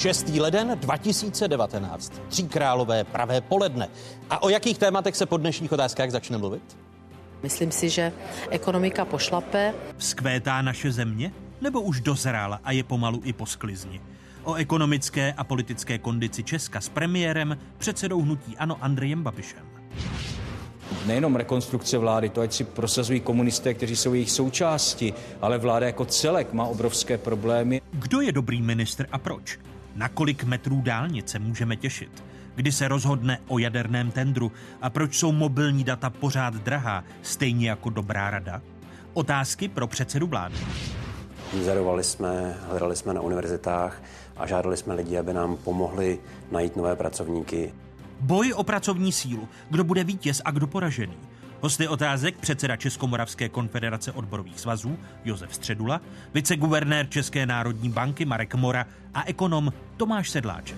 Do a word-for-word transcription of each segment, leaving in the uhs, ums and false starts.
šestý leden dva tisíce devatenáct. Tříkrálové pravé poledne. A o jakých tématech se po dnešních otázkách začne mluvit? Myslím si, že ekonomika pošlape. Vzkvétá naše země? Nebo už dozrála a je pomalu i po sklizni? O ekonomické a politické kondici Česka s premiérem, předsedou hnutí ANO Andrejem Babišem. Nejenom rekonstrukce vlády, to ať si prosazují komunisté, kteří jsou jejich součástí, ale vláda jako celek má obrovské problémy. Kdo je dobrý ministr a proč? Na kolik metrů dálnice můžeme těšit? Kdy se rozhodne o jaderném tendru a proč jsou mobilní data pořád drahá, stejně jako dobrá rada? Otázky pro předsedu vlády. Inzerovali jsme, hledali jsme na univerzitách a žádali jsme lidi, aby nám pomohli najít nové pracovníky. Boj o pracovní sílu. Kdo bude vítěz a kdo poražený? Hosty otázek předseda Českomoravské konfederace odborových svazů Josef Středula, viceguvernér České národní banky Marek Mora a ekonom Tomáš Sedláček.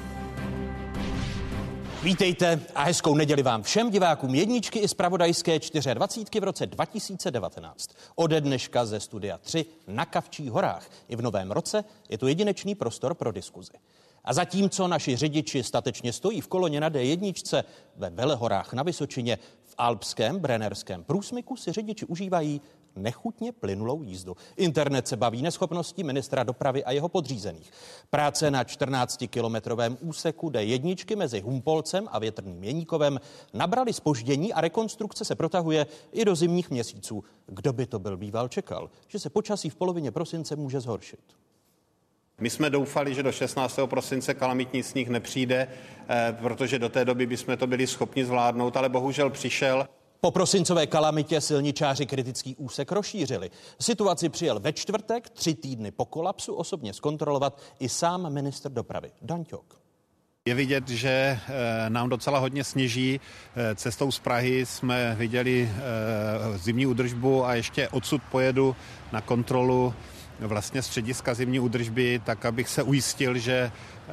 Vítejte a hezkou neděli vám všem divákům jedničky i zpravodajské dvacítky v roce dva tisíce devatenáct. Ode dneška ze studia tři na Kavčích horách. I v novém roce je tu jedinečný prostor pro diskuzi. A zatímco naši řidiči statečně stojí v koloně na dé jedna ve Velehorách na Vysočině, v alpském Brennerském průsmyku si řidiči užívají nechutně plynulou jízdu. Internet se baví neschopností ministra dopravy a jeho podřízených. Práce na čtrnáctikilometrovém úseku dé jedna mezi Humpolcem a Větrným Jeníkovem nabrali zpoždění a rekonstrukce se protahuje i do zimních měsíců. Kdo by to byl býval čekal, že se počasí v polovině prosince může zhoršit? My jsme doufali, že do šestnáctého prosince kalamitní sníh nepřijde, protože do té doby bychom to byli schopni zvládnout, ale bohužel přišel. Po prosincové kalamitě silničáři kritický úsek rozšířili. Situaci přijel ve čtvrtek, tři týdny po kolapsu, osobně zkontrolovat i sám ministr dopravy Dan Ťok. Je vidět, že nám docela hodně sněží. Cestou z Prahy jsme viděli zimní údržbu a ještě odsud pojedu na kontrolu vlastně střediska zimní údržby, tak abych se ujistil, že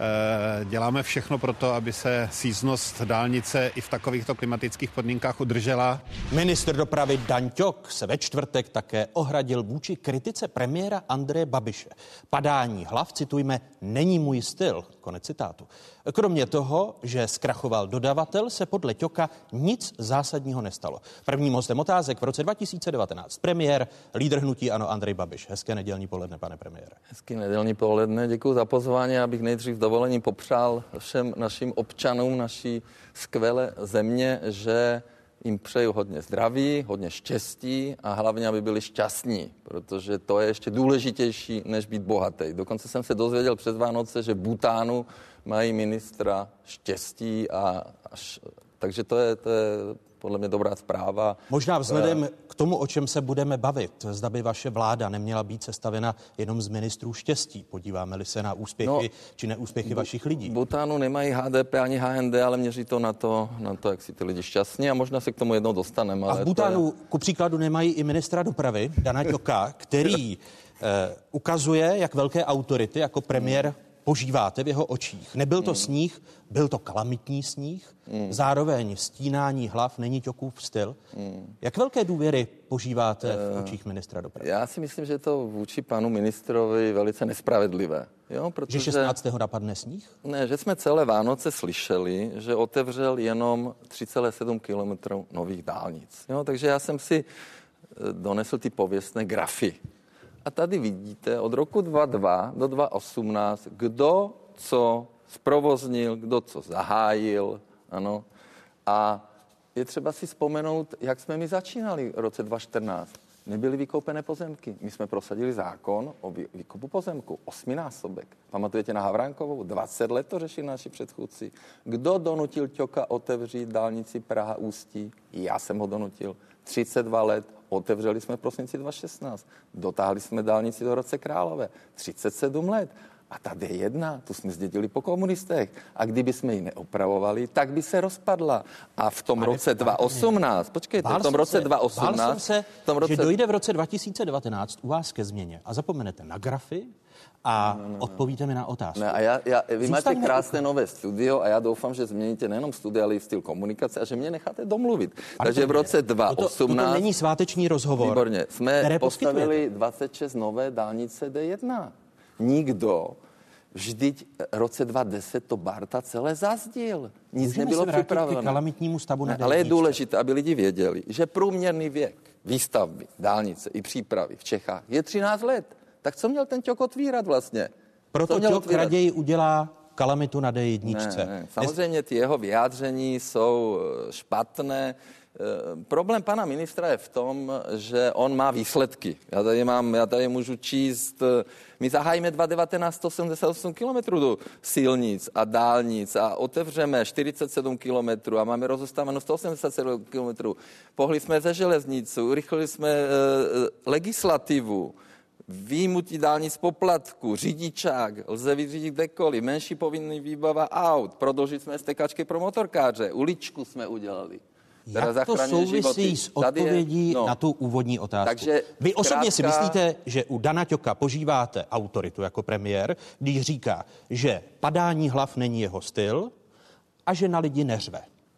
děláme všechno pro to, aby se síznost dálnice i v takovýchto klimatických podmínkách udržela. Ministr dopravy Dan Ťok se ve čtvrtek také ohradil vůči kritice premiéra Andreje Babiše. Padání hlav, citujme, není můj styl, konec citátu. Kromě toho, že zkrachoval dodavatel, se podle Ťoka nic zásadního nestalo. Prvním hostem otázek v roce dva tisíce devatenáct premiér, lídr hnutí ANO Andrej Babiš. Hezké nedělní poledne, pane premiére. Hezké nedělní poledne, děkuji za pozvání, abych nejdřív dovolením popřál všem našim občanům naší skvělé země, že jim přeju hodně zdraví, hodně štěstí a hlavně, aby byli šťastní, protože to je ještě důležitější, než být bohatý. Dokonce jsem se dozvěděl přes Vánoce, že v Bhutánu mají ministra štěstí a až, takže to je, to je podle mě dobrá zpráva. Možná vzhledem k tomu, o čem se budeme bavit, zda by vaše vláda neměla být sestavena jenom z ministrů štěstí. Podíváme-li se na úspěchy no, či neúspěchy bu- vašich lidí. V Bhutánu nemají há dé pé ani há en dé, ale měří to na to, na to, jak si ty lidi šťastní a možná se k tomu jednou dostaneme. A v Bhutánu, je... ku příkladu, nemají i ministra dopravy, Dana Ťoka, který eh, ukazuje, jak velké autority jako premiér požíváte v jeho očích. Nebyl to mm. sníh, byl to kalamitní sníh, mm. zároveň stínání hlav není Ťokův styl. Mm. Jak velké důvěry požíváte v očích ministra dopravy? Já si myslím, že je to vůči panu ministrovi velice nespravedlivé. Jo, protože... Že šestnáctého napadne sníh? Ne, že jsme celé Vánoce slyšeli, že otevřel jenom tři celé sedm kilometrů nových dálnic. Jo, takže já jsem si donesl ty pověstné grafy. A tady vidíte od roku dva tisíce dva do dva tisíce osmnáct, kdo co zprovoznil, kdo co zahájil, ano. A je třeba si vzpomenout, jak jsme my začínali v roce dva tisíce čtrnáct. Nebyly vykoupené pozemky. My jsme prosadili zákon o výkupu pozemku, osminásobek. Pamatujete na Havránkovou? dvacet let to řešili naši předchůdci. Kdo donutil Ťoka otevřít dálnici Praha-Ústí? Já jsem ho donutil. třicet dva let. Otevřeli jsme v prosinci dva tisíce šestnáct. Dotáhli jsme dálnici do Hradce Králové. třicet sedm let. A ta dé jedna, tu jsme zdědili po komunistech. A kdyby jsme ji neopravovali, tak by se rozpadla. A v tom Pane, roce dva tisíce osmnáct, počkejte, v tom roce se, dva tisíce osmnáct... Bál jsem se, v roce... že dojde v roce dva tisíce devatenáct u vás ke změně a zapomenete na grafy a no, no, no. odpovíte mi na otázku. Ne, a já, já, vy Zůstaň máte krásné ne... nové studio a já doufám, že změníte nejenom studio, ale i styl komunikace a že mě necháte domluvit. Ale Takže v roce dva tisíce osmnáct... Toto není sváteční rozhovor. Výborně. Jsme postavili dvacet šest nové dálnice dé jedna. Nikdo Vždyť v roce dva tisíce deset to Barta celé zazdil. Nic Můžeme nebylo se vrátit připraveno. k kalamitnímu stavu na ne, ale je D jedničce. důležité, aby lidi věděli, že průměrný věk výstavby, dálnice i přípravy v Čechách je třináct let. Tak co měl ten Ťok otvírat vlastně? Proto Ťok raději udělá kalamitu na D jedničce. Ne, ne. Samozřejmě ty jeho vyjádření jsou špatné. E, problém pana ministra je v tom, že on má výsledky. Já tady mám, já tady můžu číst, my zahájíme dva tisíce devatenáct sto sedmdesát osm kilometrů do silnic a dálnic a otevřeme čtyřicet sedm kilometrů a máme rozostáváno sto osmdesát sedm kilometrů. Pohli jsme ze železnici, urychlili jsme e, legislativu, výjimutí dálnic poplatku, řidičák, lze vyřídit kdekoliv, menší povinný výbava aut, prodloužit jsme stekačky pro motorkáře, uličku jsme udělali. Jak to souvisí životy. S odpovědí je, no, na tu úvodní otázku? Takže vy osobně zkrátka... si myslíte, že u Dana Ťoka požíváte autoritu jako premiér, když říká, že padání hlav není jeho styl a že na lidi neřve?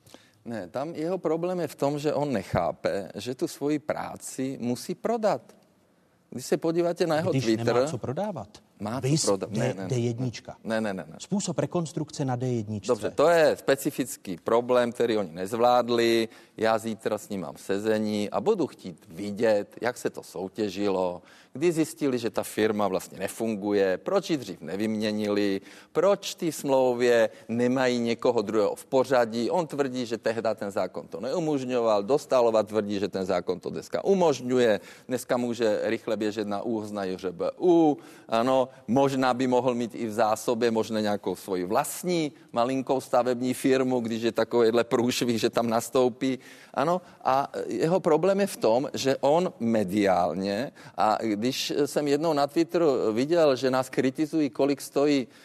Ne, tam jeho problém je v tom, že on nechápe, že tu svoji práci musí prodat. Když se podíváte na jeho Když Twitter... nemá co prodávat. Má Vys co prodávat. Ne, ne, D jednička. Ne, ne, ne, ne. Způsob rekonstrukce na D jedničce. Dobře, to je specifický problém, který oni nezvládli. Já zítra s ním mám sezení a budu chtít vidět, jak se to soutěžilo, kdy zjistili, že ta firma vlastně nefunguje, proč ji dřív nevyměnili, proč ty smlouvě nemají někoho druhého v pořadí. On tvrdí, že tehdy ten zákon to neumožňoval, Dostálová tvrdí, že ten zákon to dneska umožňuje, dneska může rychle běžet na ÚHS na J Ř B U, ano, možná by mohl mít i v zásobě možná nějakou svoji vlastní malinkou stavební firmu, když je takovýhle průšvih, že tam nastoupí. Ano, a jeho problém je v tom, že on mediálně, a když jsem jednou na Twitteru viděl, že nás kritizují, kolik stojí e,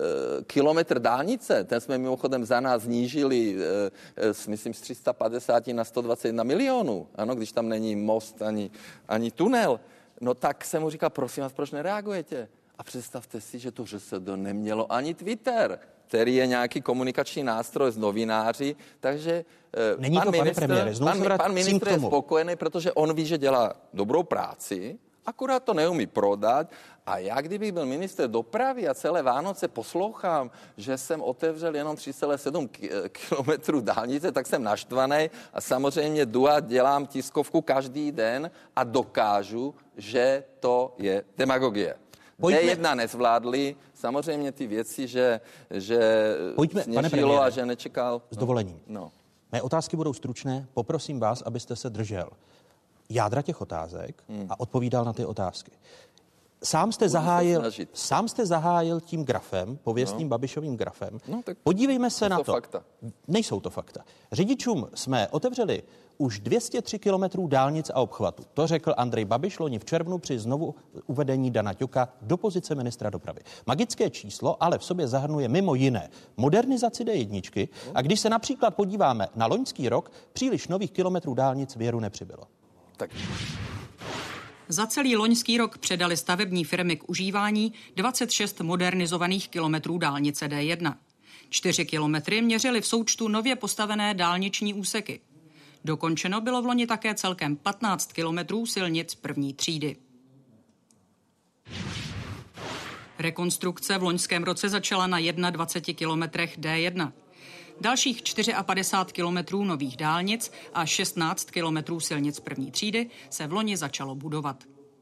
kilometr dálnice, ten jsme mimochodem za nás znížili, e, s, myslím, z tři sta padesát na sto dvacet jedna milionů, ano, když tam není most ani, ani tunel. No tak jsem mu říkal, prosím vás, proč nereagujete? A představte si, že to ŘSD nemělo ani Twitter, který je nějaký komunikační nástroj s novináři, takže Není pan to, ministr, pane premiére, pan, pan ministr je spokojený, protože on ví, že dělá dobrou práci, akurát to neumí prodat. A já, kdybych byl ministr dopravy a celé Vánoce poslouchám, že jsem otevřel jenom tři celé sedm kilometrů dálnice, tak jsem naštvaný a samozřejmě jdu a dělám tiskovku každý den a dokážu, že to je demagogie. Pojďme. D jedna nezvládli, samozřejmě ty věci, že, že Pojďme, sněžilo a že nečekal. S dovolením. No. Mé otázky budou stručné, poprosím vás, abyste se držel jádra těch otázek hmm. a odpovídal na ty otázky. Sám jste, zahájil, sám jste zahájil tím grafem, pověstným no. Babišovým grafem. No, podívejme se na to. Fakta. Nejsou to fakta. Řidičům jsme otevřeli už dvě stě tři kilometrů dálnic a obchvatů. To řekl Andrej Babiš loni v červnu při znovu uvedení Dana Ťoka do pozice ministra dopravy. Magické číslo ale v sobě zahrnuje mimo jiné modernizaci D jedničky a když se například podíváme na loňský rok, příliš nových kilometrů dálnic věru nepřibylo. Tak. Za celý loňský rok předali stavební firmy k užívání dvacet šest modernizovaných kilometrů dálnice D jedna. Čtyři kilometry měřily v součtu nově postavené dálniční úseky. Dokončeno bylo v loni také celkem patnáct kilometrů silnic první třídy. Rekonstrukce v loňském roce začala na dvaceti jedna kilometrech D jedna. Dalších padesát čtyři kilometrů nových dálnic a šestnáct kilometrů silnic první třídy se v loni začalo budovat.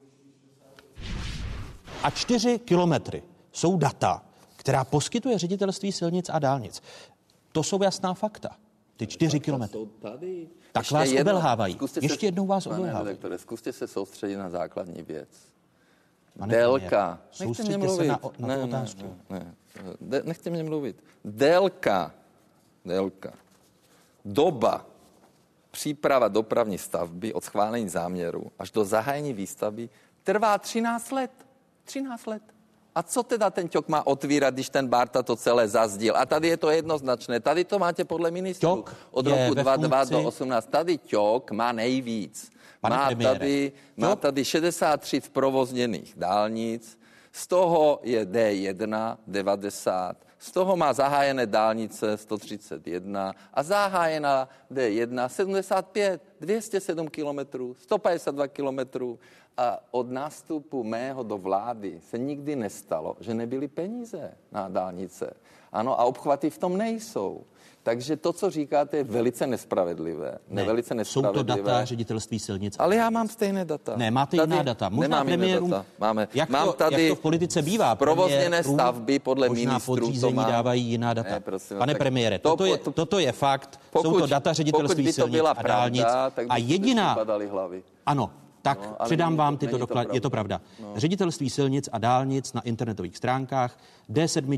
A čtyři kilometry jsou data, která poskytuje Ředitelství silnic a dálnic. To jsou jasná fakta. Ty čtyři kilometry. Tak ještě vás jedno, obelhávají. Ještě se, jednou vás obelhávají. Pane, zkuste se soustředit na základní věc. Pane Délka. Nechte mě mluvit. Na, na ne, ne, ne, ne. Nechte mě mluvit. Délka. Délka. Doba. Příprava dopravní stavby od schválení záměru až do zahájení výstavby trvá třináct let. třináct let. A co teda ten Ťok má otvírat, když ten Barta to celé zazdil? A tady je to jednoznačné. Tady to máte podle ministrů. Od roku dvacet dva do osmnáct. Tady Ťok má nejvíc. Má tady, má tady šedesát tři provozněných dálnic, z toho je D jedna devadesát, z toho má zahájené dálnice sto třicet jedna a zahájená D jedna sedmdesát pět, dvě stě sedm kilometrů, sto padesát dva kilometrů A od nástupu mého do vlády se nikdy nestalo, že nebyly peníze na dálnice. Ano, a obchvaty v tom nejsou. Takže to, co říkáte, je velice nespravedlivé. Ne, velice nespravedlivé. jsou to data Ředitelství silnic. Ale já mám stejné data. Ne, máte tady jiná data. Možná premiérům, data. Máme. Jak, mám to, tady jak to v politice bývá. provozněné stavby podle možná ministrů. podřízení má... dávají jiná data. Ne, prosím, Pane premiére, to, toto, je, toto je fakt. Pokud, jsou to data Ředitelství silnic a dálnic. Pravda, tak a jediná... hlavy. Ano. Tak no, předám není, vám tyto doklady. To je to pravda. No. Ředitelství silnic a dálnic na internetových stránkách D sedm,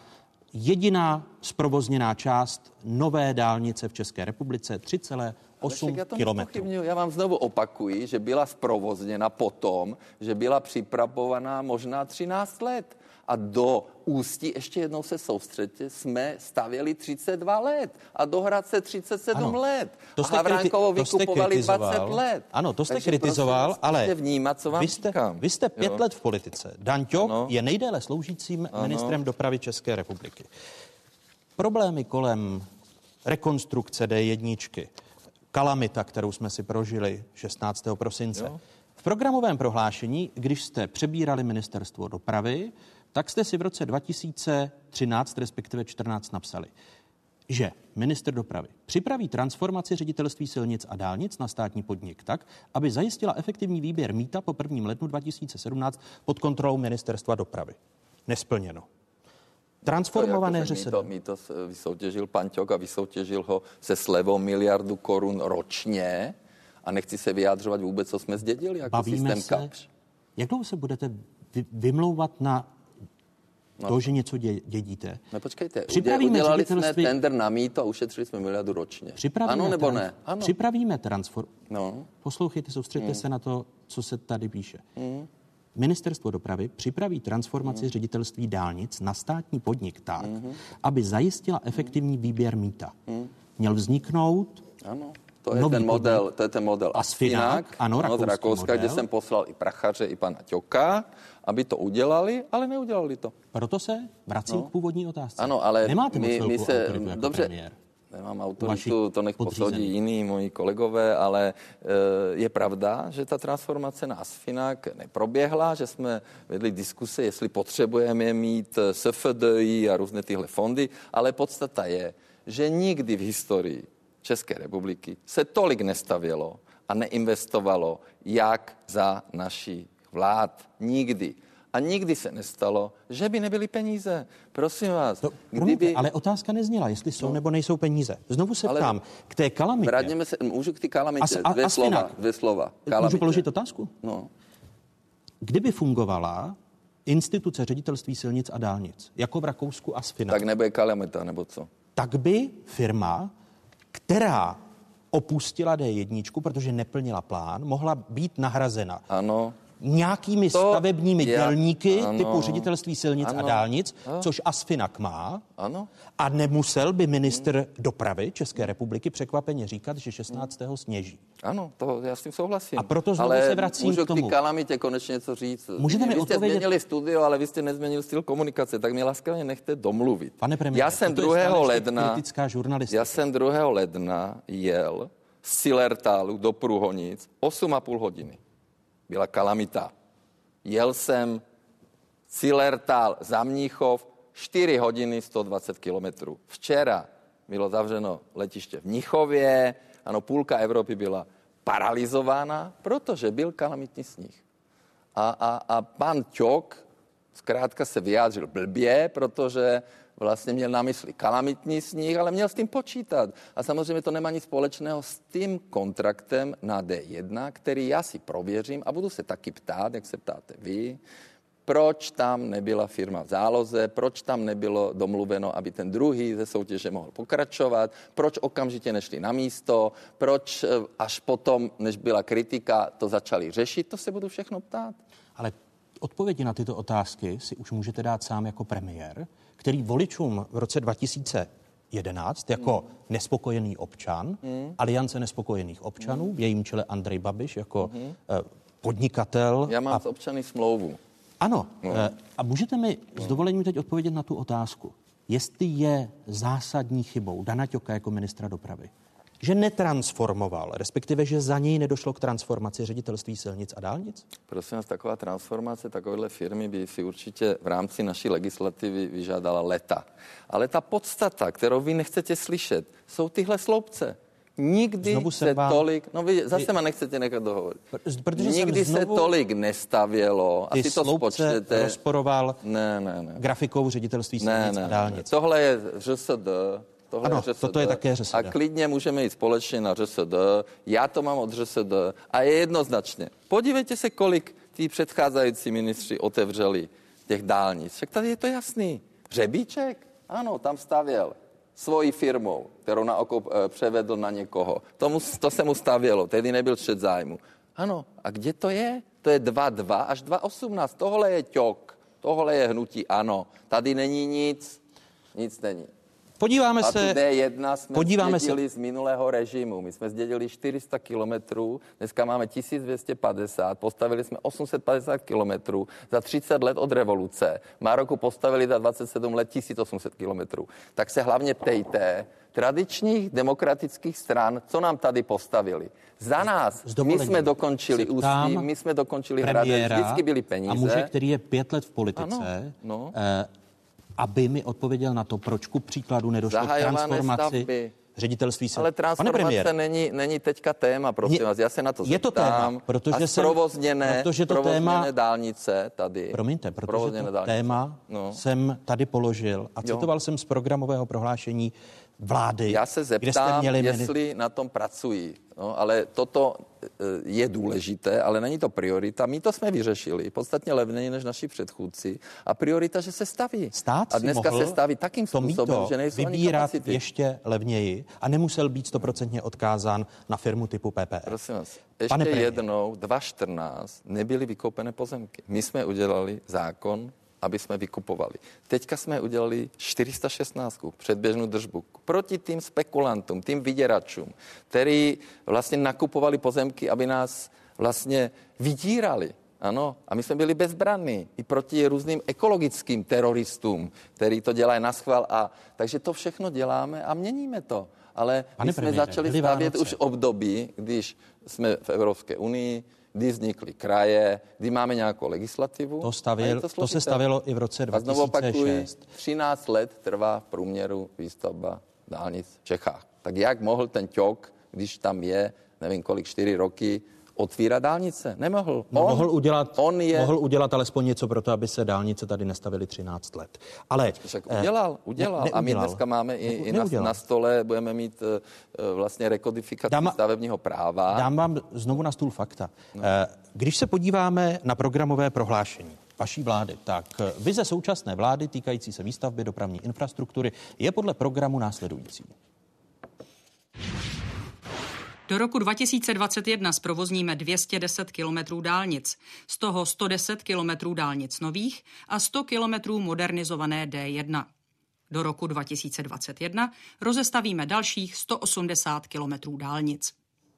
jediná zprovozněná část nové dálnice v České republice, tři celé osm kilometrů. Já vám znovu opakuji, že byla zprovozněna potom, že byla připravovaná možná třináct let. A do Ústí, ještě jednou se soustředě, jsme stavěli třicet dva let. A do Hradce třicet sedm ano, let. A Havránkovo vykupovali dvacet let. Ano, to jste Takže kritizoval, prosím, ale vnímat, co vám vy, jste, vy jste pět jo. let v politice. Dan Ťok ano. je nejdéle sloužícím ano. ministrem dopravy České republiky. Problémy kolem rekonstrukce D jedna, kalamita, kterou jsme si prožili šestnáctého prosince. Jo. V programovém prohlášení, když jste přebírali ministerstvo dopravy, tak jste si v roce dva tisíce třináct, respektive čtrnáct napsali, že ministr dopravy připraví transformaci Ředitelství silnic a dálnic na státní podnik tak, aby zajistila efektivní výběr mýta po prvním lednu dva tisíce sedmnáct pod kontrolou ministerstva dopravy. Nesplněno. Transformované ŘSD. Mýto, mýto vysoutěžil pan Ťok a vysoutěžil ho se slevou miliardu korun ročně a nechci se vyjádřovat vůbec, co jsme zdědili jako Bavíme systém se, Kapsch. Jak dlouho se budete vy, vymlouvat na No. to, že něco dě, dědíte. No počkejte, Připravíme udělali ředitelství... jsme tender na mýto a ušetřili jsme miliardu ročně. Připravíme ano nebo trans... ne? Ano. Připravíme transform... No. Poslouchejte, soustřeďte mm. se na to, co se tady píše. Mm. Ministerstvo dopravy připraví transformaci mm. ředitelství dálnic na státní podnik tak, mm. aby zajistila efektivní výběr mýta. Mm. Měl vzniknout... Ano. To je, ten model, to je ten model Asfinag, ano, ano, z Rakouska, kde jsem poslal i Prachaře, i pana Ťoka, aby to udělali, ale neudělali to. Proto se vracím no. k původní otázce. Ano, ale nemáte my, moc my se, autoritu jako dobře, premiér. Nemám autoritu, to nech posoudí jiní moji kolegové, ale e, je pravda, že ta transformace na Asfinag neproběhla, že jsme vedli diskuse, jestli potřebujeme mít S F D I a různé tyhle fondy, ale podstata je, že nikdy v historii České republiky se tolik nestavělo a neinvestovalo, jak za naší vlád. Nikdy. A nikdy se nestalo, že by nebyly peníze. Prosím vás. To, kdyby... Ale otázka nezněla, jestli jsou no. nebo nejsou peníze. Znovu se ale ptám, k té kalamitě. Vrátíme se, můžu k té kalamitě. A, a, dvě, a slova, dvě slova. Kalamitě. Můžu položit otázku? No. Kdyby fungovala instituce Ředitelství silnic a dálnic, jako v Rakousku Asfinag, tak nebude kalamita, nebo co? Tak by firma, která opustila D jedna, protože neplnila plán, mohla být nahrazena. Ano. Nějakými to, stavebními já, dělníky ano, typu Ředitelství silnic ano, a dálnic, ano, což Asfinag má. Ano. A nemusel by ministr hmm. dopravy České republiky překvapeně říkat, že šestnáctého sněží. Ano, to já s tím souhlasím. A proto znovu ale se vracím můžu k tomu. Můžu k té kalamitě konečně něco říct. Můžete mi vy jste odpovědět... změnili studio, ale vy jste nezměnil styl komunikace, tak mě laskavě nechte domluvit. Pane premiére, já jsem druhého ledna, kritická žurnalistika. Já jsem druhého ledna jel z Sillertalu do Průhonic osm a půl hodiny. Byla kalamita. Jel jsem Sillertal za Mnichov čtyři hodiny sto dvacet kilometrů. Včera bylo zavřeno letiště v Mnichově, ano, půlka Evropy byla paralizována, protože byl kalamitní sníh. A, a, a pan Ťok zkrátka se vyjádřil blbě, protože vlastně měl na mysli kalamitní sníh, ale měl s tím počítat. A samozřejmě to nemá nic společného s tím kontraktem na D jedna, který já si prověřím a budu se taky ptát, jak se ptáte vy, proč tam nebyla firma v záloze, proč tam nebylo domluveno, aby ten druhý ze soutěže mohl pokračovat, proč okamžitě nešli na místo, proč až potom, než byla kritika, to začali řešit, to se budu všechno ptát. Ale odpovědi na tyto otázky si už můžete dát sám jako premiér, který voličům v roce dva tisíce jedenáct jako hmm. nespokojený občan, hmm. Aliance nespokojených občanů, hmm. v jejím čele Andrej Babiš jako hmm. podnikatel. Já mám a... s občany smlouvu. Ano. No. A můžete mi s dovolením teď odpovědět na tu otázku. Jestli je zásadní chybou Dana Ťoka jako ministra dopravy, že netransformoval, respektive, že za něj nedošlo k transformaci Ředitelství silnic a dálnic? Prosím vás, taková transformace takovéhle firmy by si určitě v rámci naší legislativy vyžádala leta. Ale ta podstata, kterou vy nechcete slyšet, jsou tyhle sloupce. Nikdy se vám... tolik, no vy zase vy... ma nechcete nechat dohovorit. Protože Nikdy se tolik nestavělo. Ty Asi to spočtete. Rozporoval ne, ne, ne. grafikou Ředitelství silnic a dálnic. Tohle je ŘSD. Tohle ano, je ŘSD. toto je také ŘSD. A klidně můžeme jít společně na ŘSD. Já to mám od ŘSD. A je jednoznačně. Podívejte se, kolik tí předcházející ministři otevřeli těch dálnic. Však tady je to jasný. Řebíček? Ano, tam stavěl svojí firmou, kterou na oko e, převedl na někoho. Tomu, to se mu stavělo, tehdy nebyl střet zájmu. Ano, a kde to je? To je dva dva až dva osmnáct. Tohle je ťok, tohle je hnutí ANO. Tady není nic, nic není. Podíváme a se... A D jedna jsme podíváme zdědili se... z minulého režimu. My jsme zdědili čtyři sta kilometrů, dneska máme tisíc dvě stě padesát, postavili jsme osm set padesát kilometrů za třicet let od revoluce. Maroku postavili za dvacet sedm let tisíc osm set kilometrů. Tak se hlavně ptejte tradičních demokratických stran, co nám tady postavili. Za nás, my jsme dokončili Ústí, my jsme dokončili Hradec, vždycky byly peníze. A muže, který je pět let v politice, ano, no. eh, aby mi odpověděl na to, proč ku příkladu nedošlo k transformaci stavby. Ředitelství silnic. Ale transformace není, není teďka téma, prosím je, vás, já se na to je to téma, protože a zprovozněné, protože to provozněné téma, dálnice tady. Promiňte, protože to dálnice. téma no. jsem tady položil a citoval jo. jsem z programového prohlášení vlády. Já se zeptám, jestli meni... na tom pracují. No, ale toto je důležité, ale není to priorita. My to jsme vyřešili, podstatně levněji než naši předchůdci. A priorita, že se staví. Stát a dneska mohl se staví takým způsobem, že nejsou ani kapacity. Ještě levněji a nemusel být stoprocentně odkázán na firmu typu P P R. Prosím vás, ještě jednou, dva tisíce čtrnáct nebyly vykoupené pozemky. My jsme udělali zákon, aby jsme vykupovali. Teďka jsme udělali čtyři sta šestnáct předběžnou držbu proti tým spekulantům, tým vyděračům, který vlastně nakupovali pozemky, aby nás vlastně vydírali. Ano, a my jsme byli bezbranní i proti různým ekologickým teroristům, který to dělají naschvál. A takže to všechno děláme a měníme to. Ale Pane my jsme premiére, začali stavět už období, když jsme v Evropské unii, kdy vznikly kraje, kdy máme nějakou legislativu. To, stavil, to, to se stavilo i v roce dva tisíce šest. A znovu opakuji, třináct let trvá v průměru výstavba dálnic v Čechách. Tak jak mohl ten ťok, když tam je, nevím kolik, čtyři roky, otvírat dálnice? Nemohl. No, on, mohl, udělat, on je... mohl udělat alespoň něco pro to, aby se dálnice tady nestavily třináct let. Ale však udělal, udělal. Ne, a my dneska máme i, i na, na stole, budeme mít uh, vlastně rekodifikaci dám, stavebního práva. Dám vám znovu na stůl fakta. No. Když se podíváme na programové prohlášení vaší vlády, tak vize současné vlády týkající se výstavby dopravní infrastruktury je podle programu následující. Do roku dva tisíce dvacet jedna zprovozníme dvě stě deset kilometrů dálnic, z toho sto deset kilometrů dálnic nových a sto kilometrů modernizované D jedna. Do roku dva tisíce dvacet jedna rozestavíme dalších sto osmdesát kilometrů dálnic.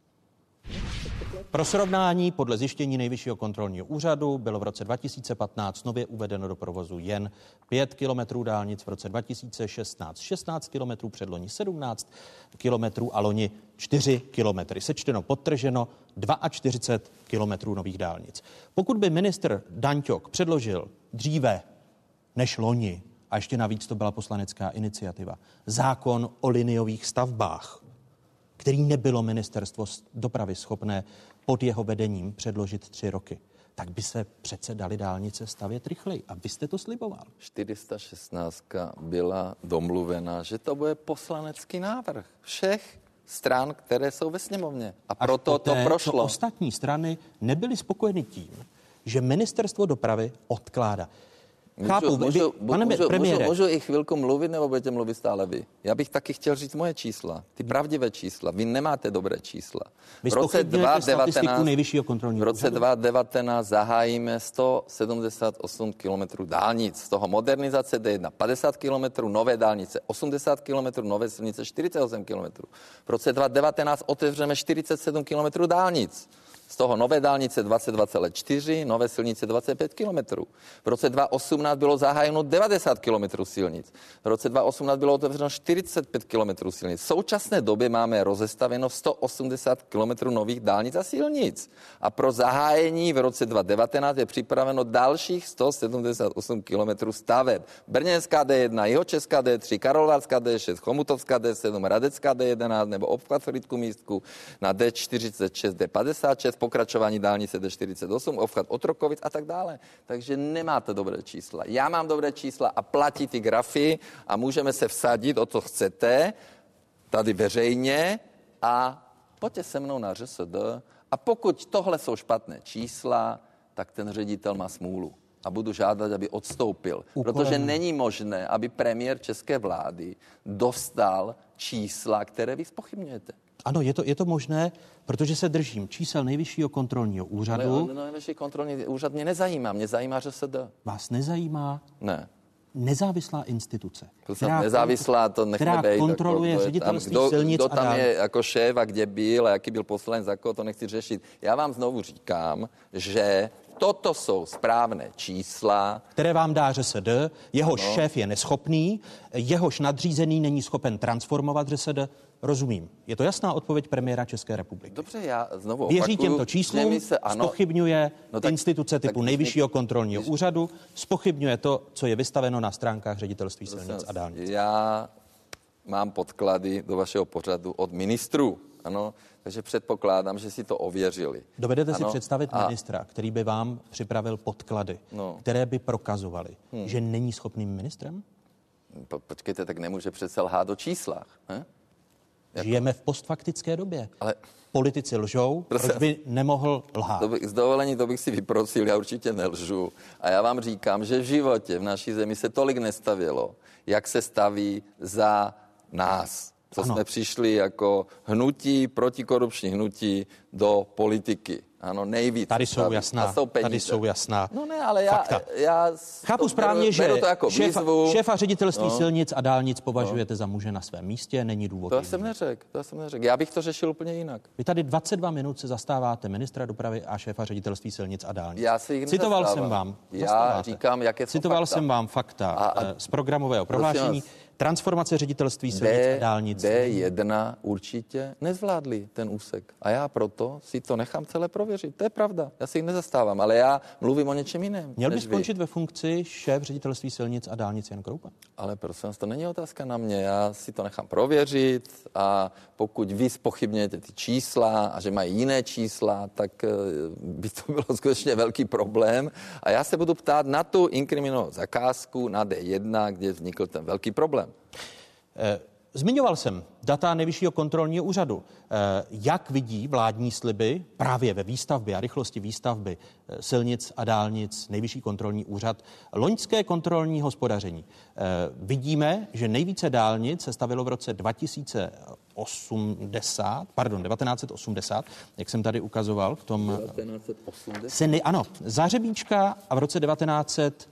Pro srovnání podle zjištění Nejvyššího kontrolního úřadu bylo v roce dva tisíce patnáct nově uvedeno do provozu jen pět kilometrů dálnic, v roce dva tisíce šestnáct šestnáct kilometrů, předloni sedmnáct kilometrů a loni čtyři kilometry. Sečteno, podtrženo čtyřicet dva kilometrů nových dálnic. Pokud by ministr Dan Ťok předložil dříve než loni, a ještě navíc to byla poslanecká iniciativa, zákon o liniových stavbách, který nebylo ministerstvo dopravy schopné pod jeho vedením předložit tři roky, tak by se přece dali dálnice stavět rychleji. A vy jste to sliboval. čtyři sta šestnáct byla domluvena, že to bude poslanecký návrh všech stran, které jsou ve sněmovně. A proto poté, to prošlo. Co ostatní strany nebyly spokojeny tím, že ministerstvo dopravy odkládá. Chápu, můžu, můžu, vy, pane můžu, premiére. Můžu, můžu i chvilku mluvit, nebo budete mluvit stále vy? Já bych taky chtěl říct moje čísla, ty pravdivé čísla. Vy nemáte dobré čísla. Vy v roce dva tisíce devatenáct, Nejvyššího kontrolního v roce dva tisíce devatenáct zahájíme sto sedmdesát osm kilometrů dálnic. Z toho modernizace D jedna padesát kilometrů, nové dálnice osmdesát kilometrů, nové silnice čtyřicet osm kilometrů. V roce dva tisíce devatenáct otevřeme čtyřicet sedm kilometrů dálnic. Z toho nové dálnice dvacet dva celá čtyři, nové silnice dvacet pět kilometrů. V roce dva tisíce osmnáct bylo zahájeno devadesát kilometrů silnic. V roce dva tisíce osmnáct bylo otevřeno čtyřicet pět kilometrů silnic. V současné době máme rozestaveno sto osmdesát kilometrů nových dálnic a silnic. A pro zahájení v roce dva tisíce devatenáct je připraveno dalších sto sedmdesát osm kilometrů staveb. Brněnská D jedna, Jihočeská D tři, Karlovarská D šest, Chomutovská D sedm, Radecká D jedenáct nebo obchvat Frýdku Místku na D čtyřicet šest, D padesát šest, pokračování dálnice D čtyřicet osm, obchvat Otrokovic a tak dále. Takže nemáte dobré čísla. Já mám dobré čísla a platí ty grafy a můžeme se vsadit, o to chcete, tady veřejně a pojďte se mnou na ŘSD a pokud tohle jsou špatné čísla, tak ten ředitel má smůlu. A budu žádat, aby odstoupil. Úkolem. Protože není možné, aby premiér české vlády dostal čísla, které vy zpochybňujete. Ano, je to, je to možné, protože se držím čísel Nejvyššího kontrolního úřadu. Ale Nejvyšší kontrolní úřad mě nezajímá, mě zajímá ŘSD. Vás nezajímá? Ne. Nezávislá instituce. Která, nezávislá, to nechme která bejt, kontroluje jako, ředitelství kdo, silnic kdo a tam dál. je jako šéf a kde byl a jaký byl poslanec, jako to nechci řešit. Já vám znovu říkám, že toto jsou správné čísla. Které vám dá ŘSD, jehož no. šéf je neschopný, jehož nadřízený není schopen transformovat ŘSD. Rozumím. Je to jasná odpověď premiéra České republiky. Dobře, já znovu Věří opakuju, těmto číslům, se, ano, zpochybňuje no tak, instituce typu tak, Nejvyššího kontrolního když, úřadu, zpochybňuje to, co je vystaveno na stránkách ředitelství silnic a dálnic. Já mám podklady do vašeho pořadu od ministrů, ano, takže předpokládám, že si to ověřili. Dovedete ano, si představit a... ministra, který by vám připravil podklady, no. které by prokazovaly, hmm. že není schopným ministrem? Po, počkejte, tak nemůže přece lhát o číslách, ne? Žijeme v postfaktické době. Ale politici lžou, Prosím, proč by nemohl lhát? To by, z dovolení to bych si vyprosil, já určitě nelžu. A já vám říkám, že v životě v naší zemi se tolik nestavělo, jak se staví za nás. Co ano. jsme přišli jako hnutí, protikorupční hnutí do politiky. Ano, nejvíc. Tady jsou jasná, jsou tady jsou jasná No ne, ale já, já chápu správně, že beru to jako šéfa, šéfa ředitelství no. silnic a dálnic považujete no. za muže na svém místě, není důvod. To já jsem neřekl, to já jsem neřekl. Já bych to řešil úplně jinak. Vy tady dvacet dva minut se zastáváte ministra dopravy a šéfa ředitelství silnic a dálnic. Já si jich Citoval nezastávám. jsem vám. Já zastáváte. říkám, jaké jsou Citoval fakta. jsem vám fakta a, a, z programového prohlášení. Transformace ředitelství silnic a dálnic. D jedna určitě nezvládli ten úsek. A já proto si to nechám celé prověřit. To je pravda. Já si jich nezastávám, ale já mluvím o něčem jiném. Měl by skončit ve funkci šéf ředitelství silnic a dálnic Jan Kroupa? Ale prosím, to není otázka na mě. Já si to nechám prověřit a pokud vy zpochybňujete ty čísla a že mají jiné čísla, tak by to bylo skutečně velký problém. A já se budu ptát na tu inkriminovanou zakázku na D jedna, kde vznikl ten velký problém. Zmiňoval jsem data Nejvyššího kontrolního úřadu. Jak vidí vládní sliby právě ve výstavbě a rychlosti výstavby silnic a dálnic Nejvyšší kontrolní úřad loňské kontrolní hospodaření? Vidíme, že nejvíce dálnic se stavilo v roce dva tisíce osmdesát, pardon, devatenáct set osmdesát, jak jsem tady ukazoval v tom... devatenáct set osmdesát? Se ne, ano, za Řebíčka a v roce devatenáct set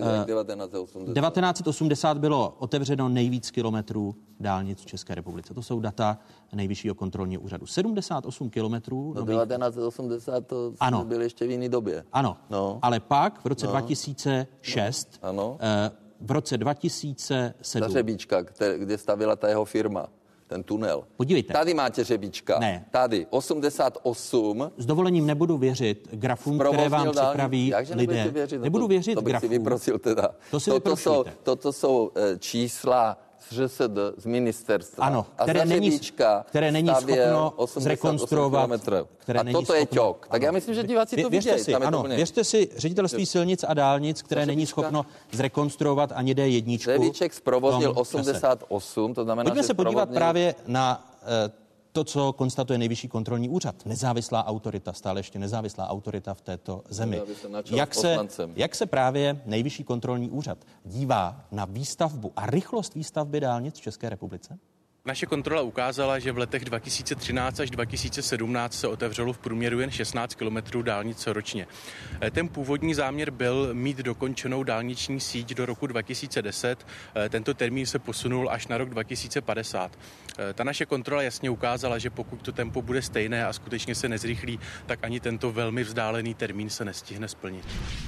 devatenáct set osmdesát bylo otevřeno nejvíc kilometrů dálnic v České republice. To jsou data Nejvyššího kontrolního úřadu. sedmdesát osm kilometrů. No devatenáct set osmdesát to ano. Byl ještě v jiné době. Ano, no. ale pak v roce no. dva tisíce šest, no. Ano. v roce dva tisíce sedm. Ta Řebíčka, kde stavila ta jeho firma. Ten tunel. Podívejte. Tady máte Řebíčka. Ne. Tady. osmdesát osm. S dovolením nebudu věřit grafům, které vám připraví Jakže lidé. Věřit? Nebudu věřit to, to grafům. To bych si vyprosil teda. To si toto, jsou, toto jsou uh, čísla z ŘSD, z ministerstva. Ano, které a není, které není schopno zrekonstruovat. Které a toto je ťok. Tak ano. Já myslím, že diváci to věřte vidějí. Si, ano, věřte si, ředitelství silnic a dálnic, které není schopno zrekonstruovat ani D jedna. Řebíček zprovoznil osmdesát osm, to znamená, Pojďme že se podívat zprovoznil... právě na uh, to, co konstatuje Nejvyšší kontrolní úřad. Nezávislá autorita, stále ještě nezávislá autorita v této zemi. Jak se, jak se právě Nejvyšší kontrolní úřad dívá na výstavbu a rychlost výstavby dálnic v České republice? Naše kontrola ukázala, že v letech dva tisíce třináct až dva tisíce sedmnáct se otevřelo v průměru jen šestnáct kilometrů dálnic ročně. Ten původní záměr byl mít dokončenou dálniční síť do roku dva tisíce deset. Tento termín se posunul až na rok dva tisíce padesát. Ta naše kontrola jasně ukázala, že pokud to tempo bude stejné a skutečně se nezrychlí, tak ani tento velmi vzdálený termín se nestihne splnit.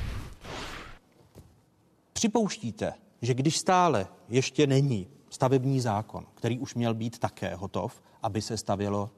Připouštíte, že když stále ještě není stavební zákon, který už měl být také hotov, aby se stavělo,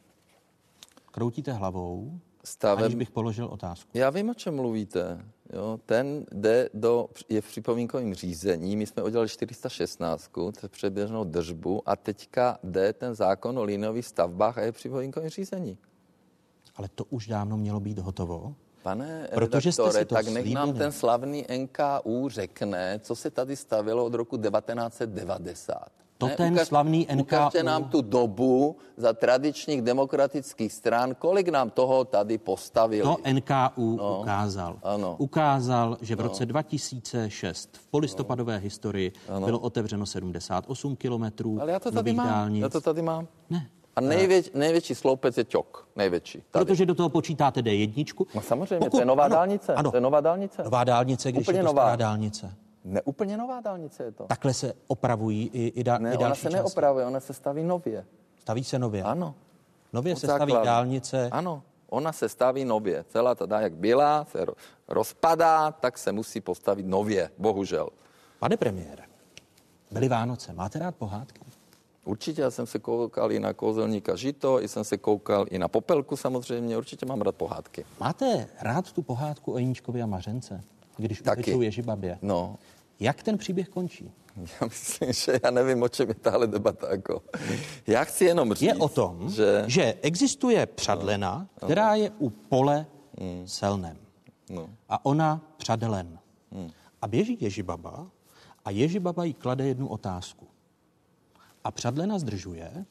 kroutíte hlavou, Staveb... aniž bych položil otázku. Já vím, o čem mluvíte. Jo, ten jde do, je v připomínkovém řízení, my jsme udělali čtyři sta šestnáct, to je předběžnou držbu a teďka jde ten zákon o liniových stavbách a je v připomínkovém řízení. Ale to už dávno mělo být hotovo. Pane Protože redaktore, tak slíbili. nech nám ten slavný N K U řekne, co se tady stavilo od roku devatenáct set devadesát. To ne, ten ukaž, slavný N K U... Ukažte nám tu dobu za tradičních demokratických stran, kolik nám toho tady postavili. To N K U no, ukázal. Ano. Ukázal, že v no. roce dva tisíce šest v polistopadové no. historii ano. bylo otevřeno sedmdesát osm kilometrů. Ale já to tady mám. Dálnic. Já to tady mám. Ne. A nejvěč, největší sloupec je Ťok. Největší. Tady. Protože do toho počítáte D jedna. No samozřejmě, Pokud, to je nová ano, dálnice. Ano. To je nová dálnice. Nová dálnice, když Úplně je to nová stará dálnice. Neúplně nová dálnice je to. Takhle se opravují i, i, da, ne, i další ona se části. Neopravuje, ona se staví nově. Staví se nově? Ano. Nově se staví dálnice? Ano, ona se staví nově. Celá ta dálnice, jak byla, se rozpadá, tak se musí postavit nově, bohužel. Pane premiére, byly Vánoce, máte rád pohádky? Určitě, já jsem se koukal i na Kouzelníka Žito, i jsem se koukal i na Popelku samozřejmě, určitě mám rád pohádky. Máte rád tu pohádku o Jeníčkovi a Mařence, když utečou Ježibabě? No. Jak ten příběh končí? Já myslím, že já nevím, o čem je tahle debata. Jako. Já chci jenom říct, je o tom, že, že existuje přadlena, no. která je u pole hmm. selnem. No. A ona přadlen. Hmm. A běží Ježibaba a Ježibaba jí klade jednu otázku. A přadlena zdržuje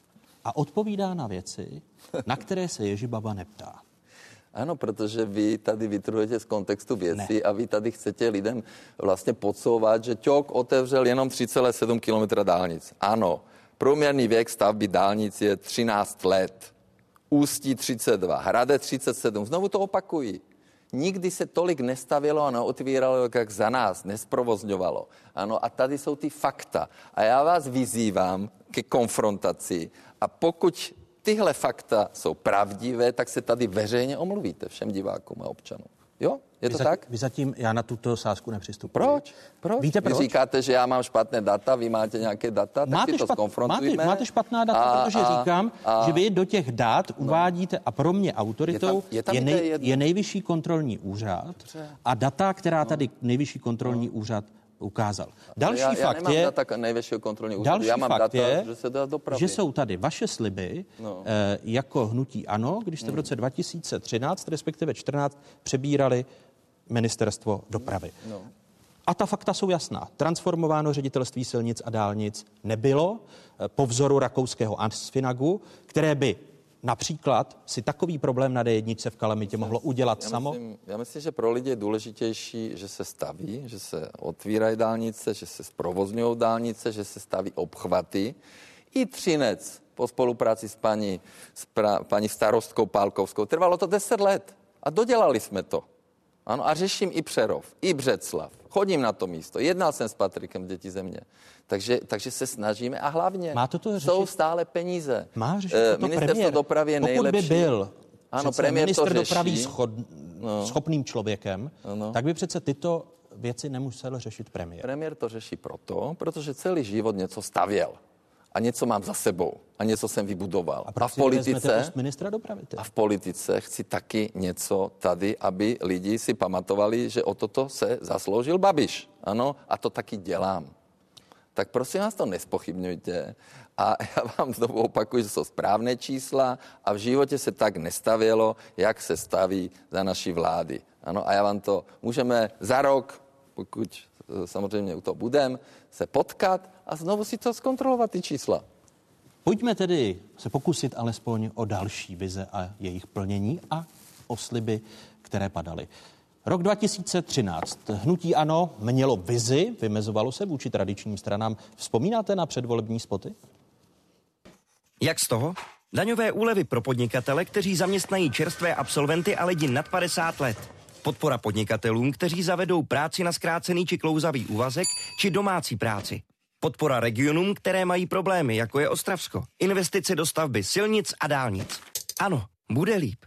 a odpovídá na věci, na které se Ježibaba neptá. Ano, protože vy tady vytrhujete z kontextu věci ne. a vy tady chcete lidem vlastně podsouvat, že Ťok otevřel jenom tři celé sedm kilometra dálnic. Ano, průměrný věk stavby dálnic je třináct let. Ústí třicet dva, Hradec třicet sedm. Znovu to opakuji. Nikdy se tolik nestavilo a neotvíralo, jak za nás, nesprovozňovalo. Ano, a tady jsou ty fakta. A já vás vyzývám ke konfrontaci. A pokud tyhle fakta jsou pravdivé, tak se tady veřejně omluvíte všem divákům a občanům. Jo? Je vy to za, tak? Vy zatím, já na tuto sázku nepřistupuji. Proč? Proč? Víte proč? Vy říkáte, že já mám špatné data, vy máte nějaké data, tak máte si to špat, zkonfrontujme. Máte, máte špatná data, a, protože a, říkám, a, že vy do těch dat uvádíte, a pro mě autoritou je, tam, je, tam je, nej, je nejvyšší kontrolní úřad Dobře. a data, která tady nejvyšší kontrolní no. úřad ukázal. Další já, fakt já je, data nejvyššího kontrolního úřadu. Já mám data, je, že se dá dopravit. že jsou tady vaše sliby no. eh, jako hnutí ANO, když jste v roce dva tisíce třináct, respektive čtrnáct, přebírali ministerstvo dopravy. No. A ta fakta jsou jasná. Transformováno ředitelství silnic a dálnic nebylo po vzoru rakouského Asfinagu, které by například si takový problém na D jedna v Kalamitě mohlo udělat já samo. Myslím, já myslím, že pro lidi je důležitější, že se staví, že se otvírají dálnice, že se zprovozňují dálnice, že se staví obchvaty. I Třinec po spolupráci s paní, s pra, paní starostkou Pálkovskou. Trvalo to deset let a dodělali jsme to. Ano, a řeším i Přerov, i Břeclav. Chodím na to místo. Jednal jsem s Patrikem Děti země. Takže, takže se snažíme a hlavně má to to jsou stále peníze. Má řešit to Ministerstvo premiér. dopravy je nejlepší. Pokud by byl ano, premiér ministr to dopravy schod, no. schopným člověkem, ano. tak by přece tyto věci nemusel řešit premiér. Premiér to řeší proto, protože celý život něco stavěl. A něco mám za sebou. A něco jsem vybudoval. A, a v politice ministra dopravy. A v politice chci taky něco tady, aby lidi si pamatovali, že o toto se zasloužil Babiš. Ano, a to taky dělám. Tak prosím vás to nespochybňujte. A já vám znovu opakuju, že jsou správné čísla a v životě se tak nestavělo, jak se staví za naší vlády. Ano, a já vám to můžeme za rok, pokud samozřejmě u toho budeme, se potkat a znovu si to zkontrolovat, ty čísla. Pojďme tedy se pokusit alespoň o další vize a jejich plnění a o sliby, které padaly. Rok dva tisíce třináct. Hnutí ANO mělo vizi, vymezovalo se vůči tradičním stranám. Vzpomínáte na předvolební spoty? Jak z toho? Daňové úlevy pro podnikatele, kteří zaměstnají čerstvé absolventy a lidi nad padesát let. Podpora podnikatelům, kteří zavedou práci na zkrácený či klouzavý úvazek, či domácí práci. Podpora regionům, které mají problémy, jako je Ostravsko. Investice do stavby silnic a dálnic. Ano, bude líp.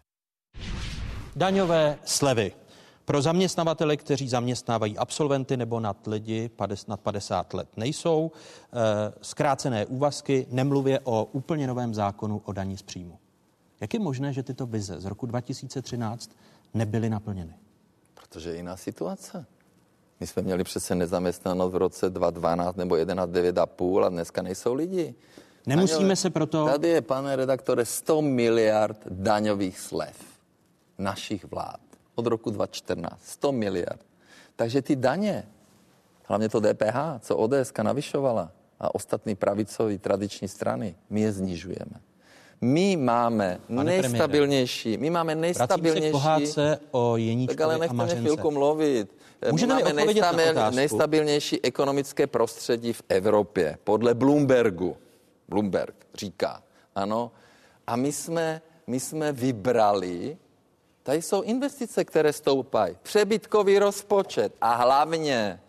Daňové slevy. Pro zaměstnavatele, kteří zaměstnávají absolventy nebo nad lidi nad padesát let nejsou, zkrácené úvazky, nemluvě o úplně novém zákonu o dani z příjmu. Jak je možné, že tyto vize z roku dva tisíce třináct nebyly naplněny? Protože je jiná situace. My jsme měli přece nezaměstnanost v roce dva tisíce dvanáct nebo jedenáct devět a půl a dneska nejsou lidi. Nemusíme Daňové, se proto... Tady je, pane redaktore, sto miliard daňových slev našich vlád od roku dva tisíce čtrnáct. sto miliard. Takže ty daně, hlavně to D P H, co O D S navyšovala a ostatní pravicové tradiční strany, my je znižujeme. My máme Pane nejstabilnější, my máme nejstabilnější... Vracím se k pohádce o Jeníčkovi a Mařence. Tak ale nechte mě chvilku mluvit. Můžete my máme nejstabil, nejstabilnější ekonomické prostředí v Evropě, podle Bloombergu. Bloomberg říká, ano. A my jsme, my jsme vybrali, tady jsou investice, které stoupají, přebytkový rozpočet a hlavně,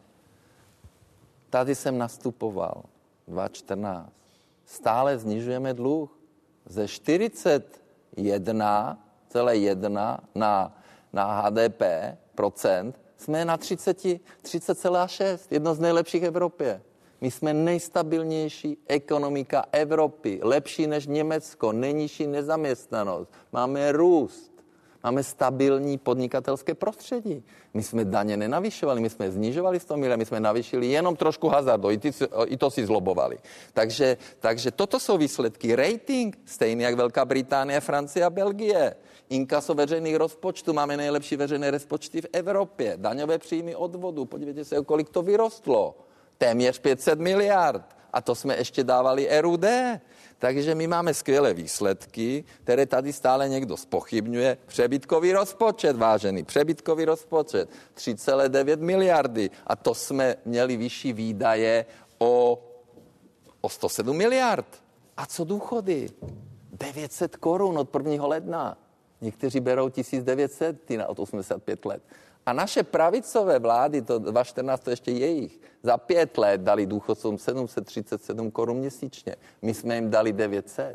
tady jsem nastupoval, dva tisíce čtrnáct, stále snižujeme dluh ze čtyřicet jedna celá jedna na, na H D P procent, jsme na třicet celá šest, jedno z nejlepších v Evropě. My jsme nejstabilnější ekonomika Evropy, lepší než Německo, nejnižší nezaměstnanost, máme růst, máme stabilní podnikatelské prostředí. My jsme daně nenavyšovali, my jsme znižovali sto miliard, my jsme navýšili jenom trošku hazardu, i, ty, i to si zlobovali. Takže, takže toto jsou výsledky. Rating, stejný jak Velká Británie, Francie a Belgie. Inkaso veřejných rozpočtů, máme nejlepší veřejné rozpočty v Evropě. Daňové příjmy odvodu, podívejte se, o kolik to vyrostlo. Téměř pět set miliard. A to jsme ještě dávali R U D. Takže my máme skvělé výsledky, které tady stále někdo zpochybňuje. Přebytkový rozpočet, vážený, přebytkový rozpočet, tři celé devět miliardy. A to jsme měli vyšší výdaje o, o sto sedm miliard. A co důchody? devět set korun od prvního ledna. Někteří berou tisíc devět set, ty na od osmdesát pět let. A naše pravicové vlády, to dva tisíce čtrnáct, to ještě jejich, za pět let dali důchodcům sedm set třicet sedm korun měsíčně. My jsme jim dali devět set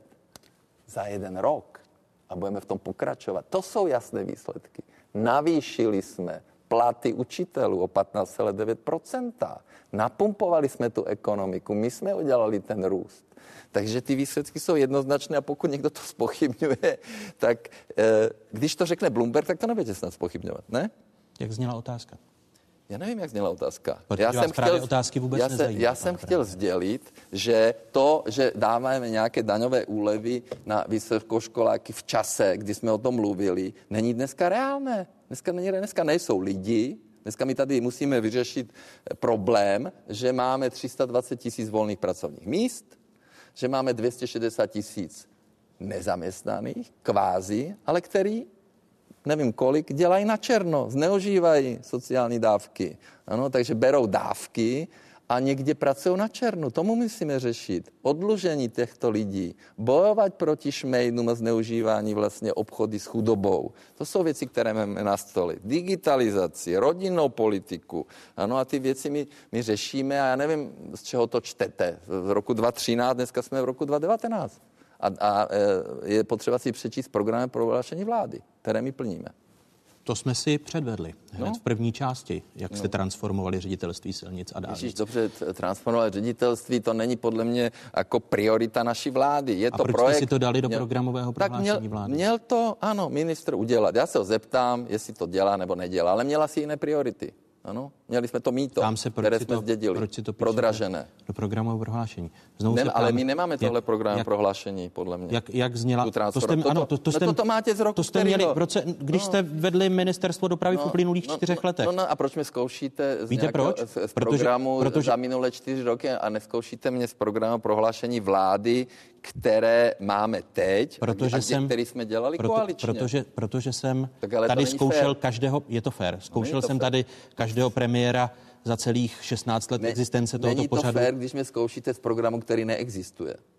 za jeden rok a budeme v tom pokračovat. To jsou jasné výsledky. Navýšili jsme platy učitelů o patnáct celá devět procenta. Napumpovali jsme tu ekonomiku, my jsme udělali ten růst. Takže ty výsledky jsou jednoznačné a pokud někdo to zpochybňuje, tak eh, když to řekne Bloomberg, tak to nebudete snad zpochybňovat, ne? Jak zněla otázka? Já nevím, jak zněla otázka. Protože já jsem chtěl, otázky vůbec já, se, já jsem chtěl sdělit, že to, že dáváme nějaké daňové úlevy na vysokoškoláky v čase, kdy jsme o tom mluvili, není dneska reálné. Dneska, není, dneska nejsou lidi. Dneska my tady musíme vyřešit problém, že máme tři sta dvacet tisíc volných pracovních míst, že máme dvě stě šedesát tisíc nezaměstnaných, kvázi, ale který nevím kolik, dělají na černo, zneužívají sociální dávky. Ano, takže berou dávky a někde pracují na černo. Tomu musíme řešit. Odlužení těchto lidí, bojovat proti šmejdům a zneužívání vlastně obchody s chudobou. To jsou věci, které máme na stole. Digitalizaci, rodinnou politiku. Ano, a ty věci my, my řešíme a já nevím, z čeho to čtete. V roku dva tisíce třináct, dneska jsme v roku dva tisíce devatenáct. A, a je potřeba si přečíst program prohlášení vlády, které my plníme. To jsme si předvedli hned no. v první části, jak jste no. transformovali ředitelství silnic a dálnic. Ježíš, dobře, transformovat ředitelství, to není podle mě jako priorita naší vlády. Je a to proč projekt, jste si to dali do měl, programového prohlášení tak měl, vlády? Měl to, ano, ministr udělat. Já se ho zeptám, jestli to dělá nebo nedělá, ale měla si jiné priority. Ano, měli jsme to mýto, se, které jsme to, zdědili, proč si to prodražené. Do programového prohlášení. Znovu Nem, se ale ptám, my nemáme tohle program jak, prohlášení, podle mě. Jak, jak zněla? To jste, ano, to, to, jste, no to, to máte z roku, to jste měli v roce, když no. jste vedli ministerstvo dopravy no, v uplynulých no, čtyřech letech. No, no a proč mě zkoušíte z, Víte nějakého, proč? z, z protože, programu protože, za minulé čtyři roky a neskoušíte mě z programu prohlášení vlády, které máme teď, protože a jsem, který jsme dělali proto, koaličně. Protože, protože jsem tady zkoušel fér. každého, je to fér, zkoušel jsem fér. tady každého premiéra za celých šestnáct let ne, existence tohoto není to pořadu. Není to fér, když mě zkoušíte z programu, který neexistuje.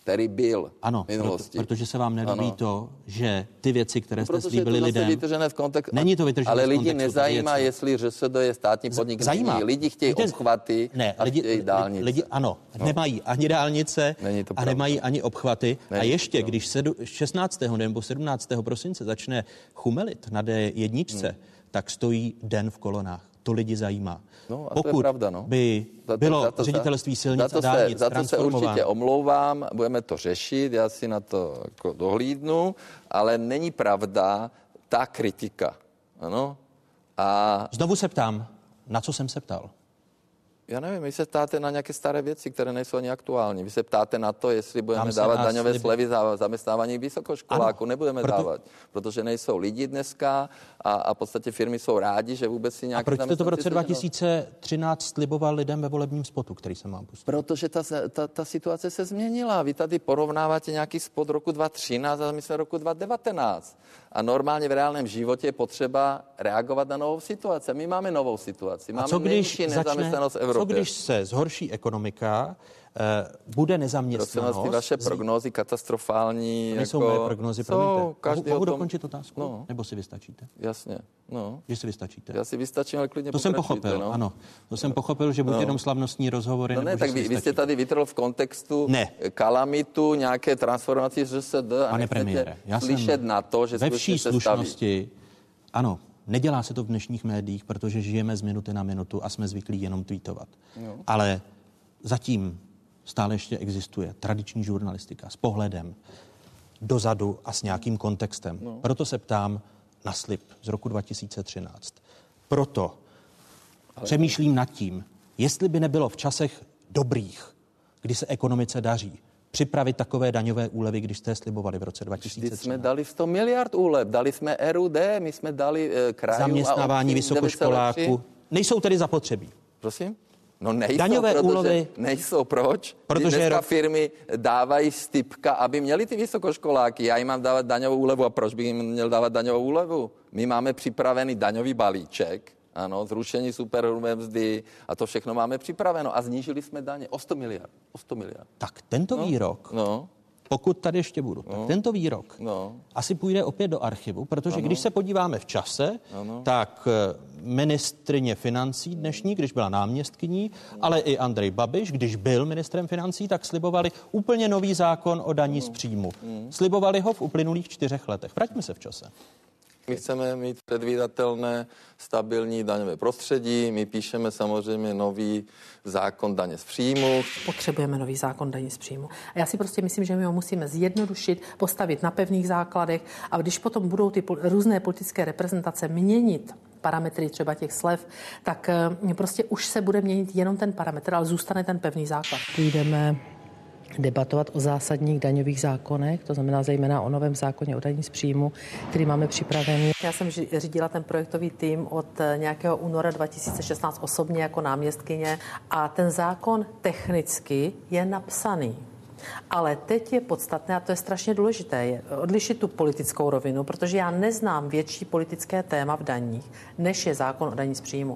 který byl ano, v minulosti. Proto, protože se vám nelíbí ano. to, že ty věci, které no, jste slíbili lidem... Vytržené v kontext... Není to vytržené ale v lidi kontextu. nezajímá, jestli ŘSD je státní podnik. Zajímá. Lidi chtějí Víte, obchvaty ne, a lidi, chtějí dálnice. Lidi, ano, no. nemají ani dálnice a nemají ani obchvaty. Není a ještě, to. když šestnáctého nebo sedmnáctého prosince začne chumelit na dé jedna, hmm. tak stojí den v kolonách. To lidi zajímá. No, a Pokud to je pravda, no. by za to, bylo za to, ředitelství silnic za a dálnic se, za to se určitě omlouvám, budeme to řešit, já si na to jako dohlídnu, ale není pravda ta kritika. Ano? A... Znovu se ptám, na co jsem se ptal? Já nevím, vy se ptáte na nějaké staré věci, které nejsou ani aktuální. Vy se ptáte na to, jestli budeme dávat daňové sliby... slevy za zaměstnávání vysokoškoláků. Nebudeme proto... dávat, protože nejsou lidi dneska a, a v podstatě firmy jsou rádi, že vůbec si nějaké... A proč jste to v roce dva tisíce třináct sliboval lidem ve volebním spotu, který jsem vám pustil? Protože ta, ta, ta situace se změnila. Vy tady porovnáváte nějaký spot roku dva tisíce třináct a my jsme roku dva tisíce devatenáct. A normálně v reálném životě je potřeba reagovat na novou situaci. My máme novou situaci. Máme nejnižší nezaměstnanost v Evropě. Co když se zhorší ekonomika, eh, bude nezaměstnanost? Prosím vás, ty vaše prognózy katastrofální. Nejsou jako... moje prognózy, promiňte. Mohu, mohu tom... dokončit otázku? No. Nebo si vystačíte? Jasně. No. Že si vystačíte? Já si vystačím, ale klidně To jsem pochopil, no. ano. To jsem pochopil, že buď no. jenom slavnostní rozhovory, no ne, nebo tak že vy, vy jste tady vytrhl v kontextu ne. kalamitu, nějaké transformaci ŘSD a nechcete slyšet na to, že ve vší se slušnosti, ano, nedělá se to v dnešních médiích, protože žijeme z minuty na minutu a jsme zvyklí jenom tweetovat. No. Ale zatím stále ještě existuje tradiční žurnalistika s pohledem dozadu a s nějakým kontextem. No. Proto se ptám na slib z roku dva tisíce třináct. Proto Ale... přemýšlím nad tím, jestli by nebylo v časech dobrých, kdy se ekonomice daří, připravit takové daňové úlevy, když jste slibovali v roce dva tisíce třináct. Vždyť jsme dali sto miliard úlev, dali jsme R U D, my jsme dali e, krajům zaměstnávání vysokoškoláků. Nejsou tedy zapotřebí. Prosím? No nejsou, daňové úlevy nejsou. Proč? Protože dneska rok... firmy dávají stipka, aby měli ty vysokoškoláky. Já jim mám dávat daňovou úlevu. A proč bych jim měl dávat daňovou úlevu? My máme připravený daňový balíček, ano, zrušení superhrubé mzdy a to všechno máme připraveno. A snížili jsme daně o sto miliard. O sto miliard. Tak tento no, výrok, no. pokud tady ještě budu, no. tak tento výrok no. asi půjde opět do archivu, protože ano. když se podíváme v čase, ano. tak ministryně financí dnešní, když byla náměstkyní, ale i Andrej Babiš, když byl ministrem financí, tak slibovali úplně nový zákon o daní z příjmu. Hmm. Slibovali ho v uplynulých čtyřech letech. Vraťme se v čase. My chceme mít předvídatelné, stabilní daňové prostředí. My píšeme samozřejmě nový zákon daně z příjmu. Potřebujeme nový zákon daně z příjmu. A já si prostě myslím, že my ho musíme zjednodušit, postavit na pevných základech a když potom budou ty různé politické reprezentace měnit parametry třeba těch slev, tak prostě už se bude měnit jenom ten parametr, ale zůstane ten pevný základ. Půjdeme debatovat o zásadních daňových zákonech, to znamená zejména o novém zákoně o daní z příjmu, který máme připravený. Já jsem řídila ten projektový tým od nějakého února dva tisíce šestnáct osobně jako náměstkyně a ten zákon technicky je napsaný. Ale teď je podstatné, a to je strašně důležité, je odlišit tu politickou rovinu, protože já neznám větší politické téma v daních, než je zákon o daní z příjmu.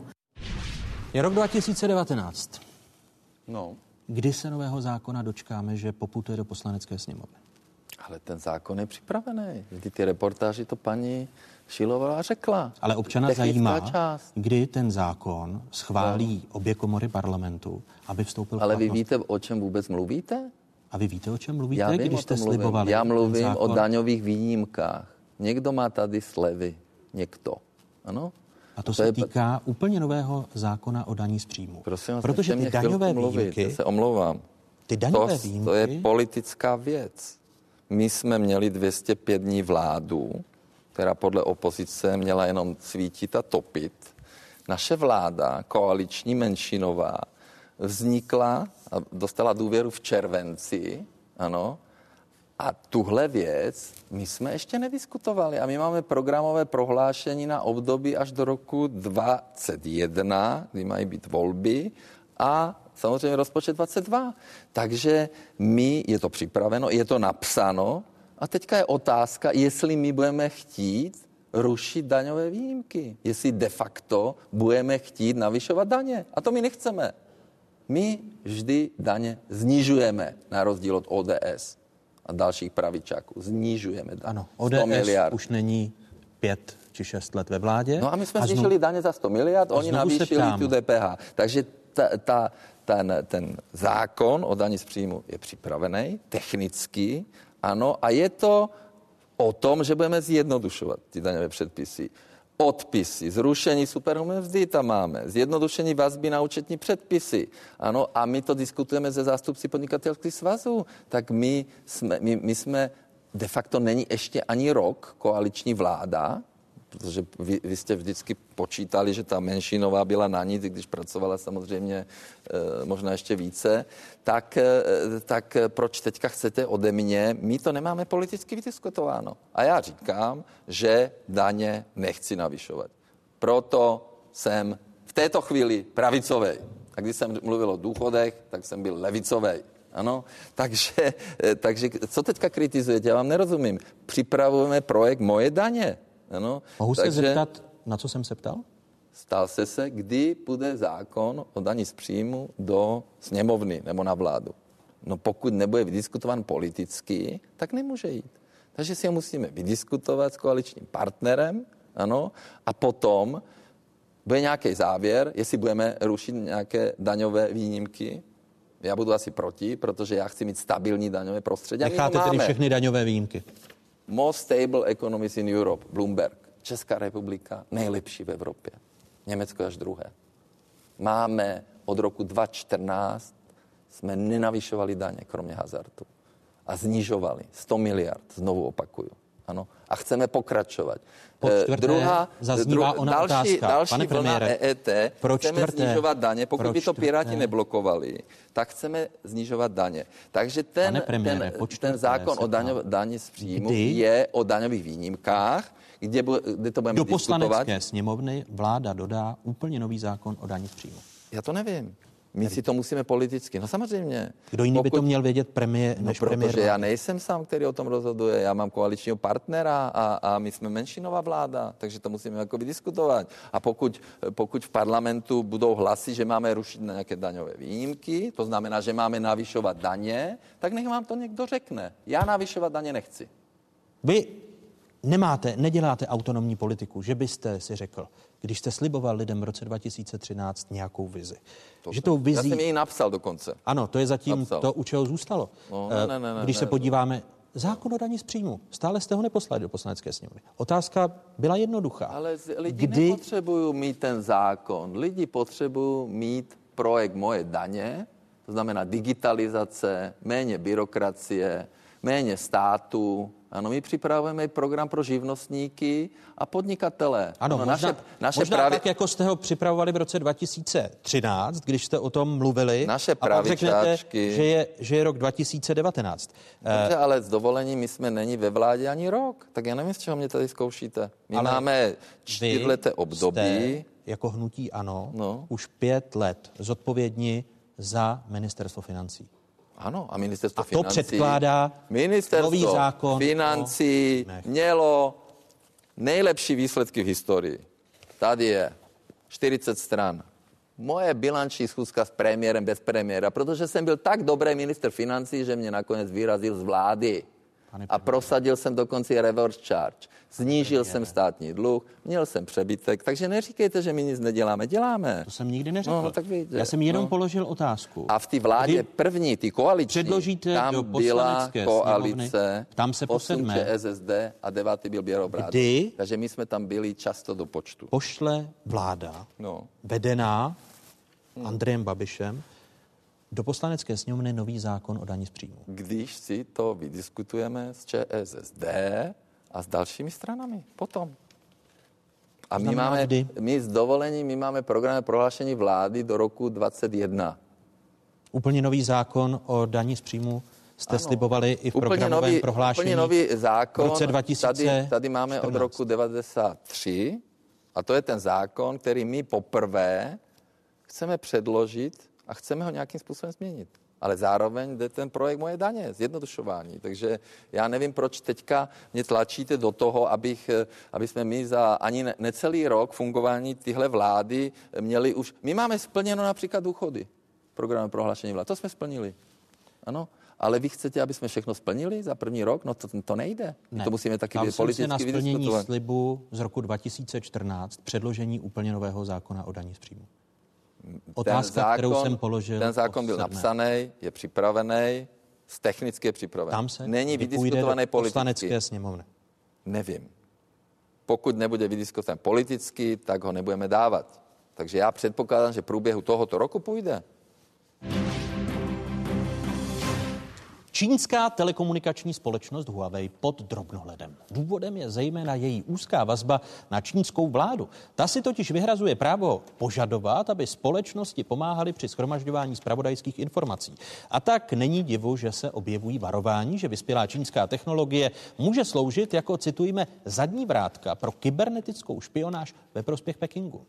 Je rok dva tisíce devatenáct. No. Kdy se nového zákona dočkáme, že poputuje do Poslanecké sněmovny? Ale ten zákon je připravený. Vždy ty reportáži to paní Šilová řekla. Ale občana Technická zajímá, část. Kdy ten zákon schválí no. obě komory parlamentu, aby vstoupil v Ale vy víte, o čem vůbec mluvíte? A vy víte, o čem mluvíte, Já vím, když jste slibovali? Já mluvím o daňových výjimkách. Někdo má tady slevy. Někdo. Ano? A to, to se je... týká úplně nového zákona o daní z příjmu. Prosím vás, protože ty daňové výjimky... Já se omlouvám. Ty daňové to, výjimky... To je politická věc. My jsme měli dvě stě pět dní vládu, která podle opozice měla jenom cvítit a topit. Naše vláda, koaliční menšinová, vznikla a dostala důvěru v červenci, ano, a tuhle věc my jsme ještě nediskutovali a my máme programové prohlášení na období až do roku dvacet jedna, kdy mají být volby a samozřejmě rozpočet dvacet dva. Takže my, je to připraveno, je to napsáno a teďka je otázka, jestli my budeme chtít rušit daňové výjimky, jestli de facto budeme chtít navyšovat daně a to my nechceme. My vždy daně snižujeme na rozdíl od O D S. a dalších pravičáků. Znižujeme daně. Ano, O D S už není pět či šest let ve vládě. No a my jsme a znižili daně za sto miliard, oni navýšili tu D P H. Takže ta, ta, ten, ten zákon o dani z příjmu je připravený, technicky, ano, a je to o tom, že budeme zjednodušovat ty daňové předpisy. Odpisy, zrušení superhrubé mzdy tam máme, zjednodušení vazby na účetní předpisy. Ano, a my to diskutujeme se zástupci podnikatelských svazů. Tak my jsme, my, my jsme de facto není ještě ani rok koaliční vláda, protože vy, vy jste vždycky počítali, že ta menšinová byla na nic, když pracovala samozřejmě e, možná ještě více, tak, e, tak proč teďka chcete ode mě? My to nemáme politicky vydiskutováno. A já říkám, že daně nechci navyšovat. Proto jsem v této chvíli pravicovej. A když jsem mluvil o důchodech, tak jsem byl levicovej. Ano, takže, takže co teďka kritizujete? Já vám nerozumím. Připravujeme projekt Moje daně. Ano, Mohu takže se zeptat, na co jsem se ptal? Stal se se, kdy půjde zákon o dani z příjmu do sněmovny nebo na vládu. No pokud nebude vydiskutován politicky, tak nemůže jít. Takže si ho musíme vydiskutovat s koaličním partnerem, ano, a potom bude nějaký závěr, jestli budeme rušit nějaké daňové výjimky. Já budu asi proti, protože já chci mít stabilní daňové prostředí. Necháte tedy všechny daňové výjimky? Most stable economies in Europe, Bloomberg. Česká republika nejlepší v Evropě. Německo až druhé. Máme od roku dva tisíce čtrnáct jsme nenavyšovali daně, kromě hazardu. A znižovali sto miliard, znovu opakuju. Ano. A chceme pokračovat. Po čtvrté druhá, zaznívá dru, ona další, otázka. další Pane vlna premiére, E E T. pro Chceme čtvrté, snižovat daně. Pokud pro by to Piráti čtvrté. neblokovali, tak chceme snižovat daně. Takže ten, premiére, ten, po čtvrté ten zákon o daňo, daní z příjmu je o daňových výjimkách, kde, kde to budeme do diskutovat. Do poslanecké sněmovny vláda dodá úplně nový zákon o daní z příjmu. Já to nevím. My si to musíme politicky. No samozřejmě. Kdo jiný Pokud... by to měl vědět premiér, než no, premiér? Protože já nejsem sám, který o tom rozhoduje. Já mám koaličního partnera a, a my jsme menšinová vláda, takže to musíme jako diskutovat. A pokud, pokud v parlamentu budou hlasy, že máme rušit nějaké daňové výjimky, to znamená, že máme navyšovat daně, tak nech vám to někdo řekne. Já navyšovat daně nechci. Vy nemáte, neděláte autonomní politiku, že byste si řekl, když jste sliboval lidem v roce dva tisíce třináct nějakou vizi. To že jsem, tou vizí... Já jsem ji napsal dokonce. Ano, to je zatím napsal. To, u čeho zůstalo. No, ne, ne, ne, když ne, se ne. podíváme, zákon o daní z příjmu, stále jste ho neposlali do poslanecké sněmovny. Otázka byla jednoduchá. Ale lidi Kdy... nepotřebují mít ten zákon. Lidi potřebují mít projekt Moje daně, to znamená digitalizace, méně byrokracie, méně státu. Ano, my připravujeme program pro živnostníky a podnikatele. Ano, ano možná, naše, naše možná pravi... tak, jako jste ho připravovali v roce dva tisíce třináct, když jste o tom mluvili. Naše a pak řeknete, že je, že je rok dva tisíce devatenáct. Dobře, ale s dovolením my jsme není ve vládě ani rok. Tak já nevím, z čeho mě tady zkoušíte. My ale máme čtyřleté období. Jako hnutí ANO no. už pět let zodpovědní za ministerstvo financí. Ano, a ministerstvo a to financí, předkládá ministerstvo nový zákon financí mělo nejlepší výsledky v historii. Tady je čtyřicet stran. Moje bilanční schůzka s premiérem bez premiéra, protože jsem byl tak dobrý minister financí, že mě nakonec vyrazil z vlády. A prosadil jsem dokonce reverse charge. Snížil jsem státní dluh, měl jsem přebytek, takže neříkejte, že my nic neděláme. Děláme. To jsem nikdy neřekl. No, tak víte, Já jsem jenom no. položil otázku. A v té vládě Kdy první, ty koaliční, předložíte tam do byla koalice, sněmovny, tam se osm ČSSD a devátý byl Bělobrádek. Kdy Takže my jsme tam byli často do počtu. Pošle vláda, no. vedená hmm. Andrejem Babišem, do poslanecké sněmovny nový zákon o daní z příjmu. Když si to vydiskutujeme s ČSSD a s dalšími stranami. Potom. A my máme, kdy? my s dovolením, my máme program prohlášení vlády do roku dvacet jedna. Úplně nový zákon o daní z příjmu jste ano. slibovali i v úplně programovém nový, prohlášení. Úplně nový zákon. V roce dva tisíce čtrnáct. Tady, tady máme od roku devadesát tři a to je ten zákon, který my poprvé chceme předložit a chceme ho nějakým způsobem změnit. Ale zároveň jde ten projekt Moje daně, zjednodušování. Takže já nevím, proč teďka mě tlačíte do toho, abych, aby jsme my za ani necelý rok fungování tyhle vlády měli už... My máme splněno například důchody. Program prohlášení vlády. To jsme splnili. Ano. Ale vy chcete, aby jsme všechno splnili za první rok? No to, to nejde. Ne. To musíme taky Tam politicky na splnění vydiskutovat. slibu z roku dva tisíce čtrnáct, předložení úplně nového zákona o daní z příjmu. Otázka, ten zákon, kterou jsem položil. Ten zákon byl sedmé. napsaný, je připravený, technicky je připravený. Tam se Není vypůjde vydiskutovaný do politicky. Poslanecké sněmovny. Nevím. Pokud nebude vydiskutovaný politicky, tak ho nebudeme dávat. Takže já předpokládám, že v průběhu tohoto roku půjde. Čínská telekomunikační společnost Huawei pod drobnohledem. Důvodem je zejména její úzká vazba na čínskou vládu. Ta si totiž vyhrazuje právo požadovat, aby společnosti pomáhaly při shromažďování zpravodajských informací. A tak není divu, že se objevují varování, že vyspělá čínská technologie může sloužit jako, citujme, zadní vrátka pro kybernetickou špionáž ve prospěch Pekingu.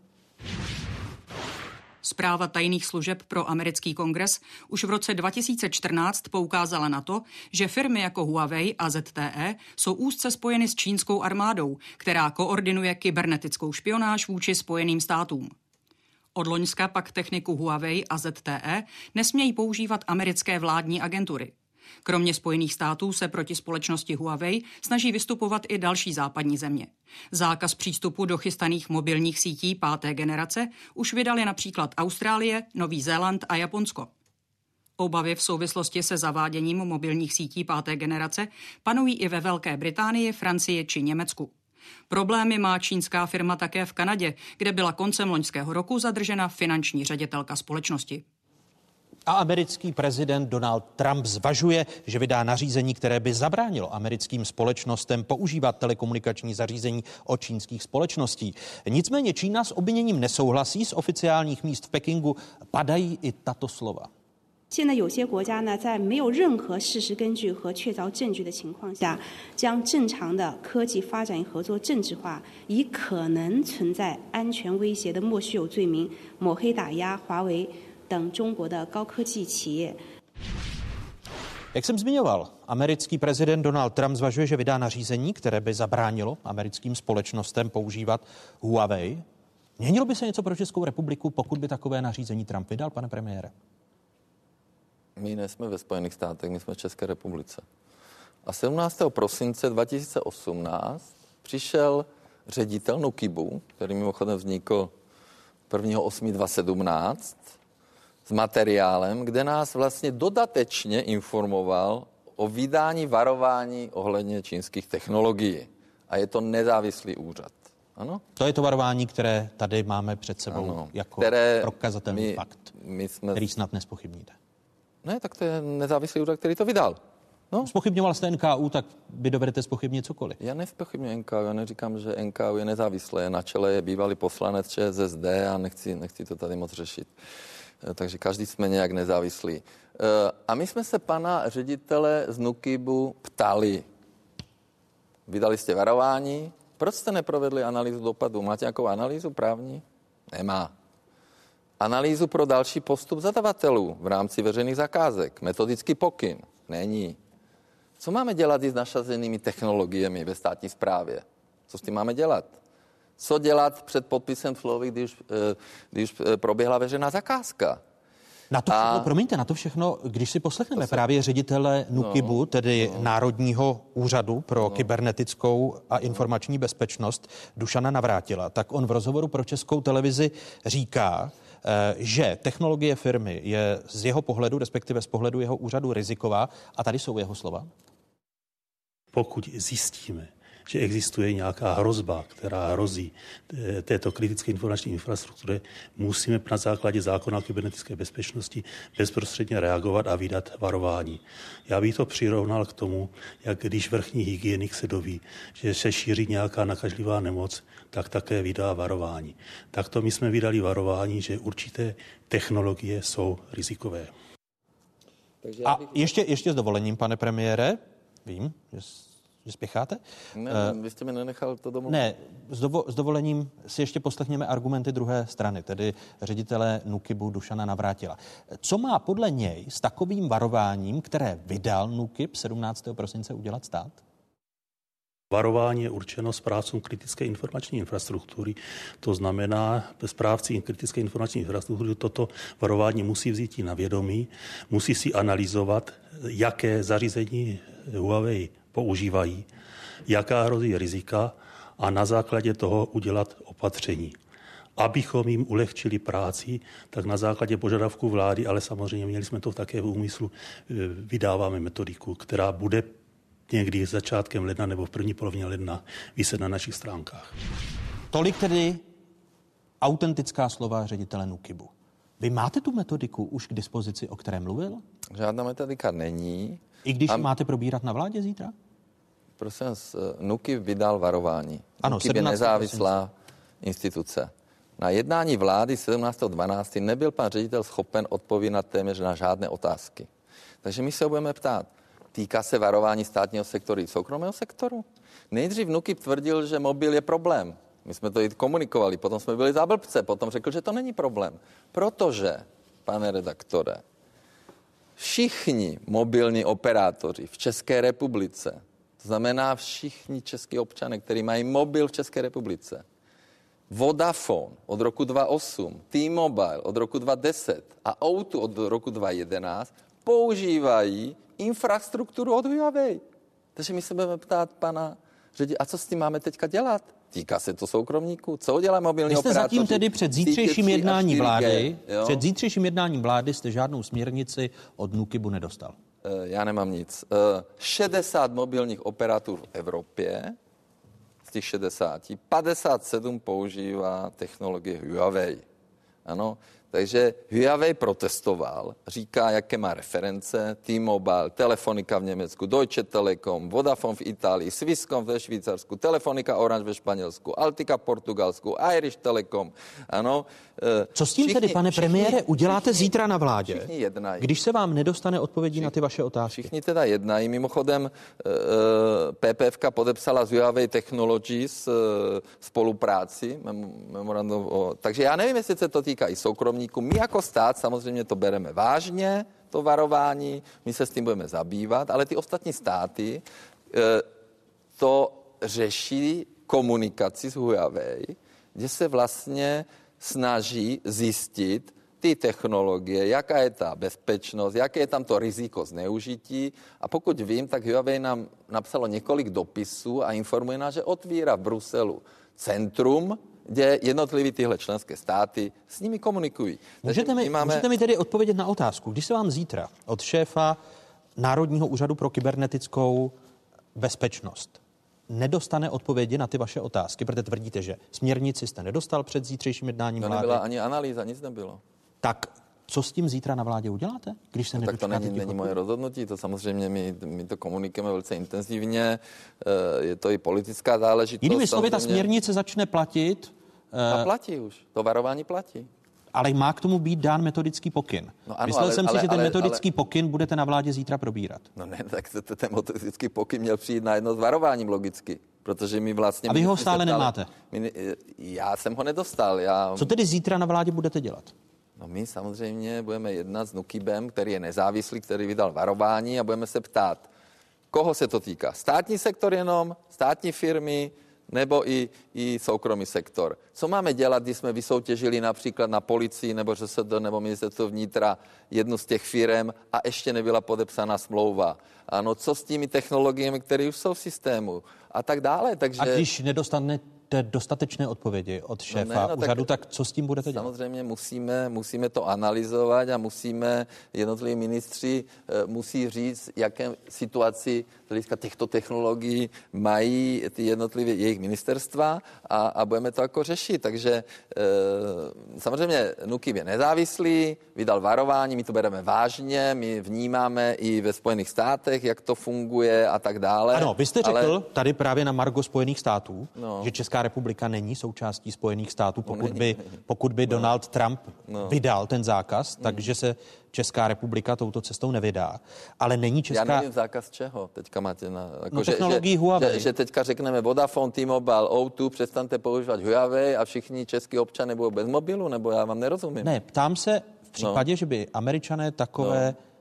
Zpráva tajných služeb pro americký kongres už v roce dva tisíce čtrnáct poukázala na to, že firmy jako Huawei a Z T E jsou úzce spojeny s čínskou armádou, která koordinuje kybernetickou špionáž vůči Spojeným státům. Od loňska pak techniku Huawei a Z T E nesmějí používat americké vládní agentury. Kromě Spojených států se proti společnosti Huawei snaží vystupovat i další západní země. Zákaz přístupu do chystaných mobilních sítí páté generace už vydali například Austrálie, Nový Zéland a Japonsko. Obavy v souvislosti se zaváděním mobilních sítí páté generace panují i ve Velké Británii, Francii či Německu. Problémy má čínská firma také v Kanadě, kde byla koncem loňského roku zadržena finanční ředitelka společnosti. A americký prezident Donald Trump zvažuje, že vydá nařízení, které by zabránilo americkým společnostem používat telekomunikační zařízení od čínských společností. Nicméně Čína s obviněním nesouhlasí, z oficiálních míst v Pekingu padají i tato slova. 现在有些国家呢，在没有任何事实根据和确凿证据的情况下，将正常的科技发展与合作政治化，以可能存在安全威胁的莫须有罪名抹黑打压华为等中国的高科技企业。 Jak jsem zmiňoval, americký prezident Donald Trump zvažuje, že vydá nařízení, které by zabránilo americkým společnostem používat Huawei. Měnilo by se něco pro Českou republiku, pokud by takové nařízení Trump vydal, pane premiére? My nejsme ve Spojených státech, my jsme v České republice. A sedmnáctého prosince dva tisíce osmnáct přišel ředitel Nukibu, který mimochodem vznikl prvního osmého dva tisíce sedmnáct, s materiálem, kde nás vlastně dodatečně informoval o vydání varování ohledně čínských technologií. A je to nezávislý úřad. Ano? To je to varování, které tady máme před sebou ano, jako prokazatelný my, fakt, my jsme... který snad nespochybníte. Ne, tak to je nezávislý úřad, který to vydal. No. Zpochybňoval jste N K U, tak vy dovedete zpochybnit cokoliv. Já nespochybňuji N K U, já neříkám, že N K U je nezávislé. Na čele je bývalý poslanec Č S S D a nechci, nechci to tady moc řešit. Takže každý jsme nějak nezávislí. A my jsme se pana ředitele z Nukibu ptali. Vydali jste varování, proč jste neprovedli analýzu dopadu? Máte nějakou analýzu právní? Nemá. Analýzu pro další postup zadavatelů v rámci veřejných zakázek. Metodický pokyn. Není. Co máme dělat i s našazenými technologiemi ve státní správě? Co s tím máme dělat? Co dělat před podpisem smlouvy, když, když proběhla veřejná zakázka? Na to všechno, a... promiňte, na to všechno, když si poslechneme se... právě ředitele Nukibu, no, tedy no. Národního úřadu pro no. kybernetickou a informační bezpečnost, Dušana Navrátila, tak on v rozhovoru pro Českou televizi říká, že technologie firmy je z jeho pohledu, respektive z pohledu jeho úřadu riziková. A tady jsou jeho slova. Pokud zjistíme, že existuje nějaká hrozba, která hrozí této kritické informační infrastruktuře, musíme na základě zákona o kybernetické bezpečnosti bezprostředně reagovat a vydat varování. Já bych to přirovnal k tomu, jak když vrchní hygienik se doví, že se šíří nějaká nakažlivá nemoc, tak také vydá varování. Takto my jsme vydali varování, že určité technologie jsou rizikové. A ještě, ještě s dovolením, pane premiére, vím, že že spěcháte? Ne, uh, vy jste mi nenechal to domů. Ne, s, dovo, s dovolením si ještě poslechněme argumenty druhé strany, tedy ředitele Nukibu Dušana Navrátila. Co má podle něj s takovým varováním, které vydal Nukib sedmnáctého prosince udělat stát? Varování je určeno správcům kritické informační infrastruktury. To znamená, správci kritické informační infrastruktury toto varování musí vzít na vědomí, musí si analyzovat, jaké zařízení Huawei používají, jaká hrozí rizika a na základě toho udělat opatření. Abychom jim ulehčili práci, tak na základě požadavku vlády, ale samozřejmě měli jsme to také v úmyslu, vydáváme metodiku, která bude někdy začátkem ledna nebo v první polovině ledna vyset na našich stránkách. Tolik tedy autentická slova ředitele NÚKIBu. Vy máte tu metodiku už k dispozici, o které mluvil? Žádná metodika není. I když A... máte probírat na vládě zítra? Prosím vás, NÚKIB vydal varování. Ano, NÚKIB je nezávislá instituce. Na jednání vlády sedmnáctého dvanáctého nebyl pan ředitel schopen odpovědět téměř na žádné otázky. Takže my se budeme ptát, týká se varování státního sektoru i soukromého sektoru? Nejdřív NÚKIB tvrdil, že mobil je problém. My jsme to i komunikovali, potom jsme byli za blbce, potom řekl, že to není problém. Protože, pane redaktore, všichni mobilní operátoři v České republice, to znamená všichni český občané, kteří mají mobil v České republice, Vodafone od roku dva tisíce osm, T-Mobile od roku dva tisíce deset a O dva od roku dva tisíce jedenáct používají infrastrukturu od Huawei. Takže my se budeme ptát pana ředitele, a co s tím máme teďka dělat? Týká se to soukromníků? Co udělá mobilní operátoři? Vy jste zatím tedy před zítřejším jednáním vlády, před zítřejším jednáním vlády jste žádnou směrnici od NÚKIBu nedostal. Já nemám nic. šedesát mobilních operátorů v Evropě, z těch šedesáti, padesát sedm používá technologie Huawei. Ano, takže Huawei protestoval, říká, jaké má reference, T-Mobile, Telefonika v Německu, Deutsche Telekom, Vodafone v Itálii, Swisscom ve Švýcarsku, Telefonika Orange ve Španělsku, Altica v Portugalsku, Irish Telecom, ano. Co s tím všichni, tedy, pane všichni, premiére, uděláte všichni, zítra na vládě, když se vám nedostane odpovědi všichni, na ty vaše otázky? Všichni teda jednají. Mimochodem P P F podepsala z Huawei Technologies spolupráci, memorandum o, takže já nevím, jestli se to týká i soukromníků. My jako stát samozřejmě to bereme vážně, to varování, my se s tím budeme zabývat, ale ty ostatní státy to řeší komunikaci s Huawei, kde se vlastně snaží zjistit ty technologie, jaká je ta bezpečnost, jaké je tam to riziko zneužití. A pokud vím, tak Huawei nám napsalo několik dopisů a informuje nás, že otvírá v Bruselu centrum, kde jednotlivé tyhle členské státy s nimi komunikují. Můžete mi, máme... můžete mi tedy odpovědět na otázku, když se vám zítra od šéfa Národního úřadu pro kybernetickou bezpečnost nedostane odpovědi na ty vaše otázky, protože tvrdíte, že směrnici jste nedostal před zítřejším jednáním vlády. vlády. Nebyla ani analýza, nic nebylo. Tak co s tím zítra na vládě uděláte, když se no, tak to není, není moje rozhodnutí, to samozřejmě my, my to komunikujeme velice intenzivně, je to i politická záležitost. Jinými slovy, ta směrnice začne platit. A platí už, to varování platí. Ale má k tomu být dán metodický pokyn. No ano, Myslel ale, jsem si, ale, že ten ale, metodický ale, pokyn budete na vládě zítra probírat. No ne, tak ten metodický pokyn měl přijít na jedno s varováním logicky, protože my vlastně... A vy ho stále nemáte? My, já jsem ho nedostal. Já... Co tedy zítra na vládě budete dělat? No my samozřejmě budeme jednat s NÚKIBem, který je nezávislý, který vydal varování a budeme se ptát, koho se to týká. Státní sektor jenom, státní firmy, nebo i, i soukromý sektor. Co máme dělat, když jsme vysoutěžili například na policii nebo ŘSD nebo ministerstvo vnitra jednu z těch firem a ještě nebyla podepsána smlouva. Ano, co s těmi technologiemi, které už jsou v systému a tak dále. Takže... A když nedostanete dostatečné odpovědi od šéfa no ne, no, úřadu, tak, tak co s tím budete dělat? Samozřejmě musíme, musíme to analyzovat a musíme, jednotliví ministři musí říct, jaké situaci hlediska těchto technologií mají ty jednotlivé jejich ministerstva a, a budeme to jako řešit. Takže e, samozřejmě NÚKIB je nezávislý, vydal varování, my to bereme vážně, my vnímáme i ve Spojených státech, jak to funguje a tak dále. Ano, vy jste řekl ale... tady právě na margo Spojených států, no. že Česká republika není součástí Spojených států, pokud by, pokud by Donald no. Trump no. vydal ten zákaz, mm. takže se Česká republika touto cestou nevydá. Ale není Česká... Já nevím zákaz čeho teďka máte na... Jako, no že, technologií že, Huawei. Že, že teďka řekneme Vodafone, T-Mobile, O dva, přestaňte používat Huawei a všichni český občané budou bez mobilu, nebo já vám nerozumím. Ne, ptám se v případě, no. že by Američané takové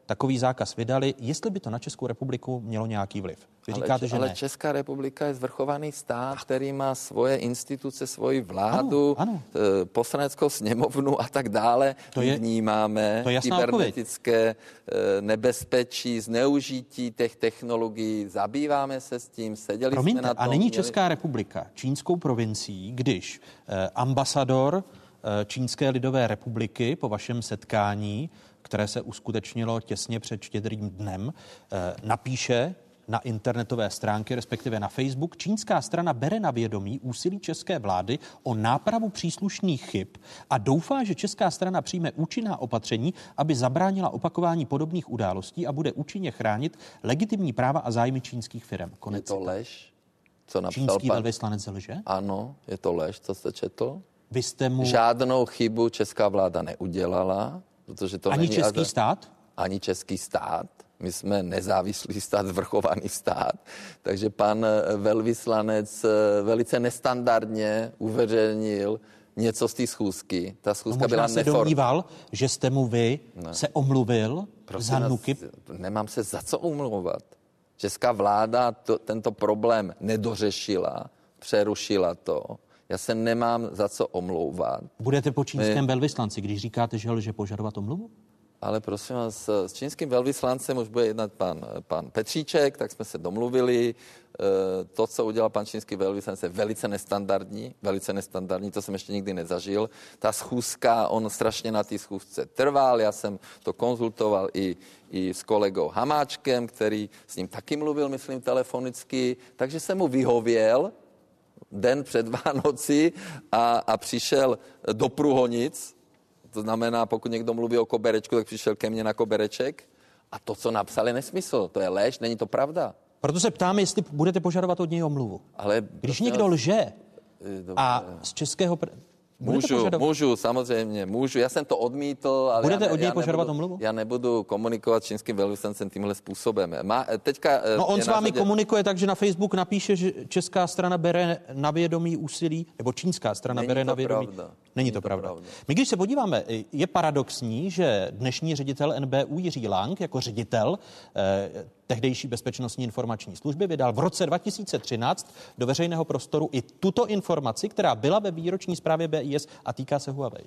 takový zákaz vydali, jestli by to na Českou republiku mělo nějaký vliv. Vy ale, říkáte, že ale ne. Česká republika je zvrchovaný stát, který má svoje instituce, svoji vládu, ano, ano. poslaneckou sněmovnu a tak dále. To je, vnímáme to je kybernetické odpověď. Nebezpečí, zneužití těch technologií, zabýváme se s tím, seděli Promiňte, jsme na tom. A není měli... Česká republika čínskou provincií, když eh, ambasador eh, Čínské lidové republiky po vašem setkání, které se uskutečnilo těsně před Štědrým dnem, eh, napíše na internetové stránky, respektive na Facebook, čínská strana bere na vědomí úsilí české vlády o nápravu příslušných chyb a doufá, že česká strana přijme účinná opatření, aby zabránila opakování podobných událostí a bude účinně chránit legitimní práva a zájmy čínských firm. Konec. Je to lež? Co napsal Čínský pan... velvyslanec lže? Ano, je to lež, co jste četl? Vy jste mu... Žádnou chybu česká vláda neudělala, protože to Ani není... český stát? Ani český stát. My jsme nezávislý stát, zvrchovaný stát. Takže pan velvyslanec velice nestandardně uveřejnil něco z té schůzky. Ta schůzka no, byla se neformální. domníval, že jste mu vy ne. se omluvil Prosím za nás, NÚKIB? Nemám se za co omlouvat. Česká vláda to, tento problém nedořešila, přerušila to. Já se nemám za co omlouvat. Budete po čínském My... velvyslanci, když říkáte, že lže, požadovat omluvu? Ale prosím vás, s čínským velvyslancem už bude jednat pan, pan Petříček, tak jsme se domluvili. To, co udělal pan čínský velvyslanec, je velice nestandardní, velice nestandardní, to jsem ještě nikdy nezažil. Ta schůzka, on strašně na té schůzce trval, já jsem to konzultoval i, i s kolegou Hamáčkem, který s ním taky mluvil, myslím, telefonicky, takže jsem mu vyhověl den před Vánoci a, a přišel do Průhonic. To znamená, pokud někdo mluví o koberečku, tak přišel ke mně na kobereček a to, co napsal, je nesmysl. To je lež, není to pravda. Proto se ptám, jestli budete požadovat od něj omluvu. Ale když někdo lže a z českého... Pr... Můžu, požadovat... můžu, samozřejmě, můžu. Já jsem to odmítl, ale budete já, ne, od něj já požadovat nebudu, omluvu? Já nebudu komunikovat s čínským velvyslancem tímhle způsobem. Má, teďka, no on s vámi řadě... komunikuje tak, že na Facebook napíše, že česká strana bere na vědomí úsilí, nebo čínská strana Není bere to na vědomí. Pravda. Není to, to pravda. pravda. My když se podíváme, je paradoxní, že dnešní ředitel N B U Jiří Lang jako ředitel eh, tehdejší bezpečnostní informační služby vydal v roce dva tisíce třináct do veřejného prostoru i tuto informaci, která byla ve výroční zprávě B I S a týká se Huawei.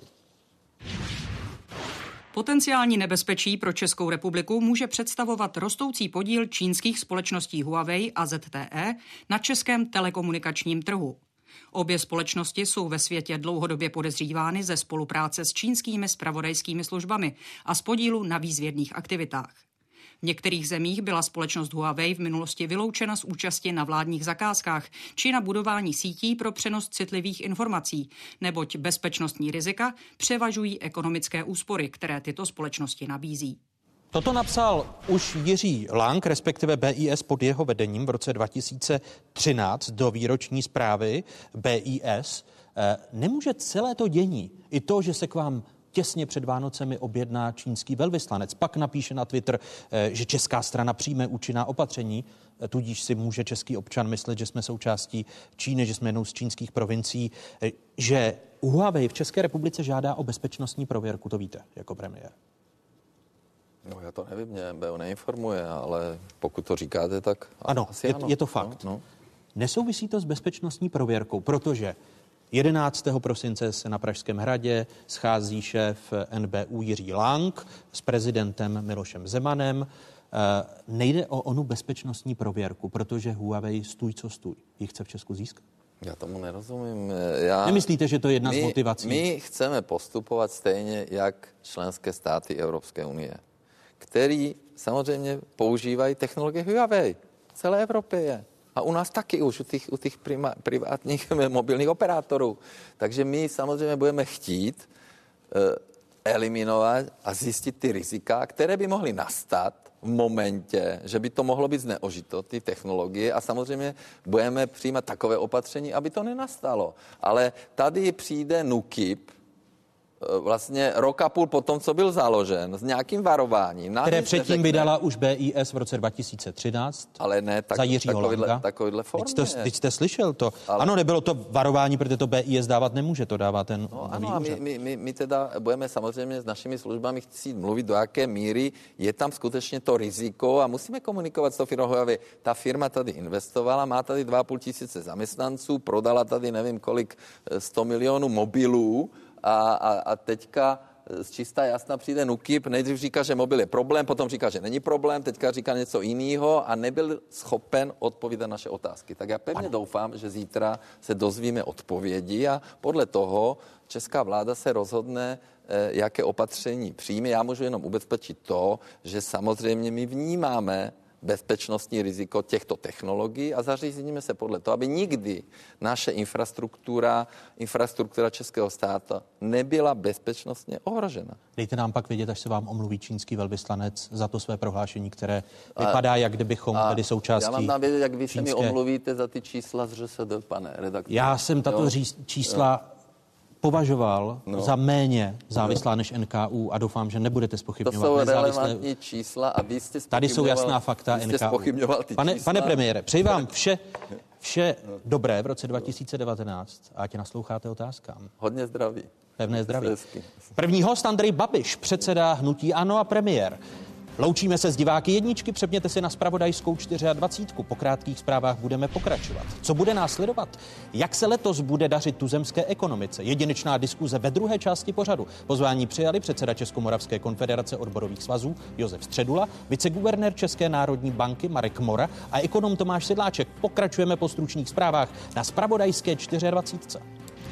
Potenciální nebezpečí pro Českou republiku může představovat rostoucí podíl čínských společností Huawei a Z T E na českém telekomunikačním trhu. Obě společnosti jsou ve světě dlouhodobě podezřívány ze spolupráce s čínskými zpravodajskými službami a z podílu na výzvědných aktivitách. V některých zemích byla společnost Huawei v minulosti vyloučena z účasti na vládních zakázkách či na budování sítí pro přenos citlivých informací, neboť bezpečnostní rizika převažují ekonomické úspory, které tyto společnosti nabízí. Toto napsal už Jiří Lang, respektive B I S pod jeho vedením v roce dva tisíce třináct do výroční zprávy B I S. Nemůže celé to dění, i to, že se k vám těsně před Vánocemi objedná čínský velvyslanec, pak napíše na Twitter, že česká strana přijme účinná opatření, tudíž si může český občan myslet, že jsme součástí Číny, že jsme jednou z čínských provincií, že Huawei v České republice žádá o bezpečnostní prověrku, to víte, jako premiér. No já to nevím, mě N B U neinformuje, ale pokud to říkáte, tak ano, asi je, ano. je to fakt. No, no. Nesouvisí to s bezpečnostní prověrkou, protože jedenáctého prosince se na Pražském hradě schází šéf N B U Jiří Lang s prezidentem Milošem Zemanem. E, nejde o onu bezpečnostní prověrku, protože Huawei stůj co stůj. Ji chce v Česku získat? Já tomu nerozumím. Já... Nemyslíte, že to je jedna my, z motivací? My chceme postupovat stejně, jak členské státy Evropské unie, který samozřejmě používají technologie Huawei. V celé Evropě je. A u nás taky už, u těch, u těch prima, privátních mobilních operátorů. Takže my samozřejmě budeme chtít uh, eliminovat a zjistit ty rizika, které by mohly nastat v momentě, že by to mohlo být zneužito, ty technologie, a samozřejmě budeme přijímat takové opatření, aby to nenastalo. Ale tady přijde NÚKIB vlastně rok a půl potom, co byl založen, s nějakým varováním. Které předtím řekne, vydala už B I S v roce dva tisíce třináct. Ale ne tak, za Jiřího Langa. Takovýhle formě. Teď jste, teď jste slyšel to. Ale... Ano, nebylo to varování, protože to B I S dávat nemůže, to dává ten no, ano, a my, my, my, my teda budeme samozřejmě s našimi službami chtít mluvit, do jaké míry je tam skutečně to riziko a musíme komunikovat s tou firmou. Ta firma tady investovala, má tady dva a půl tisíce zaměstnanců, prodala tady nevím kolik, sto milionů mobilů a, a, a teďka z čistá jasna přijde NÚKIB, nejdřív říká, že mobil je problém, potom říká, že není problém, teďka říká něco jiného a nebyl schopen odpovídat naše otázky. Tak já pevně ano. doufám, že zítra se dozvíme odpovědi a podle toho česká vláda se rozhodne, jaké opatření přijme. Já můžu jenom ubezpečit to, že samozřejmě my vnímáme bezpečnostní riziko těchto technologií a zařízíme se podle toho, aby nikdy naše infrastruktura, infrastruktura českého státu nebyla bezpečnostně ohrožena. Dejte nám pak vědět, až se vám omluví čínský velvyslanec za to své prohlášení, které vypadá, jak kdybychom tedy součástí. Já vám dám vědět, jak vy čínské... se mi omluvíte za ty čísla z ŘSD, pane redaktor. Já jsem tato jo? čísla jo. považoval no. za méně závislá než N K U a doufám, že nebudete zpochybňovat nezávislé. To jsou nezávislé... relevantní čísla a vy jste Tady jsou jasná fakta N K U. Pane, pane premiére, přeji vám vše, vše dobré v roce dva tisíce devatenáct a ať nasloucháte otázkám. Hodně zdraví. Pevné zdraví. První host Andrej Babiš, předseda hnutí ANO a premiér. Loučíme se s diváky jedničky, přepněte si na zpravodajskou dvacet čtyři. Po krátkých zprávách budeme pokračovat. Co bude následovat? Jak se letos bude dařit tuzemské ekonomice? Jedinečná diskuze ve druhé části pořadu. Pozvání přijali předseda Českomoravské konfederace odborových svazů Josef Středula, viceguvernér České národní banky Marek Mora a ekonom Tomáš Sedláček. Pokračujeme po stručných zprávách na zpravodajské dvacet čtyři.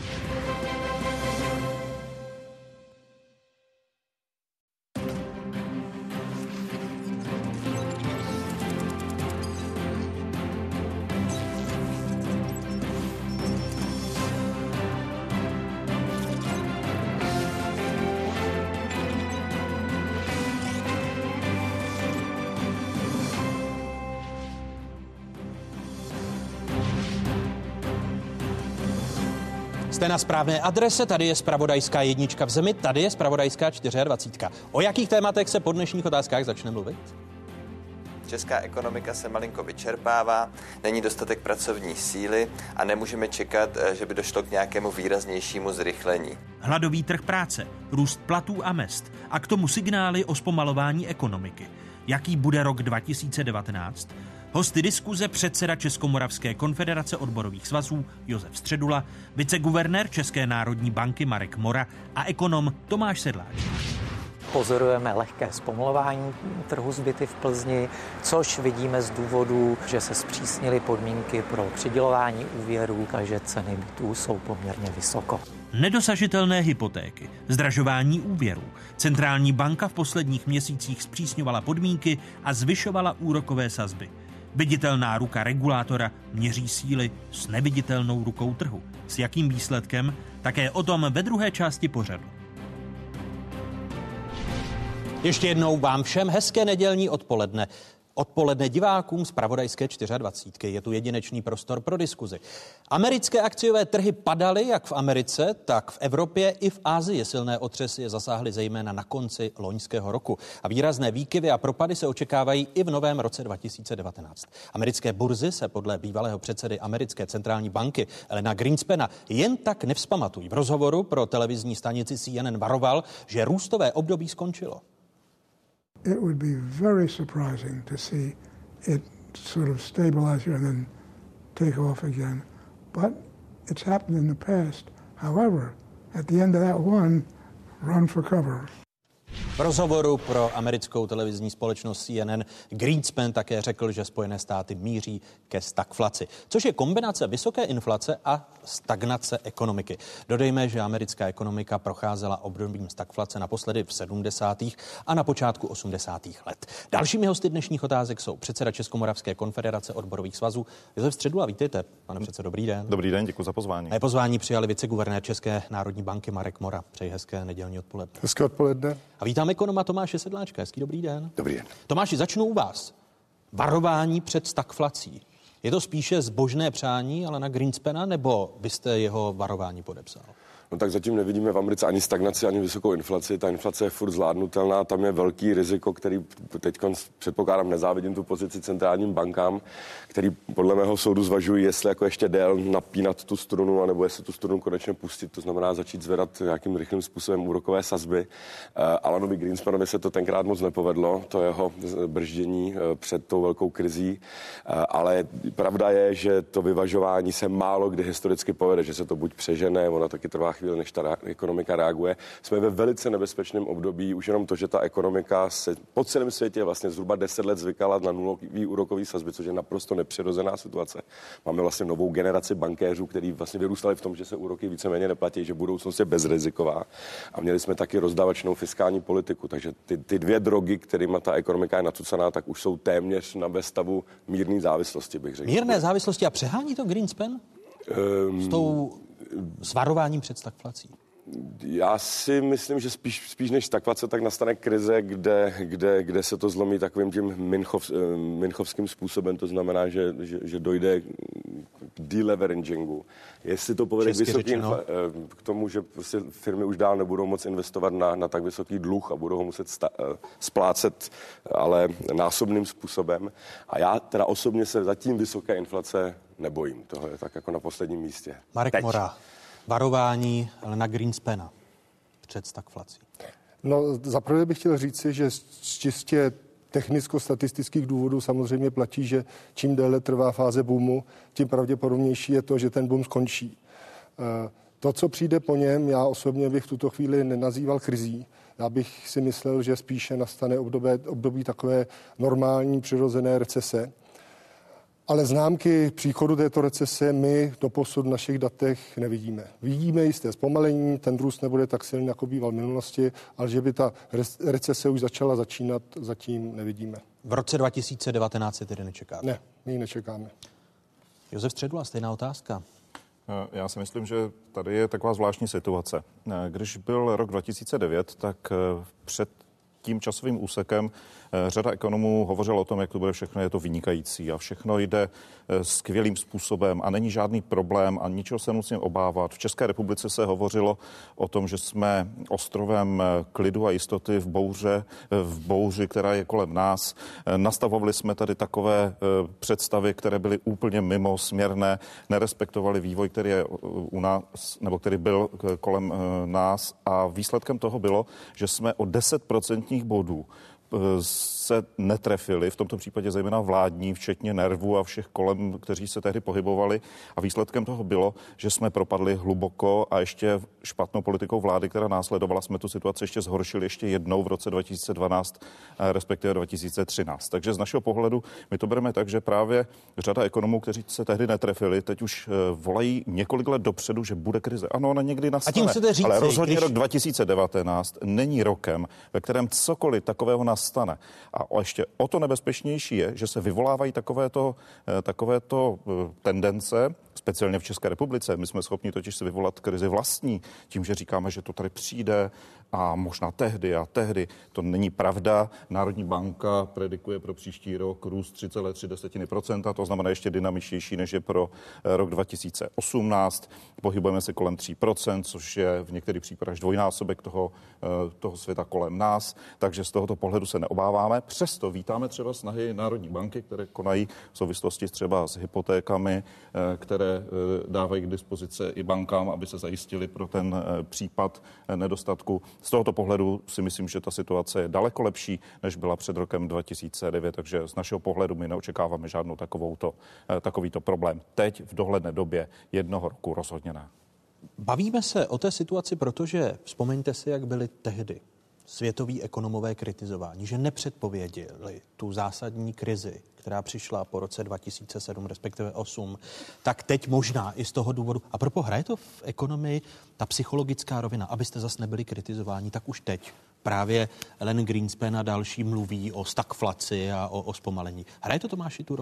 Jste na správné adrese, tady je zpravodajská jednička v zemi, tady je zpravodajská dvacet čtyři. O jakých tématech se po dnešních otázkách začne mluvit? Česká ekonomika se malinko vyčerpává, není dostatek pracovní síly a nemůžeme čekat, že by došlo k nějakému výraznějšímu zrychlení. Hladový trh práce, růst platů a mezd a k tomu signály o zpomalování ekonomiky. Jaký bude rok dva tisíce devatenáct? Hosty diskuze předseda Českomoravské konfederace odborových svazů Josef Středula, viceguvernér České národní banky Marek Mora a ekonom Tomáš Sedláček. Pozorujeme lehké zpomalování trhu s byty v Plzni, což vidíme z důvodu, že se zpřísnily podmínky pro přidělování úvěrů, takže ceny bytů jsou poměrně vysoko. Nedosažitelné hypotéky, zdražování úvěrů. Centrální banka v posledních měsících zpřísňovala podmínky a zvyšovala úrokové sazby. Viditelná ruka regulátora měří síly s neviditelnou rukou trhu. S jakým výsledkem? Také o tom ve druhé části pořadu. Ještě jednou vám všem hezké nedělní odpoledne. Odpoledne divákům z zpravodajské dvacet čtyři. Je tu jedinečný prostor pro diskuzi. Americké akciové trhy padaly jak v Americe, tak v Evropě i v Asii. Silné otřesy je zasáhly zejména na konci loňského roku. A výrazné výkyvy a propady se očekávají i v novém roce dva tisíce devatenáct. Americké burzy se podle bývalého předsedy americké centrální banky Elena Greenspana jen tak nevzpamatují. V rozhovoru pro televizní stanici C N N varoval, že růstové období skončilo. It would be very surprising to see it sort of stabilize here and then take off again. But it's happened in the past. However, at the end of that one, run for cover. V rozhovoru pro americkou televizní společnost C N N Greenspan také řekl, že Spojené státy míří ke stagflaci, což je kombinace vysoké inflace a stagnace ekonomiky. Dodejme, že americká ekonomika procházela obdobím stagflace naposledy v sedmdesátých a na počátku osmdesátých let. Dalšími hosty dnešních otázek jsou předseda Českomoravské konfederace odborových svazů Josef Středula. Vítejte, pane předsedo, dobrý den. Dobrý den, děkuji za pozvání. Na pozvání přijali viceguvernér České národní banky Marek Mora. Přeji hezké nedělní odpoledne. Hezké odpoledne. A vítám ekonoma Tomáše Sedláčka. Hezký dobrý den. Dobrý den. Tomáši, začnu u vás. Varování před stagflací. Je to spíše zbožné přání Elena Greenspana, nebo byste jeho varování podepsal? No tak zatím nevidíme v Americe ani stagnaci, ani vysokou inflaci. Ta inflace je furt zvládnutelná, tam je velký riziko, který teď předpokládám, nezávidím tu pozici centrálním bankám, který podle mého soudu zvažují, jestli jako ještě déle napínat tu strunu, anebo jestli tu strunu konečně pustit, to znamená začít zvedat nějakým rychlým způsobem úrokové sazby. Alanovi Greenspanovi se to tenkrát moc nepovedlo, to jeho brždění před tou velkou krizí, ale pravda je, že to vyvažování se málo kdy historicky povede, že se to buď přežene, ona taky trvá chvíli, než ta ekonomika reaguje. Jsme ve velice nebezpečném období, už jenom to, že ta ekonomika se po celém světě vlastně zhruba deset let zvykala na nulový úrokový sazby, což je naprosto nepřirozená situace. Máme vlastně novou generaci bankéřů, kteří vlastně vyrůstali v tom, že se úroky víceméně neplatí, že budoucnost je bezriziková. A měli jsme taky rozdávačnou fiskální politiku, takže ty, ty dvě drogy, kterými ta ekonomika je nacucaná, tak už jsou téměř na ve stavu mírné závislosti, bych řekl. Mírné závislosti a přehání to Greenspan? Um, S tou s varováním před stagflací? Já si myslím, že spíš, spíš než stagflace, tak nastane krize, kde, kde, kde se to zlomí takovým tím Minchov, minchovským způsobem. To znamená, že, že, že dojde k deleveragingu. Jestli to povede k, vysokým, k tomu, že prostě firmy už dál nebudou moc investovat na, na tak vysoký dluh a budou ho muset sta, splácet, ale násobným způsobem. A já teda osobně se zatím vysoké inflace nebojím. Tohle je tak jako na posledním místě. Marek Teď. Mora. Varování Elena Greenspana před stagflací. No, zaprvé bych chtěl říci, že z čistě technicko-statistických důvodů samozřejmě platí, že čím déle trvá fáze boomu, tím pravděpodobnější je to, že ten boom skončí. To, co přijde po něm, já osobně bych v tuto chvíli nenazýval krizí. Já bych si myslel, že spíše nastane období, období takové normální přirozené recese. Ale známky příchodu této recese my doposud v našich datech nevidíme. Vidíme jisté zpomalení, ten růst nebude tak silný, jako býval v minulosti, ale že by ta recese už začala začínat, zatím nevidíme. V roce dva tisíce devatenáct se tedy nečekáte? Ne, my ji nečekáme. Josef Středula, stejná otázka. Já si myslím, že tady je taková zvláštní situace. Když byl rok dva tisíce devět, tak před tím časovým úsekem řada ekonomů hovořila o tom, jak to bude všechno, je to vynikající a všechno jde skvělým způsobem a není žádný problém a ničeho se nemusíme obávat. V České republice se hovořilo o tom, že jsme ostrovem klidu a jistoty v bouře, v bouři, která je kolem nás. Nastavovali jsme tady takové představy, které byly úplně mimo směrné, nerespektovali vývoj, který je u nás, nebo který byl kolem nás a výsledkem toho bylo, že jsme o deset procentních bodů se netrefili, v tomto případě zejména vládní, včetně nervů a všech kolem, kteří se tehdy pohybovali. A výsledkem toho bylo, že jsme propadli hluboko a ještě špatnou politikou vlády, která následovala, jsme tu situaci ještě zhoršili ještě jednou v roce dva tisíce dvanáct, respektive dva tisíce třináct. Takže z našeho pohledu my to bereme tak, že právě řada ekonomů, kteří se tehdy netrefili, teď už volají několik let dopředu, že bude krize. Ano, ona někdy nastane. A tím chcete říct, ale rozhodně když... rok dva tisíce devatenáct není rokem, ve kterém cokoliv takového nastane. A ještě o to nebezpečnější je, že se vyvolávají takovéto, takovéto tendence, speciálně v České republice. My jsme schopni totiž si vyvolat krizi vlastní tím, že říkáme, že to tady přijde a možná tehdy a tehdy. To není pravda. Národní banka predikuje pro příští rok růst tři celá tři procenta, to znamená ještě dynamičtější, než je pro rok dva tisíce osmnáct. Pohybujeme se kolem tří procent, což je v některých případech až dvojnásobek toho, toho světa kolem nás. Takže z tohoto pohledu se neobáváme. Přesto vítáme třeba snahy Národní banky, které konají v souvislosti třeba s hypotékami, které dávají k dispozici i bankám, aby se zajistili pro ten případ nedostatku. Z tohoto pohledu si myslím, že ta situace je daleko lepší, než byla před rokem dva tisíce devět, takže z našeho pohledu my neočekáváme žádnou takovouto, takovýto problém. Teď v dohledné době jednoho roku rozhodně ne. Bavíme se o té situaci, protože vzpomeňte si, jak byly tehdy světoví ekonomové kritizování, že nepředpověděli tu zásadní krizi, která přišla po roce dva tisíce sedm, respektive osm, tak teď možná i z toho důvodu. A propo, hraje to v ekonomii ta psychologická rovina, abyste zas nebyli kritizováni, tak už teď právě Ellen Greenspan a další mluví o stagflaci a o, o zpomalení. Hraje to, Tomáši, tu roli?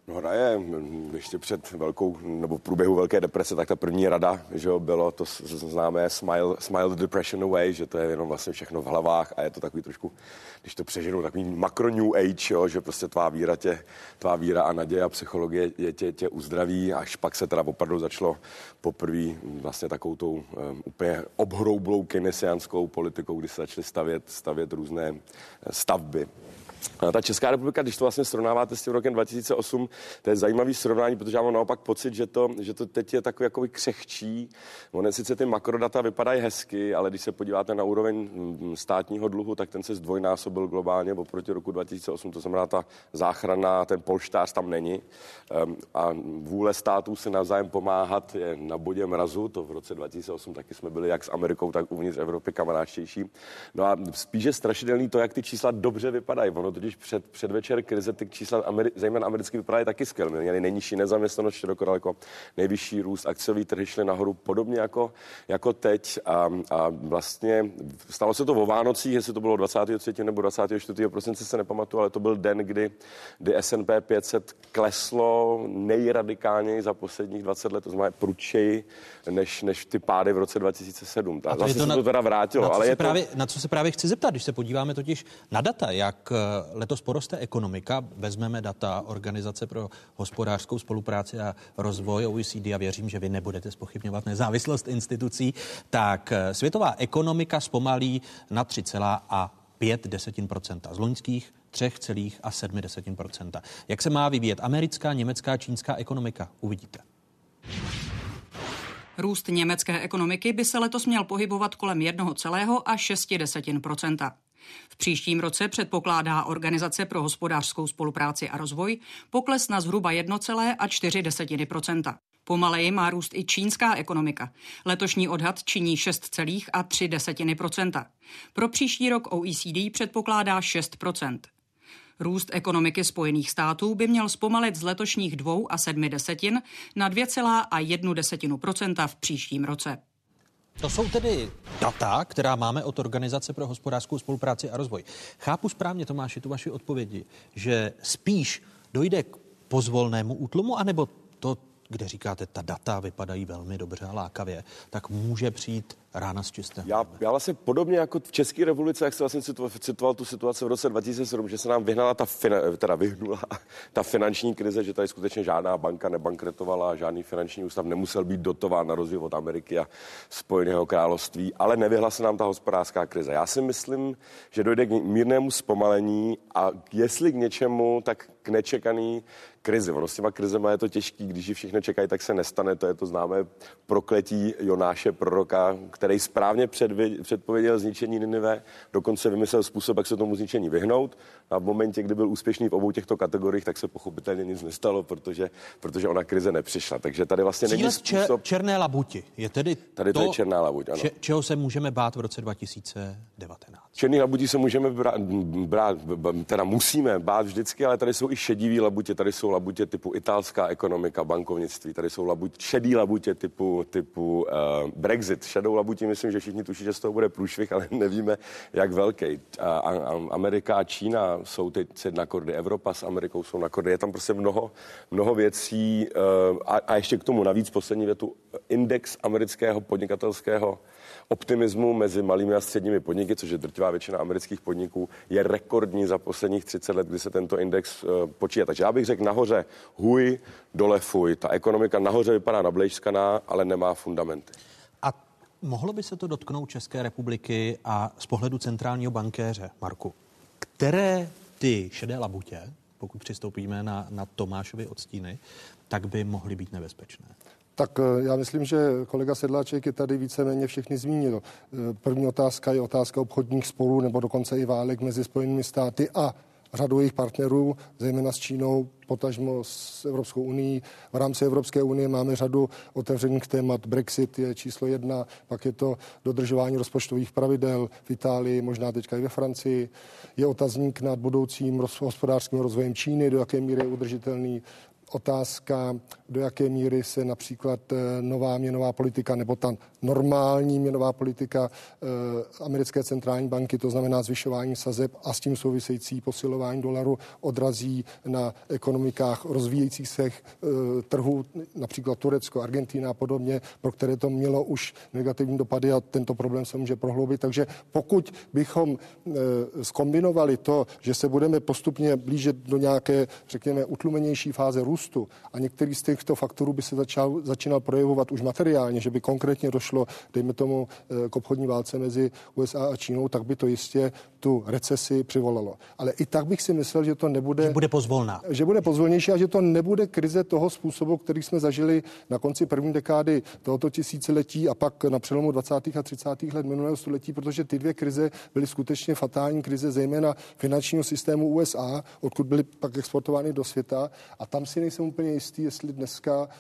No hraje, ještě před velkou, nebo v průběhu velké deprese, tak ta první rada, že jo, bylo to známé smile, smile the depression away, že to je jenom vlastně všechno v hlavách a je to takový trošku, když to přeženu, takový makro new age, jo, že prostě tvá víra tě, tvá víra a naděje a psychologie je tě, tě uzdraví, až pak se teda opravdu začalo poprvé vlastně takovou tou um, úplně obhroublou keynesiánskou politikou, kdy se začaly stavět, stavět různé stavby. A ta Česká republika, když to vlastně srovnáváte s tím rokem dva tisíce osm, to je zajímavý srovnání, protože já mám naopak pocit, že to, že to teď je takový jako křehčí. Ono sice ty makrodata vypadají hezky, ale když se podíváte na úroveň státního dluhu, tak ten se zdvojnásobil globálně oproti roku dva tisíce osm, to znamená ta záchrana, ten polštář tam není. A vůle států se navzájem pomáhat je na bodě mrazu, to v roce dva tisíce osm taky jsme byli jak s Amerikou, tak uvnitř Evropy kamarádštější. No a spíš je strašidelný to, jak ty čísla dobře vypadají. Ono totiž před, předvečer krize ty čísla Ameri- zejména americky vypadají taky skvěle. Měli nejnižší nezaměstnanost, široko daleko nejvyšší růst, akciový trhy šly nahoru podobně jako, jako teď a, a vlastně stalo se to o Vánocích, jestli to bylo dvacátého třetího nebo dvacátého čtvrtého prosince se nepamatuju, ale to byl den, kdy, kdy S and P pět set kleslo nejradikálněji za posledních dvacet let, to znamená prudčeji než, než ty pády v roce dva tisíce sedm. Ta, zase se na, to teda vrátilo. Na co, ale se je právě, to... na co se právě chci zeptat, když se podíváme totiž na data, jak letos poroste ekonomika, vezmeme data Organizace pro hospodářskou spolupráci a rozvoj O E C D a věřím, že vy nebudete zpochybňovat nezávislost institucí, tak světová ekonomika zpomalí na tři celá pět procenta z loňských tři celá sedm procenta. Jak se má vyvíjet americká, německá, čínská ekonomika? Uvidíte. Růst německé ekonomiky by se letos měl pohybovat kolem jednoho celého a šesti desetin procenta. V příštím roce předpokládá Organizace pro hospodářskou spolupráci a rozvoj pokles na zhruba jedno celé čtyři procenta. Pomaleji má růst i čínská ekonomika. Letošní odhad činí šest celá tři procenta. Pro příští rok O E C D předpokládá šest procent. Růst ekonomiky Spojených států by měl zpomalit z letošních dvou a sedmi desetin na dvě celá jedna procenta v příštím roce. To jsou tedy data, která máme od Organizace pro hospodářskou spolupráci a rozvoj. Chápu správně, Tomáši, tu vaši odpovědi, že spíš dojde k pozvolnému útlumu, anebo to, kde říkáte, ta data vypadají velmi dobře a lákavě, tak může přijít rána z čistého. Já, já vlastně podobně jako v České republice, jak jsem vlastně citoval tu situaci v roce dva tisíce sedm, že se nám vyhnala ta, teda vyhnula ta finanční krize, že tady skutečně žádná banka nebankretovala, žádný finanční ústav nemusel být dotován na rozdíl od Ameriky a Spojeného království, ale nevyhla se nám ta hospodářská krize. Já si myslím, že dojde k mírnému zpomalení a jestli k něčemu, tak k nečekaný krizi. Ono s těma krizema je to těžký, když ji všichni čekají, tak se nestane. To je to známé prokletí Jonáše proroka, který správně předvě- předpověděl zničení Ninive, dokonce vymyslel způsob, jak se tomu zničení vyhnout. A v momentě, kdy byl úspěšný v obou těchto kategoriích, tak se pochopitelně nic nestalo, protože, protože ona krize nepřišla. Takže tady vlastně Cílet není způsob... černé labuti je tedy tady to, to je černá labuť, ano. Če- čeho se můžeme bát v roce dva tisíce devatenáct. Černý labutí se můžeme brát, brát, teda musíme bát vždycky, ale tady jsou i šedivý labutě, tady jsou labutě typu italská ekonomika, bankovnictví, tady jsou labutě, šedý labutě typu, typu uh, Brexit. Šedou labutí myslím, že všichni tuší, že z toho bude průšvih, ale nevíme, jak velký. A, a, Amerika a Čína jsou teď na kordy, Evropa s Amerikou jsou na kordy. Je tam prostě mnoho, mnoho věcí uh, a, a ještě k tomu navíc poslední větu, index amerického podnikatelského optimismu mezi malými a středními podniky, což je drtivá většina amerických podniků, je rekordní za posledních třicet let, kdy se tento index uh, počítá. Takže já bych řekl nahoře huj, dole fuj. Ta ekonomika nahoře vypadá nablejskaná, ale nemá fundamenty. A mohlo by se to dotknout České republiky a z pohledu centrálního bankéře, Marku, které ty šedé labutě, pokud přistoupíme na, na Tomášovy odstíny, tak by mohly být nebezpečné? Tak já myslím, že kolega Sedláček je tady víceméně všechny zmínil. První otázka je otázka obchodních sporů nebo dokonce i válek mezi Spojenými státy a řadou jejich partnerů, zejména s Čínou, potažmo s Evropskou unií. V rámci Evropské unie máme řadu otevřených témat. Brexit je číslo jedna, pak je to dodržování rozpočtových pravidel v Itálii, možná teďka i ve Francii. Je otazník nad budoucím roz, hospodářským rozvojem Číny, do jaké míry je udržitelný. otázka, do jaké míry se například nová měnová politika nebo ta normální měnová politika americké centrální banky, to znamená zvyšování sazeb a s tím související posilování dolaru, odrazí na ekonomikách rozvíjejících se trhů, například Turecko, Argentina a podobně, pro které to mělo už negativní dopady a tento problém se může prohloubit. Takže pokud bychom zkombinovali to, že se budeme postupně blížit do nějaké, řekněme, utlumenější fáze růstu a některý z těchto faktorů by se začal, začínal projevovat už materiálně, že by konkrétně došlo, dejme tomu, k obchodní válce mezi U S A a Čínou, tak by to jistě tu recesi přivolalo. Ale i tak bych si myslel, že to nebude... Že bude pozvolná. Že bude pozvolnější a že to nebude krize toho způsobu, který jsme zažili na konci první dekády tohoto tisíciletí a pak na přelomu dvacátých a třicátých let minulého století, protože ty dvě krize byly skutečně fatální krize, zejména finančního systému U S A, odkud byly pak exportovány do světa. A tam si nejsem úplně jistý, jestli dneska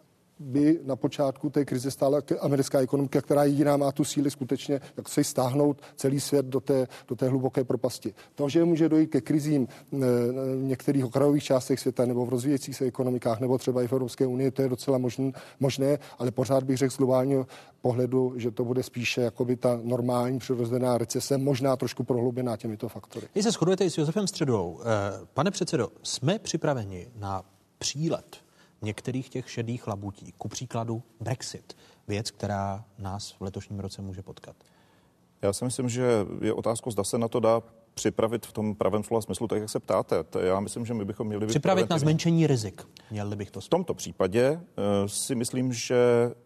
by na počátku té krize stála americká ekonomika, která jediná má tu síly skutečně, jak se stáhnout celý svět do té, do té hluboké propasti. To, že může dojít ke krizím v některých okrajových částech světa nebo v rozvíjejících se ekonomikách nebo třeba i v Evropské unii, to je docela možný, možné, ale pořád bych řekl z globálního pohledu, že to bude spíše jakoby ta normální přirozená recese, možná trošku prohloubená těmito faktory. Vy se shodujete i s Josefem Středulou. Pane předsedo, jsme připraveni na přílet některých těch šedých labutí, ku příkladu Brexit, věc, která nás v letošním roce může potkat? Já si myslím, že je otázka, zda se na to dá připravit v tom pravém slova smyslu, tak jak se ptáte. Já myslím, že my bychom měli... Připravit na zmenšení rizik. Měli bych to... V tomto případě uh, si myslím, že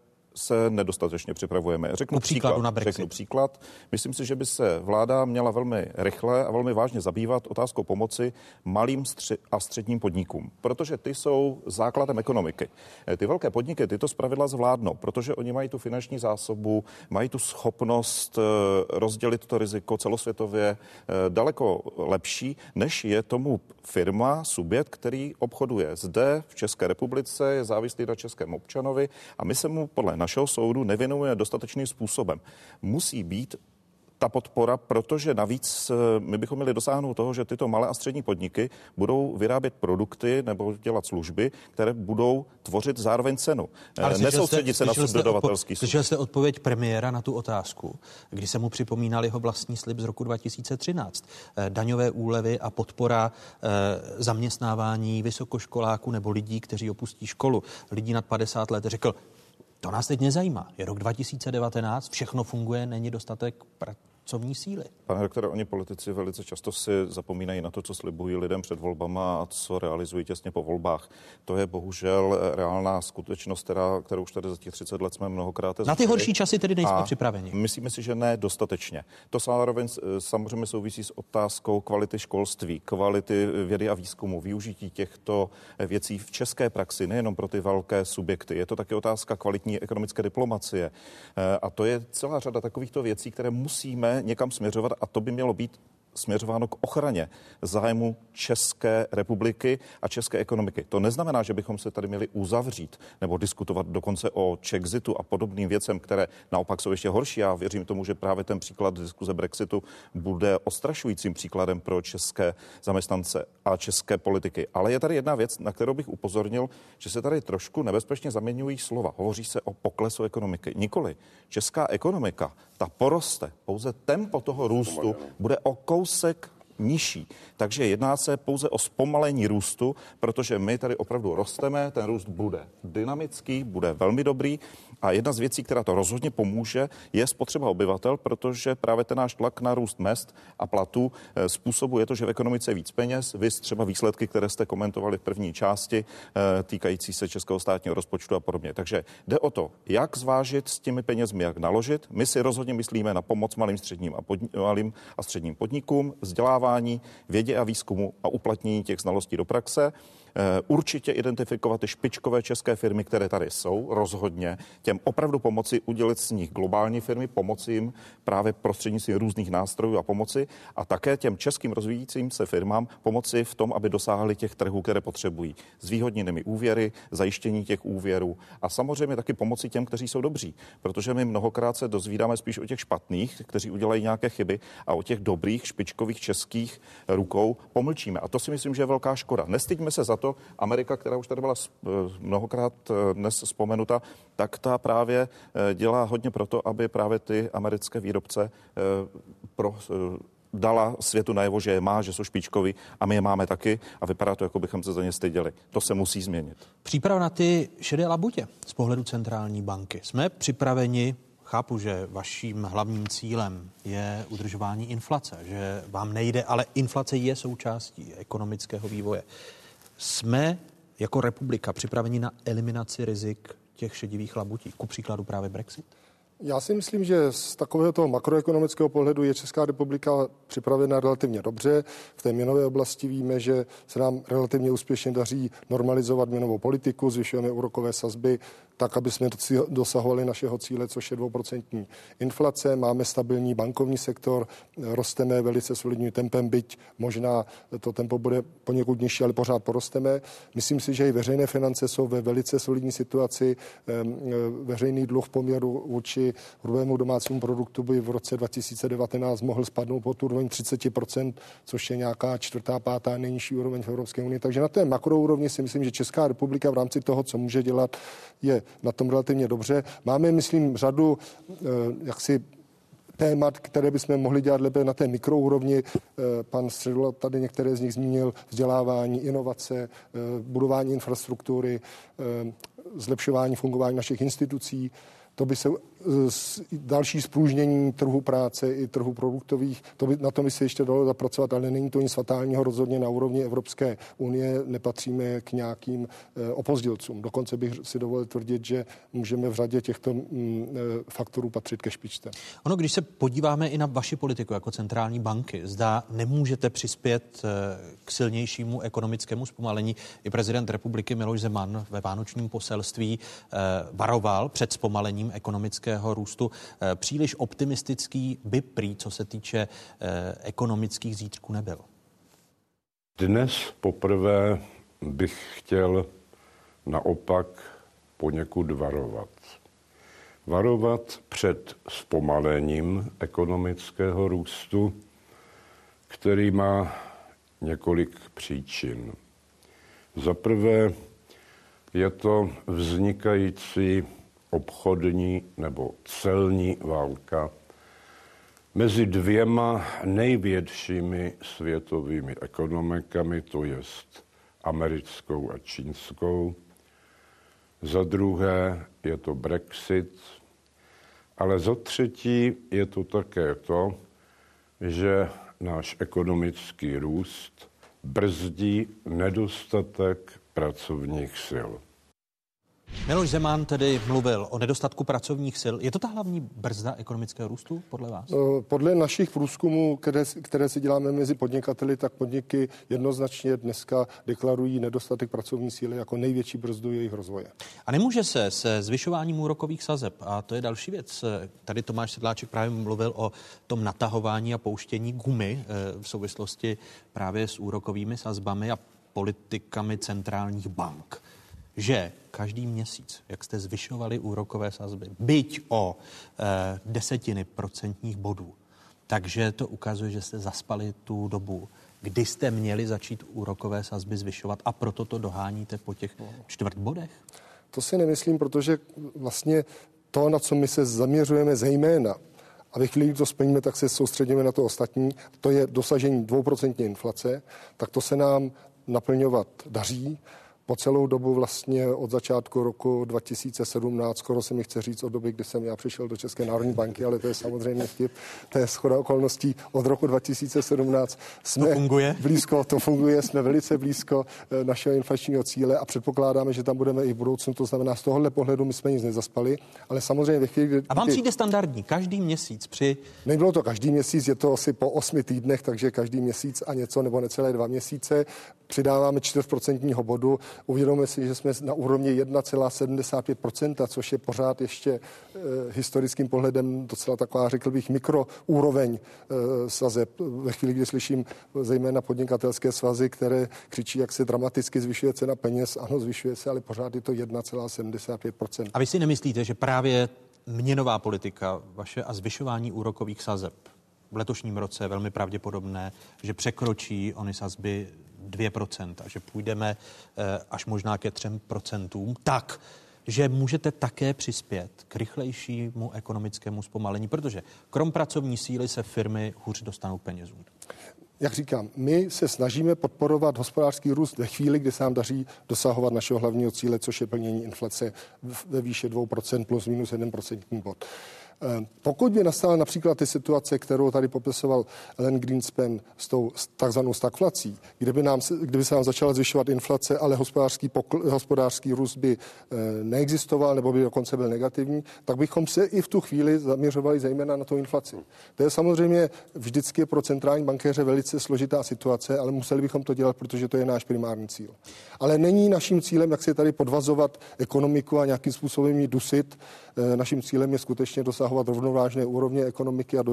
se nedostatečně připravujeme. Řeknu příklad, na řeknu příklad. Myslím si, že by se vláda měla velmi rychle a velmi vážně zabývat otázkou pomoci malým a středním podnikům, protože ty jsou základem ekonomiky. Ty velké podniky tyto zpravidla zvládnou, protože oni mají tu finanční zásobu, mají tu schopnost rozdělit to riziko celosvětově daleko lepší, než je tomu firma, subjekt, který obchoduje zde v České republice, je závislý na českém občanovi a my se mu podle našeho soudu nevěnuje dostatečným způsobem. Musí být ta podpora, protože navíc my bychom měli dosáhnout toho, že tyto malé a střední podniky budou vyrábět produkty nebo dělat služby, které budou tvořit zároveň cenu. Nesoustředit se na subdodavatelský služby. Slyšel jste odpověď premiéra na tu otázku, kdy se mu připomínal jeho vlastní slib z roku dva tisíce třináct. Daňové úlevy a podpora zaměstnávání vysokoškoláků nebo lidí, kteří opustí školu, lidí nad padesát let, řekl: to nás teď nezajímá. Je rok dva tisíce devatenáct, všechno funguje, není dostatek pracovní síly. Pane doktore, oni politici velice často si zapomínají na to, co slibují lidem před volbama a co realizují těsně po volbách. To je bohužel reálná skutečnost, která, kterou už tady za těch třicet let jsme mnohokrát zažili. Na ty horší časy tedy nejsme připraveni. Myslíme si, že ne dostatečně. To zároveň samozřejmě souvisí s otázkou kvality školství, kvality vědy a výzkumu, využití těchto věcí v české praxi, nejenom pro ty velké subjekty. Je to také otázka kvalitní ekonomické diplomacie. A to je celá řada takovýchto věcí, které musíme někam směřovat a to by mělo být směřováno k ochraně zájmu České republiky a české ekonomiky. To neznamená, že bychom se tady měli uzavřít nebo diskutovat dokonce o Chexitu a podobným věcem, které naopak jsou ještě horší. Já věřím tomu, že právě ten příklad diskuze Brexitu bude ostrašujícím příkladem pro české zaměstnance a české politiky. Ale je tady jedna věc, na kterou bych upozornil, že se tady trošku nebezpečně zaměňují slova. Hovoří se o poklesu ekonomiky. Nikoli. Česká ekonomika, ta poroste. Pouze tempo toho růstu bude o kousek nižší. Takže jedná se pouze o zpomalení růstu, protože my tady opravdu rosteme, ten růst bude dynamický, bude velmi dobrý a jedna z věcí, která to rozhodně pomůže, je spotřeba obyvatel, protože právě ten náš tlak na růst mezd a platů způsobuje to, že v ekonomice je víc peněz, vys třeba výsledky, které jste komentovali v první části, týkající se českého státního rozpočtu a podobně. Takže jde o to, jak zvážit s těmi penězmi, jak naložit. My si rozhodně myslíme na pomoc malým, středním a, pod, malým a středním podnikům, vzdělávání, vědě a výzkumu a uplatnění těch znalostí do praxe. Určitě identifikovat ty špičkové české firmy, které tady jsou, rozhodně těm opravdu pomoci, udělit z nich globální firmy, pomoci jim právě prostřednictvím různých nástrojů a pomoci a také těm českým rozvíjícím se firmám pomoci v tom, aby dosáhli těch trhů, které potřebují. Zvýhodněnými úvěry, zajištění těch úvěrů a samozřejmě taky pomoci těm, kteří jsou dobří, protože my mnohokrát se dozvídáme spíš o těch špatných, kteří udělají nějaké chyby a o těch dobrých špičkových českých velkých rukou pomlčíme. A to si myslím, že je velká škoda. Nestyďme se za to. Amerika, která už tady byla mnohokrát dnes vzpomenuta, tak ta právě dělá hodně proto, aby právě ty americké výrobce pro dala světu najevo, že je má, že jsou špičkoví a my je máme taky a vypadá to, jako bychom se za ně styděli. To se musí změnit. Příprava na ty šedé labutě z pohledu centrální banky. Jsme připraveni, chápu, že vaším hlavním cílem je udržování inflace, že vám nejde, ale inflace je součástí ekonomického vývoje. Jsme jako republika připraveni na eliminaci rizik těch šedivých labutí, ku příkladu právě Brexit? Já si myslím, že z takového toho makroekonomického pohledu je Česká republika připravena relativně dobře. V té měnové oblasti víme, že se nám relativně úspěšně daří normalizovat měnovou politiku, zvyšujeme úrokové sazby tak, aby jsme dosahovali našeho cíle, což je dvouprocentní inflace. Máme stabilní bankovní sektor, rosteme velice solidním tempem, byť možná to tempo bude poněkud nižší, ale pořád porosteme. Myslím si, že i veřejné finance jsou ve velice solidní situaci. Veřejný dluh v poměru vůči hrubému domácímu produktu by v roce dva tisíce devatenáct mohl spadnout pod úroveň třicet procent, což je nějaká čtvrtá, pátá nejnižší úroveň v Evropské unii. Takže na té makroúrovni si myslím, že Česká republika v rámci toho, co může dělat, je na tom relativně dobře. Máme, myslím, řadu jaksi témat, které bychom mohli dělat lépe na té mikroúrovni. Pan Středula tady některé z nich zmínil: vzdělávání, inovace, budování infrastruktury, zlepšování fungování našich institucí. To by se další zpružnění trhu práce i trhu produktových, to by, na tom by se ještě dalo zapracovat, ale není to nic fatálního, rozhodně na úrovni Evropské unie nepatříme k nějakým e, opozdělcům. Dokonce bych si dovolil tvrdit, že můžeme v řadě těchto m, e, faktorů patřit ke špičce. Ono, když se podíváme i na vaši politiku jako centrální banky, zdá nemůžete přispět e, k silnějšímu ekonomickému zpomalení. I prezident republiky Miloš Zeman ve vánočním poselství e, varoval před zpomalením ekonomického růstu. Příliš optimistický by prý, co se týče eh, ekonomických zítřků, nebyl. Dnes poprvé bych chtěl naopak poněkud varovat. Varovat před zpomalením ekonomického růstu, který má několik příčin. Za prvé je to vznikající obchodní nebo celní válka mezi dvěma největšími světovými ekonomikami, to jest americkou a čínskou. Za druhé je to Brexit, ale za třetí je to také to, že náš ekonomický růst brzdí nedostatek pracovních sil. Miloš Zeman tedy mluvil o nedostatku pracovních sil. Je to ta hlavní brzda ekonomického růstu podle vás? Podle našich průzkumů, které, které si děláme mezi podnikateli, tak podniky jednoznačně dneska deklarují nedostatek pracovní síly jako největší brzdu jejich rozvoje. A nemůže se se zvyšováním úrokových sazeb, a to je další věc. Tady Tomáš Sedláček právě mluvil o tom natahování a pouštění gumy v souvislosti právě s úrokovými sazbami a politikami centrálních bank, že každý měsíc, jak jste zvyšovali úrokové sazby, byť o e, desetiny procentních bodů, takže to ukazuje, že jste zaspali tu dobu, kdy jste měli začít úrokové sazby zvyšovat, a proto to doháníte po těch čtvrt bodech? To si nemyslím, protože vlastně to, na co my se zaměřujeme zejména, a ve chvíli, kdy to splníme, tak se soustředíme na to ostatní, to je dosažení dvouprocentní inflace, tak to se nám naplňovat daří. Po celou dobu vlastně od začátku roku dva tisíce sedmnáct, skoro se mi chce říct od doby, kdy jsem já přišel do České národní banky, ale to je samozřejmě vtip, to je shoda okolností. Od roku dva tisíce sedmnáct jsme to funguje? blízko, to funguje, jsme velice blízko našeho inflačního cíle a předpokládáme, že tam budeme i v budoucnu. To znamená, z tohohle pohledu my jsme nic nezaspali, ale samozřejmě ve chvíli, kdy... A vám přijde standardní každý měsíc při... Nebylo to každý měsíc, je to asi po osmi týdnech, takže každý měsíc a něco nebo necelé dva měsíce. Přidáváme čtyřprocentního bodu. Uvědomíme si, že jsme na úrovni jedna celá sedmdesát pět procenta, což je pořád ještě e, historickým pohledem docela taková, řekl bych, mikroúroveň e, sazeb. Ve chvíli, kdy slyším zejména podnikatelské svazy, které křičí, jak se dramaticky zvyšuje cena peněz, ano, zvyšuje se, ale pořád je to jedna celá sedmdesát pět procenta. A vy si nemyslíte, že právě měnová politika vaše a zvyšování úrokových sazeb v letošním roce velmi pravděpodobné, že překročí ony sazby dvě procenta, že půjdeme až možná ke třem procentům, tak, že můžete také přispět k rychlejšímu ekonomickému zpomalení, protože krom pracovní síly se firmy hůř dostanou penězům. Jak říkám, my se snažíme podporovat hospodářský růst ve chvíli, kdy se nám daří dosahovat našeho hlavního cíle, což je plnění inflace ve výši dvou procent plus minus jeden procentní bod. Pokud by nastala například ty situace, kterou tady popisoval Alan Greenspan s tou takzvanou stagflací, kdyby, nám, kdyby se nám začala zvyšovat inflace, ale hospodářský, pokl, hospodářský růst by neexistoval nebo by dokonce byl negativní, tak bychom se i v tu chvíli zaměřovali zejména na tu inflaci. To je samozřejmě vždycky pro centrální bankéře velice složitá situace, ale museli bychom to dělat, protože to je náš primární cíl. Ale není naším cílem, jak si tady podvazovat ekonomiku a nějakým způsobem ji dusit. Naším cílem je skutečně dosahovat rovnovážné úrovně ekonomiky a do,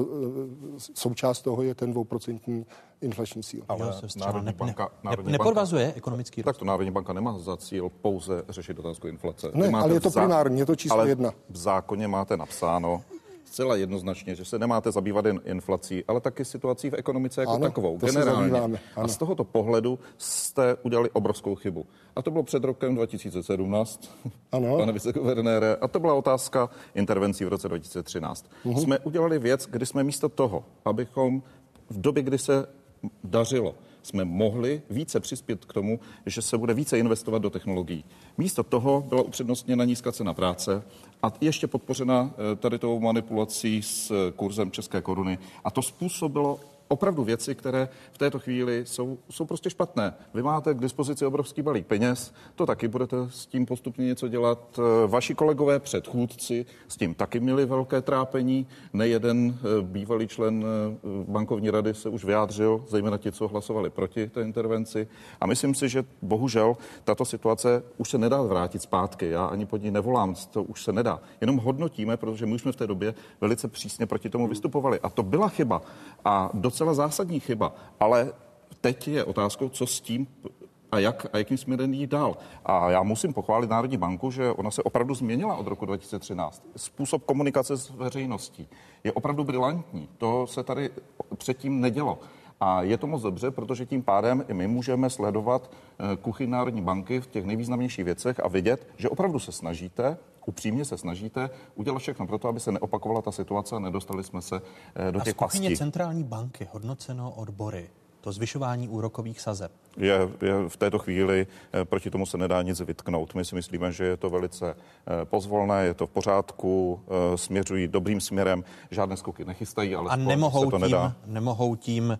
součást toho je ten dvouprocentní inflační cíl. Ale Národní banka, Národní nepodvazuje banka, ekonomický růst. Tak to Národní banka nemá za cíl pouze řešit otázku inflace. Ne, ale je to zá... primární, je to číslo ale jedna. V zákoně máte napsáno zcela jednoznačně, že se nemáte zabývat jen inflací, ale taky situací v ekonomice jako ano, takovou, to generálně. A z tohoto pohledu jste udělali obrovskou chybu. A to bylo před rokem dva tisíce sedmnáct, ano. Pane viceguvernére, a to byla otázka intervencí v roce dva tisíce třináct. Uhum. Jsme udělali věc, kdy jsme místo toho, abychom v době, kdy se dařilo, jsme mohli více přispět k tomu, že se bude více investovat do technologií. Místo toho byla upřednostněna nízká cena práce a ještě podpořena tady tou manipulací s kurzem české koruny. A to způsobilo opravdu věci, které v této chvíli jsou, jsou prostě špatné. Vy máte k dispozici obrovský balík peněz, to taky budete s tím postupně něco dělat. Vaši kolegové předchůdci s tím taky měli velké trápení. Nejeden bývalý člen bankovní rady se už vyjádřil, zejména ti, co hlasovali proti té intervenci. A myslím si, že bohužel tato situace už se nedá vrátit zpátky. Já ani pod ní nevolám, to už se nedá. Jenom hodnotíme, protože my jsme v té době velice přísně proti tomu vystupovali. A to byla chyba. A docela zásadní chyba, ale teď je otázkou, co s tím a jak a jakým směrem jít dál. A já musím pochválit Národní banku, že ona se opravdu změnila od roku dva tisíce třináct. Způsob komunikace s veřejností je opravdu brilantní. To se tady předtím nedělo. A je to moc dobře, protože tím pádem i my můžeme sledovat kuchyň Národní banky v těch nejvýznamnějších věcech a vidět, že opravdu se snažíte, upřímně se snažíte udělat všechno pro to, aby se neopakovala ta situace a nedostali jsme se do těch pastí. A z kuchyně centrální banky hodnoceno odbory, to zvyšování úrokových sazeb? Je, je v této chvíli, proti tomu se nedá nic vytknout. My si myslíme, že je to velice pozvolné, je to v pořádku, směřují dobrým směrem, žádné skoky nechystají, ale a nemohou se to tím, nedá. nemohou tím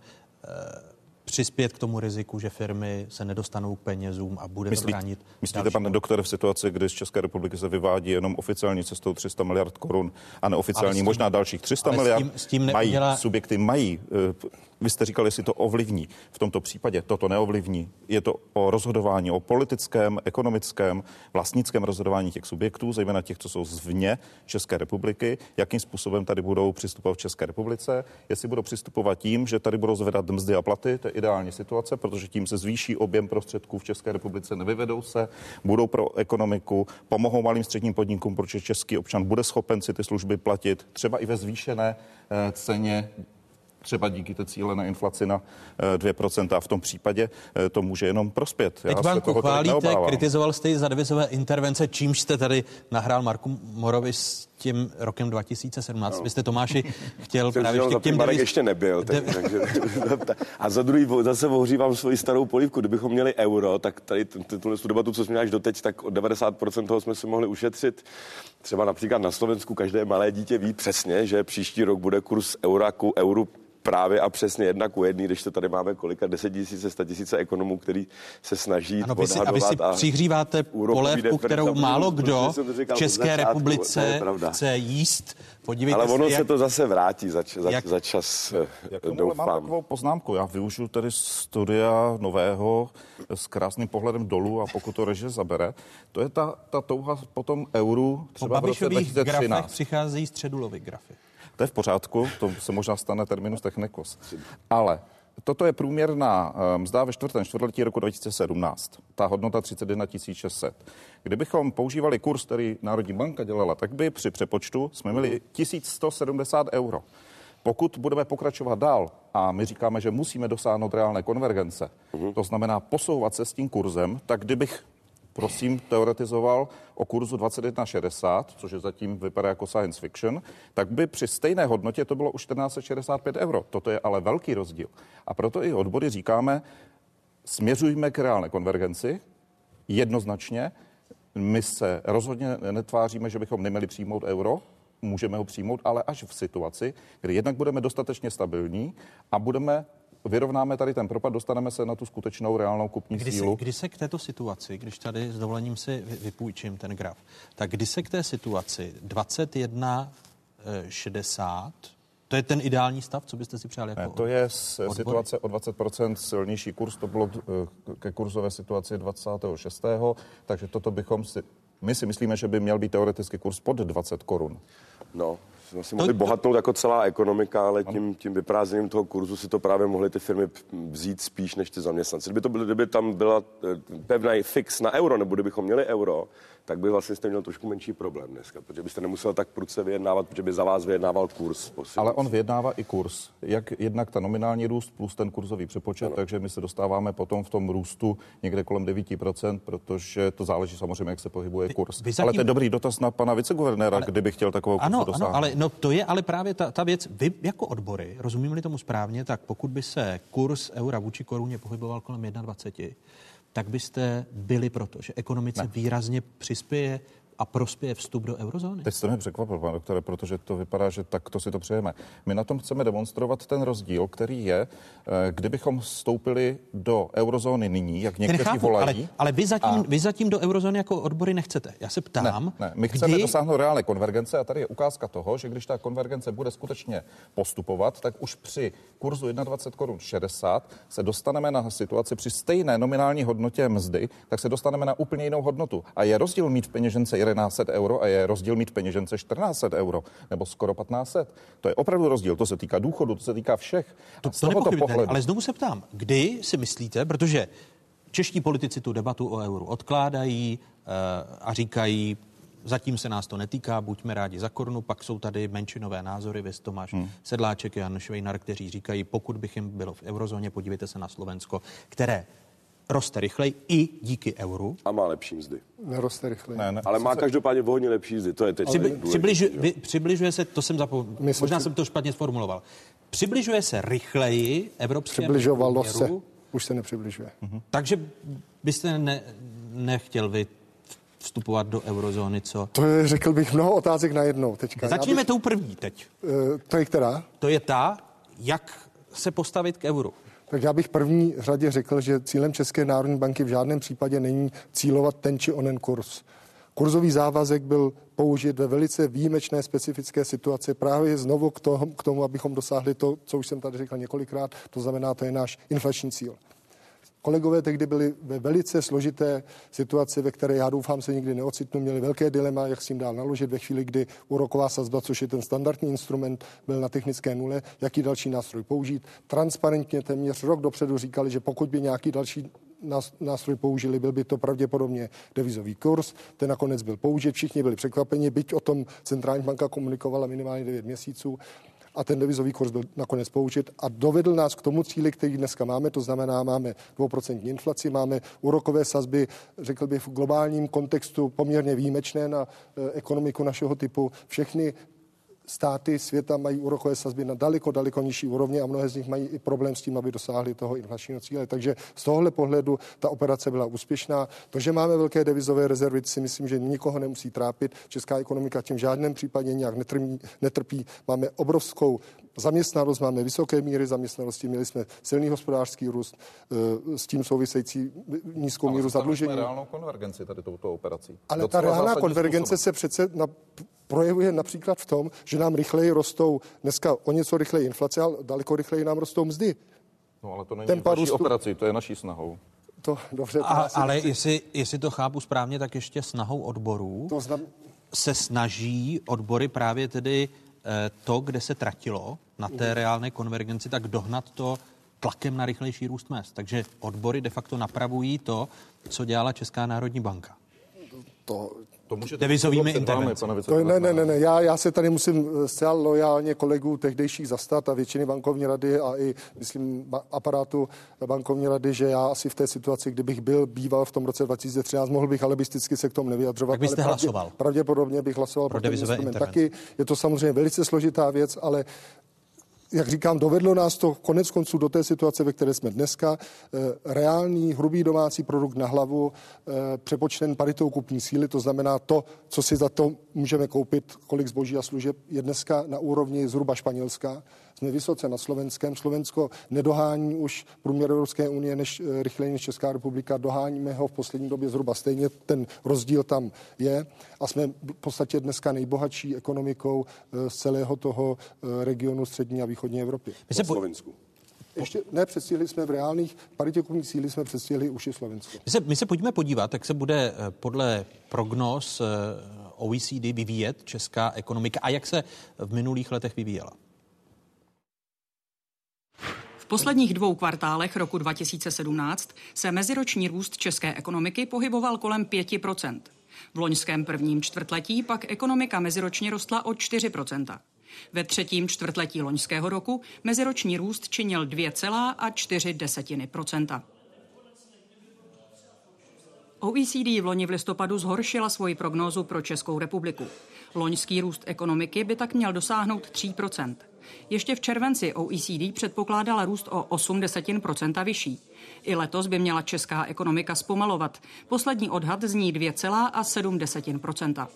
přispět k tomu riziku, že firmy se nedostanou k penězům a bude Myslí, to bránit. Myslíte, pane doktore, v situaci, kdy z České republiky se vyvádí jenom oficiální cestou tři sta miliard korun a neoficiální tím, možná dalších tři sta miliard, s tím, s tím mají, neudělá... subjekty mají, vy jste říkali, jestli to ovlivní. V tomto případě toto neovlivní. Je to o rozhodování, o politickém, ekonomickém, vlastnickém rozhodování těch subjektů, zejména těch, co jsou zvně České republiky, jakým způsobem tady budou přistupovat v České republice, jestli budou přistupovat tím, že tady budou zvedat mzdy a platy, to je ideální situace, protože tím se zvýší objem prostředků v České republice, nevyvedou se, budou pro ekonomiku, pomohou malým středním podnikům, protože český občan bude schopen si ty služby platit, třeba i ve zvýšené eh, ceně, třeba díky té cíle na inflaci na dvě procenta a v tom případě to může jenom prospět. Teď banku chválíte, kritizoval jste ji za devizové intervence, čímž jste tady nahrál Marku Morovi s tím rokem dva tisíce sedmnáct. No. Vy jste, Tomáši, chtěl Jsem právě ještě k těm deviz... ještě nebyl. Teď, de... takže... A za druhý zase ohřívám svoji starou polívku. Kdybychom měli euro, tak tady tuhle debatu, co jsme až doteď, tak od devadesát procent toho jsme si mohli ušetřit. Třeba například na Slovensku každé malé dítě ví přesně, že příští rok bude kurz eura ku euru právě a přesně jedna ku jedný, když to tady máme kolika deset tisíce, sta tisíce ekonomů, který se snaží ano, vy si, a vy si přihříváte polévku, kterou málo kdo v České republice chce jíst. Podívejte ale ono si, se jak... to zase vrátí za, za, jak... za čas, jak doufám. Mám takovou poznámku. Já využiju tady studia nového s krásným pohledem dolů a pokud to režie zabere, to je ta, ta touha po tom euru třeba v roce dva tisíce třináct. Grafech přicházejí středulovy grafy. To je v pořádku, to se možná stane terminus technicus. Ale toto je průměrná mzda ve čtvrtém čtvrtletí roku dva tisíce sedmnáct. Ta hodnota třicet jedna tisíc šest set. Kdybychom používali kurz, který Národní banka dělala, tak by při přepočtu jsme měli tisíc sto sedmdesát euro. Pokud budeme pokračovat dál a my říkáme, že musíme dosáhnout reálné konvergence, uh-huh. to znamená posouvat se s tím kurzem, tak kdybych prosím, teoretizoval o kurzu dvacet jedna šedesát, což je zatím vypadá jako science fiction, tak by při stejné hodnotě to bylo už čtrnáct set šedesát pět euro. Toto je ale velký rozdíl. A proto i odbory říkáme, směřujme k reálné konvergenci, jednoznačně. My se rozhodně netváříme, že bychom neměli přijmout euro, můžeme ho přijmout, ale až v situaci, kdy jednak budeme dostatečně stabilní a budeme vyrovnáme tady ten propad, dostaneme se na tu skutečnou reálnou kupní kdy sílu. Se, kdy se k této situaci, když tady s dovolením si vypůjčím ten graf, tak kdy se k té situaci dvacet jedna šedesát, to je ten ideální stav, co byste si přáli jako ne, to je odbory? Situace o dvacet procent silnější kurz, to bylo ke kurzové situaci dvacátého šestého takže toto bychom si, my si myslíme, že by měl být teoreticky kurz pod dvacet korun. No, jsme si mohli bohatnout jako celá ekonomika, ale tím, tím vyprázdněním toho kurzu si to právě mohly ty firmy vzít spíš než ty zaměstnanci. Kdyby, to bylo, kdyby tam byla pevná fix na euro, nebo kdybychom měli euro, tak by vlastně jste měl trošku menší problém dneska, protože byste nemusel tak prudce vyjednávat, protože by za vás vyjednával kurz. Ale on vyjednává i kurz, jak jednak ta nominální růst plus ten kurzový přepočet, ano. Takže my se dostáváme potom v tom růstu někde kolem devět procent, protože to záleží samozřejmě, jak se pohybuje kurz. Vy zatím... Ale to je dobrý dotaz na pana viceguvernéra, ale... kdyby chtěl takovou kurzu dosáhnout. Ano, ale no to je ale právě ta, ta věc. Vy jako odbory, rozumím-li tomu správně, tak pokud by se kurz eura vůči koruně pohyboval kolem dvacet jedna, tak byste byli proto, že ekonomice ne. výrazně přispěje a prospěje vstup do eurozóny? Teď jste mě překvapil, pane doktore, protože to vypadá, že takto si to přejeme. My na tom chceme demonstrovat ten rozdíl, který je, kdybychom vstoupili do eurozóny nyní, jak někteří chápu, volají. Ale, ale vy, zatím, a... vy zatím do eurozóny jako odbory nechcete. Já se ptám. Ne, ne. My chceme kdy... dosáhnout reálné konvergence a tady je ukázka toho, že když ta konvergence bude skutečně postupovat, tak už při kurzu dvacet jedna korun šedesát se dostaneme na situaci při stejné nominální hodnotě mzdy, tak se dostaneme na úplně jinou hodnotu. A je rozdíl mít v peněžence jedenáct set euro a je rozdíl mít v peněžence čtrnáct set euro nebo skoro patnáct set. To je opravdu rozdíl. To se týká důchodu, to se týká všech. To, to nepochybitelné, ale znovu se ptám, kdy si myslíte, protože čeští politici tu debatu o euru odkládají uh, a říkají, zatím se nás to netýká, buďme rádi za korunu, pak jsou tady menšinové názory, vy Tomáš hmm. Sedláček, Jan Švejnar, kteří říkají, pokud bych jim bylo v eurozóně, podívejte se na Slovensko, které roste rychleji i díky euru. A má lepší mzdy. Neroste rychleji. Ne, ne. Ale má každopádně vohně lepší mzdy. To je teď. Přibli, přibližuje, vy, přibližuje se, to jsem zapomněl, možná jsem to špatně sformuloval. Přibližuje se rychleji evropskému Přibližovalo se. Už se nepřibližuje. Mhm. Takže byste ne, nechtěl vy vstupovat do eurozóny, co? To je, řekl bych, mnoho otázek najednou teďka. Začněme bych... tou první teď. Uh, to je která? To je ta, jak se postavit k euru. Tak já bych v první řadě řekl, že cílem České národní banky v žádném případě není cílovat ten či onen kurz. Kurzový závazek byl použit ve velice výjimečné specifické situaci právě znovu k tomu, k tomu, abychom dosáhli to, co už jsem tady řekl několikrát, to znamená, to je náš inflační cíl. Kolegové tehdy byli ve velice složité situaci, ve které já doufám se nikdy neocitnu, měli velké dilema, jak s tím dál naložit ve chvíli, kdy úroková sazba, což je ten standardní instrument, byl na technické nule, jaký další nástroj použít. Transparentně téměř rok dopředu říkali, že pokud by nějaký další nástroj použili, byl by to pravděpodobně devizový kurz. Ten nakonec byl použit, všichni byli překvapeni, byť o tom centrální banka komunikovala minimálně devět měsíců. A ten devizový kurz byl nakonec použit a dovedl nás k tomu cíli, který dneska máme, to znamená, máme dvouprocentní inflaci, máme úrokové sazby, řekl bych v globálním kontextu poměrně výjimečné na e, ekonomiku našeho typu. Všechny státy světa mají úrokové sazby na daleko, daleko nižší úrovni a mnohé z nich mají i problém s tím, aby dosáhli toho inflačního cíle. Takže z tohohle pohledu ta operace byla úspěšná. To, že máme velké devizové rezervy, si myslím, že nikoho nemusí trápit. Česká ekonomika tím v žádném případě nějak netrpí. netrpí. Máme obrovskou zaměstnanost, máme vysoké míry zaměstnanosti, měli jsme silný hospodářský růst, s tím související nízkou míru zadlužení. Ale reálnou konvergenci tady touto operací. Ale Docela ta reálná konvergence způsobem. se přece na, projevuje například v tom, že nám rychleji rostou, dneska o něco rychleji inflace, ale daleko rychleji nám rostou mzdy. No ale to není Tempa naší růstu... operací, to je naší snahou. To, dobře, to A, ale jestli, jestli to chápu správně, tak ještě snahou odborů to znam... se snaží odbory právě tedy eh, to, kde se tratilo na té reálné konvergenci, tak dohnat to tlakem na rychlejší růst mezd. Takže odbory de facto napravují to, co dělala Česká národní banka. To devizovými intervencemi. Ne, ne, ne, ne. Já, já se tady musím zcela lojálně kolegů tehdejších zastat a většiny bankovní rady a i, myslím, aparátu bankovní rady, že já asi v té situaci, kdybych byl býval v tom roce dva tisíce třináct, mohl bych alibisticky se k tomu nevyjadřovat. Tak byste ale hlasoval? Pravdě, pravděpodobně bych hlasoval pro devizové intervence. Taky je to samozřejmě velice složitá věc, ale jak říkám, dovedlo nás to konec konců do té situace, ve které jsme dneska. Reálný hrubý domácí produkt na hlavu přepočten paritou kupní síly, to znamená to, co si za to můžeme koupit, kolik zboží a služeb, je dneska na úrovni zhruba Španělska. Jsme vysoce na Slovenskem. Slovensko nedohání už průměr Evropské unie než rychleji než Česká republika. Doháníme ho v poslední době zhruba stejně. Ten rozdíl tam je. A jsme v podstatě dneska nejbohatší ekonomikou z celého toho regionu střední a východní Evropy. My se po... Slovensku. Ještě ne, předstihli jsme v reálných paritě kupní síly, jsme předstihli už i Slovensko. My se, my se pojďme podívat, jak se bude podle prognóz O E C D vyvíjet česká ekonomika a jak se v minulých letech vyvíjela. V posledních dvou kvartálech roku dva tisíce sedmnáct se meziroční růst české ekonomiky pohyboval kolem pět procent. V loňském prvním čtvrtletí pak ekonomika meziročně rostla o čtyři procenta. Ve třetím čtvrtletí loňského roku meziroční růst činil dvě celá čtyři desetiny procenta. O E C D v loni v listopadu zhoršila svoji prognózu pro Českou republiku. Loňský růst ekonomiky by tak měl dosáhnout tří procent. Ještě v červenci O E C D předpokládala růst o osm desetin procenta vyšší. I letos by měla česká ekonomika zpomalovat. Poslední odhad zní dvě celá sedm desetin procenta.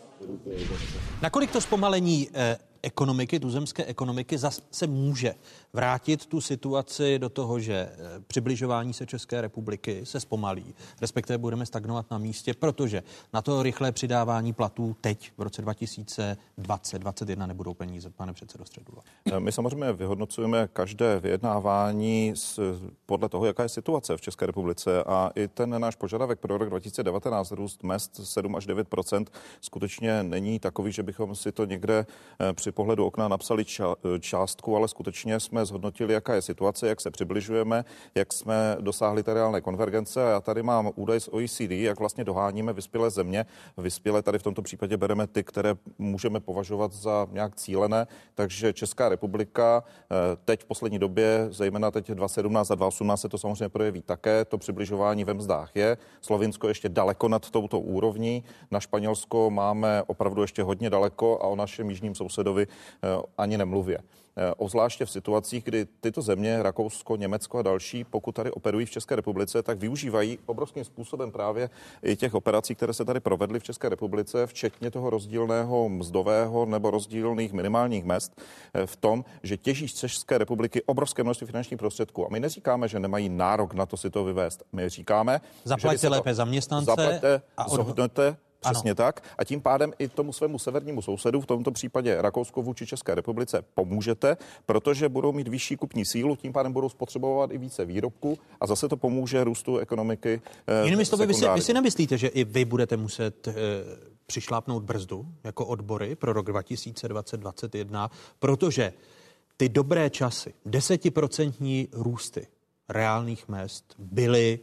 Nakolik to zpomalení eh, ekonomiky, tuzemské ekonomiky, zase může vrátit tu situaci do toho, že eh, přibližování se České republiky se zpomalí, respektive budeme stagnovat na místě, protože na to rychlé přidávání platů teď v roce dva tisíce dvacet dvacet jedna nebudou peníze, pane předsedo Středula. My samozřejmě vyhodnocujeme každé vyjednávání z, podle toho, jaká je situace v České republice, a i ten náš požadavek pro rok dva tisíce devatenáct růst mezd sedm až devět procent skutečně není takový, že bychom si to někde při pohledu okna napsali ča, částku, ale skutečně jsme zhodnotili, jaká je situace, jak se přibližujeme, jak jsme dosáhli té reálné konvergence. A já tady mám údaj z O E C D, jak vlastně doháníme vyspělé země. Vyspělé tady v tomto případě bereme ty, které můžeme považovat za nějak cílené, takže Česká republika teď v poslední době, zejména teď dva tisíce sedmnáct a dva tisíce osmnáct se to samozřejmě projeví také, to přibližování ve mzdách je. Slovinsko ještě daleko nad touto úrovní, na Španělsko máme opravdu ještě hodně daleko a o našem jižním sousedovi ani nemluvě. Ozvláště v situacích, kdy tyto země, Rakousko, Německo a další, pokud tady operují v České republice, tak využívají obrovským způsobem právě i těch operací, které se tady provedly v České republice, včetně toho rozdílného mzdového nebo rozdílných minimálních mezd, v tom, že těží z České republiky obrovské množství finančních prostředků. A my neříkáme, že nemají nárok na to si to vyvést. My říkáme, zaplaťte lépe zaměstnance zaplaťte, a zohledněte. Přesně ano. tak. A tím pádem i tomu svému severnímu sousedu, v tomto případě Rakousko vůči České republice, pomůžete, protože budou mít vyšší kupní sílu, tím pádem budou spotřebovat i více výrobků a zase to pomůže růstu ekonomiky. Eh, Jinými slovy, vy si, vy si nemyslíte, že i vy budete muset eh, přišlápnout brzdu jako odbory pro rok dva tisíce dvacet dvacet jedna, protože ty dobré časy, desetiprocentní růsty reálných mezd byly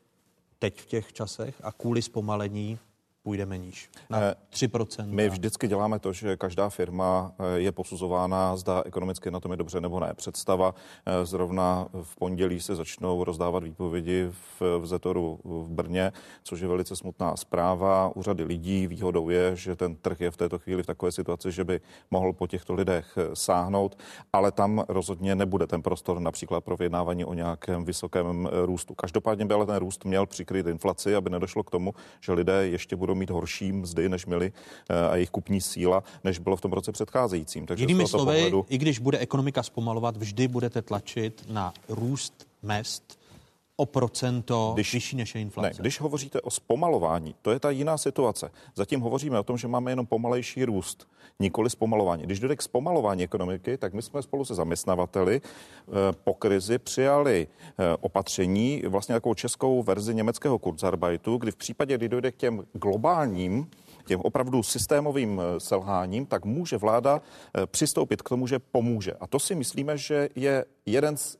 teď v těch časech a kvůli zpomalení půjdeme níž na tři procenta. My vždycky děláme to, že každá firma je posuzována, zda ekonomicky na tom je dobře nebo ne. Představa, zrovna v pondělí se začnou rozdávat výpovědi v, v Zetoru v Brně, což je velice smutná zpráva. U řady lidí výhodou je, že ten trh je v této chvíli v takové situaci, že by mohl po těchto lidech sáhnout, ale tam rozhodně nebude ten prostor například pro vyjednávání o nějakém vysokém růstu. Každopádně by ale ten růst měl přikryt inflaci, aby nedošlo k tomu, že lidé ještě budou mít horší mzdy, než měli a jejich kupní síla, než bylo v tom roce předcházejícím. Takže jinými slovy, pohledu... i když bude ekonomika zpomalovat, vždy budete tlačit na růst mezd o procento když, vyšší než je inflace. Ne, když hovoříte o zpomalování, to je ta jiná situace. Zatím hovoříme o tom, že máme jenom pomalejší růst, nikoli zpomalování. Když dojde k zpomalování ekonomiky, tak my jsme spolu se zaměstnavateli po krizi přijali opatření, vlastně takovou českou verzi německého Kurzarbeitu, kdy v případě, kdy dojde k těm globálním těm opravdu systémovým selháním, tak může vláda přistoupit k tomu, že pomůže. A to si myslíme, že je jeden z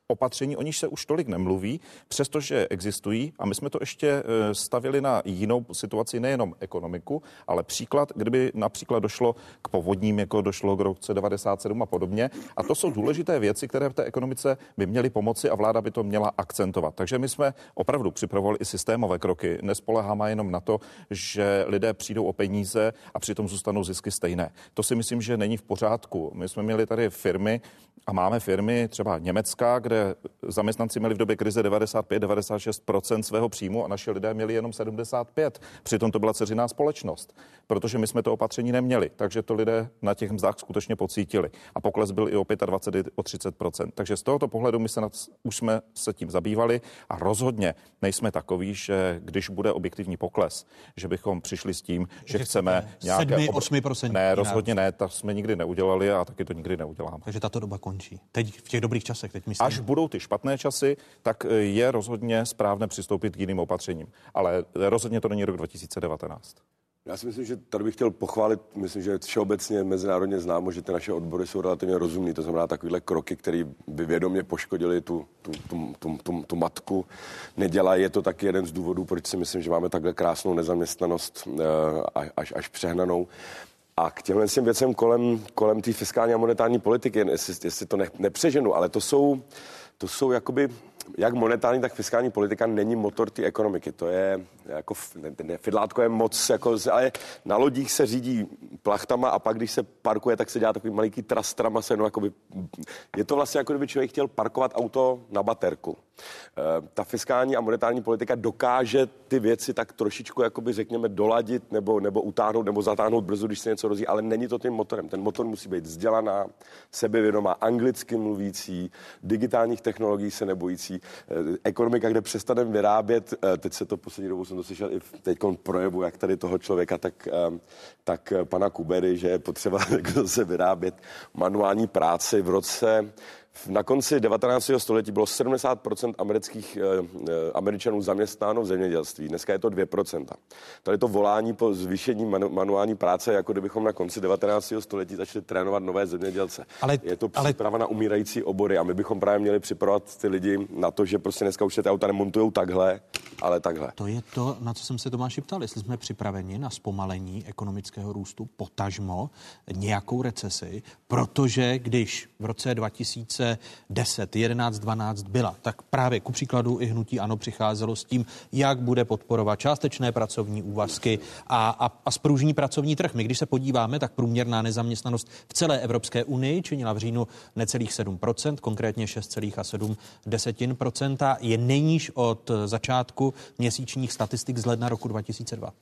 opatření, o níž se už tolik nemluví, přestože existují a my jsme to ještě stavili na jinou situaci, nejenom ekonomiku, ale příklad, kdyby například došlo k povodním, jako došlo k roce devadesát sedm a podobně. A to jsou důležité věci, které v té ekonomice by měly pomoci a vláda by to měla akcentovat. Takže my jsme opravdu připravovali i systémové kroky. Nespoléháme jenom na to, že lidé přijdou o peníze a přitom zůstanou zisky stejné. To si myslím, že není v pořádku. My jsme měli tady firmy a máme firmy třeba Německa, kde zaměstnanci měli v době krize devadesát pět devadesát šest procent svého příjmu a naši lidé měli jenom sedmdesát pět. Přitom to byla dceřiná společnost, protože my jsme to opatření neměli, takže to lidé na těch mzdách skutečně pocítili. A pokles byl i o dvacet pět, o třicet procent. Takže z tohoto pohledu my se nad, už jsme se tím zabývali a rozhodně nejsme takoví, že když bude objektivní pokles, že bychom přišli s tím, že, že chceme nějaké... sedm osm procent. Ne, rozhodně ne, to jsme nikdy neudělali a taky to nikdy neuděláme. Takže tato doba končí. Teď v těch dobrých časech, teď myslím. Až budou ty špatné časy, tak je rozhodně správné přistoupit k jiným opatřením. Ale rozhodně to není rok dva tisíce devatenáct. Já si myslím, že tady bych chtěl pochválit, myslím, že všeobecně mezinárodně známo, že ty naše odbory jsou relativně rozumný. To znamená takovýhle kroky, které by vědomě poškodili tu, tu, tu, tu, tu, tu matku, nedělají. Je to taky jeden z důvodů, proč si myslím, že máme takhle krásnou nezaměstnanost až, až přehnanou. A k těmhle těm věcem kolem, kolem té fiskální a monetární politiky, jestli, jestli to ne, nepřeženu, ale to jsou, to jsou jakoby, jak monetární, tak fiskální politika není motor té ekonomiky. To je jako, ne, ne, fidlátko je moc, jako, ale na lodích se řídí plachtama a pak, když se parkuje, tak se dělá takový maliký trastrama, se, no, jakoby, je to vlastně jako kdyby člověk chtěl parkovat auto na baterku. E, ta fiskální a monetární politika dokáže ty věci tak trošičku, jakoby řekněme, doladit nebo, nebo utáhnout nebo zatáhnout brzo, když se něco rozjí, ale není to tím motorem. Ten motor musí být vzdělaná, sebevědomá, anglicky mluvící, digitálních technologií se nebojící, e, ekonomika, kde přestaneme vyrábět, e, teď se to poslední dobou jsem to slyšel i v teďkon projevu, jak tady toho člověka, tak, e, tak pana Kubery, že je potřeba se vyrábět manuální práci v roce. Na konci devatenáctého století bylo sedmdesát procent amerických, eh, Američanů zaměstnáno v zemědělství. Dneska je to dvě procenta. Tady to volání po zvýšení manu, manuální práce, jako kdybychom na konci devatenáctého století začali trénovat nové zemědělce. Ale, je to příprava ale... na umírající obory a my bychom právě měli připravovat ty lidi na to, že prostě dneska už se ty auta nemontujou takhle, ale takhle. To je to, na co jsem se Tomáši ptal, jestli jsme připraveni na zpomalení ekonomického růstu, potažmo nějakou recesi, protože když v roce dva tisíce deset, jedenáct, dvanáct byla, tak právě ku příkladu i hnutí ANO přicházelo s tím, jak bude podporovat částečné pracovní úvazky a, a, a spružní pracovní trh. My, když se podíváme, tak průměrná nezaměstnanost v celé Evropské unii činila v říjnu necelých sedm procent, konkrétně šest celých sedm procenta, je nejníž od začátku měsíčních statistik z ledna roku dva tisíce dva.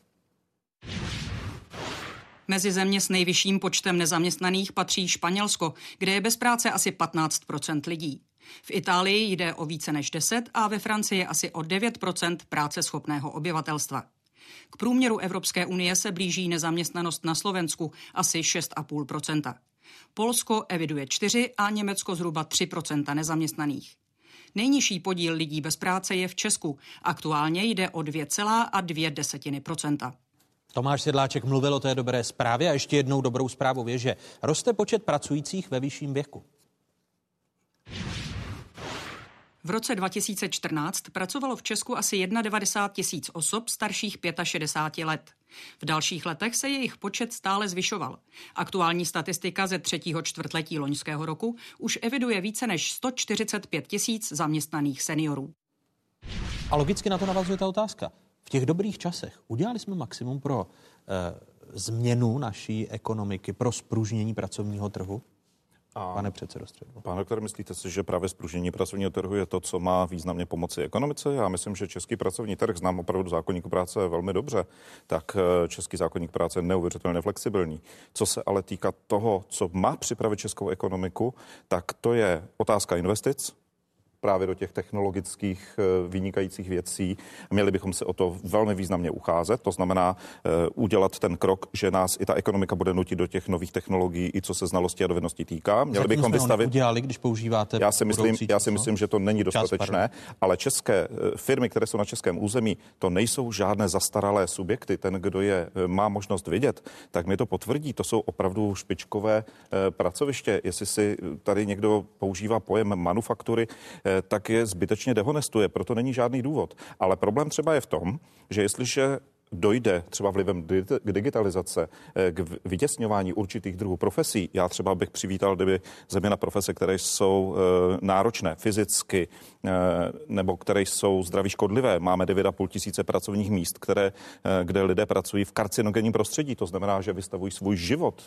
Mezi země s nejvyšším počtem nezaměstnaných patří Španělsko, kde je bez práce asi patnáct procent lidí. V Itálii jde o více než deset a ve Francii asi o devět procent práceschopného obyvatelstva. K průměru Evropské unie se blíží nezaměstnanost na Slovensku asi šest celá pět procenta. Polsko eviduje čtyři a Německo zhruba tři procenta nezaměstnaných. Nejnižší podíl lidí bez práce je v Česku. Aktuálně jde o dvě celá dvě procenta. Tomáš Sedláček mluvil o té dobré zprávě a ještě jednou dobrou zprávou je, že roste počet pracujících ve vyšším věku. V roce dva tisíce čtrnáct pracovalo v Česku asi devadesát jedna tisíc osob starších šedesáti pěti let. V dalších letech se jejich počet stále zvyšoval. Aktuální statistika ze třetího čtvrtletí loňského roku už eviduje více než sto čtyřicet pět tisíc zaměstnaných seniorů. A logicky na to navazuje ta otázka. V těch dobrých časech udělali jsme maximum pro eh, změnu naší ekonomiky, pro spružnění pracovního trhu? A pane předsedo Středula. Pane doktore, myslíte si, že právě spružnění pracovního trhu je to, co má významně pomoci ekonomice? Já myslím, že český pracovní trh, znám opravdu zákoníku práce velmi dobře, tak český zákoník práce je neuvěřitelně flexibilní. Co se ale týká toho, co má připravit českou ekonomiku, tak to je otázka investic, právě do těch technologických vynikajících věcí. Měli bychom se o to velmi významně ucházet, to znamená uh, udělat ten krok, že nás i ta ekonomika bude nutit do těch nových technologií, i co se znalosti a dovedností týká. Měli bychom vystavit. Udělali, když používáte já si myslím, já si myslím, že to není dostatečné, ale české firmy, které jsou na českém území, to nejsou žádné zastaralé subjekty. Ten, kdo je má možnost vidět, tak mi to potvrdí. To jsou opravdu špičkové uh, pracoviště. Jestli si tady někdo používá pojem manufaktury, uh, tak je zbytečně dehonestuje, proto není žádný důvod. Ale problém třeba je v tom, že jestliže dojde třeba vlivem k digitalizace k vytěsňování určitých druhů profesí. Já třeba bych přivítal, kdyby zejména profese, které jsou náročné fyzicky nebo které jsou zdraví škodlivé. Máme devět a půl tisíce pracovních míst, které, kde lidé pracují v karcinogenním prostředí. To znamená, že vystavují svůj život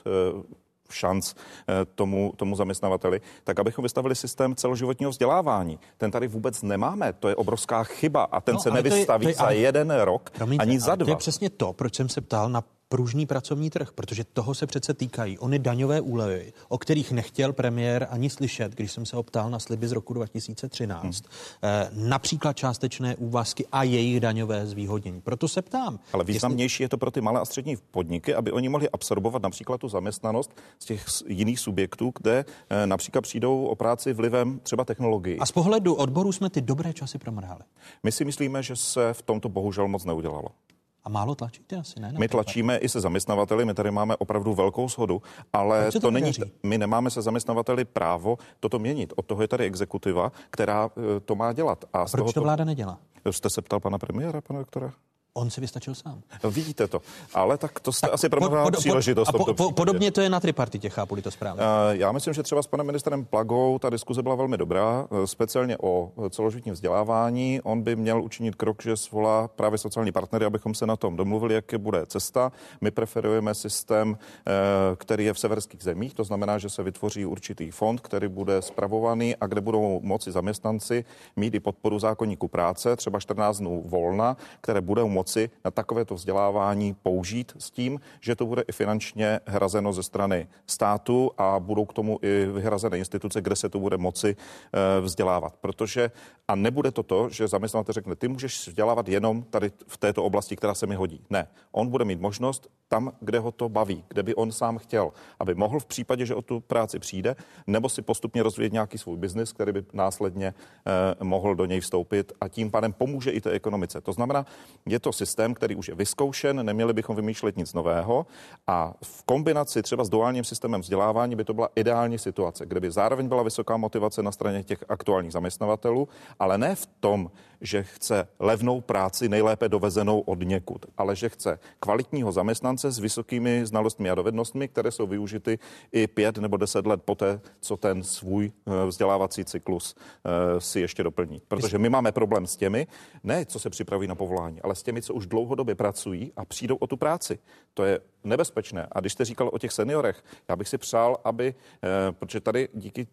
šanc tomu, tomu zaměstnavateli, tak abychom vystavili systém celoživotního vzdělávání. Ten tady vůbec nemáme, to je obrovská chyba a ten no, se nevystaví to je, to je, za jeden rok, promiňte, ani za dva. To je přesně to, proč jsem se ptal na pružný pracovní trh, protože toho se přece týkají ony daňové úlevy, o kterých nechtěl premiér ani slyšet, když jsem se optal na sliby z roku dva tisíce třináct. Hmm. E, například částečné úvazky a jejich daňové zvýhodnění. Proto se ptám. Ale významnější jestli... je to pro ty malé a střední podniky, aby oni mohli absorbovat například tu zaměstnanost z těch jiných subjektů, kde e, například přijdou o práci vlivem třeba technologií. A z pohledu odboru jsme ty dobré časy promrhali. My si myslíme, že se v tomto bohužel moc neudělalo. A málo tlačíte asi, ne? My tlačíme i se zaměstnavateli, my tady máme opravdu velkou shodu, ale to, to není, my nemáme se zaměstnavateli právo toto měnit. Od toho je tady exekutiva, která to má dělat. A, a proč to vláda nedělá? Jste se ptal pana premiéra, pana doktora? On si vystačil sám. No, vidíte to. Ale tak to jste tak asi promrhal příležitost. Po, po, podobně to je na tripartitě, chápu-li to správně. Já myslím, že třeba s panem ministrem Plagou ta diskuze byla velmi dobrá, speciálně o celoživotním vzdělávání. On by měl učinit krok, že svolá právě sociální partnery, abychom se na tom domluvili, jak bude cesta. My preferujeme systém, který je v severských zemích, to znamená, že se vytvoří určitý fond, který bude spravovaný a kde budou moci zaměstnanci mít i podporu zákoníku práce, třeba čtrnáct dnů volna, které budou moci na takovéto vzdělávání použít s tím, že to bude i finančně hrazeno ze strany státu a budou k tomu i vyhrazené instituce, kde se to bude moci vzdělávat. Protože a nebude to to, že zaměstnavatel řekne, ty můžeš vzdělávat jenom tady v této oblasti, která se mi hodí. Ne, on bude mít možnost tam, kde ho to baví, kde by on sám chtěl, aby mohl v případě, že o tu práci přijde, nebo si postupně rozvíjet nějaký svůj biznis, který by následně eh, mohl do něj vstoupit a tím pádem pomůže i té ekonomice. To znamená, je to systém, který už je vyzkoušen, neměli bychom vymýšlet nic nového a v kombinaci třeba s duálním systémem vzdělávání by to byla ideální situace, kde by zároveň byla vysoká motivace na straně těch aktuálních zaměstnavatelů, ale ne v tom, že chce levnou práci nejlépe dovezenou od někud, ale že chce kvalitního zaměstnance s vysokými znalostmi a dovednostmi, které jsou využity i pět nebo deset let poté, co ten svůj vzdělávací cyklus si ještě doplní. Protože my máme problém s těmi, ne co se připraví na povolání, ale s těmi, co už dlouhodobě pracují a přijdou o tu práci. To je nebezpečné. A když jste říkal o těch seniorech, já bych si přál, aby, protože tady díky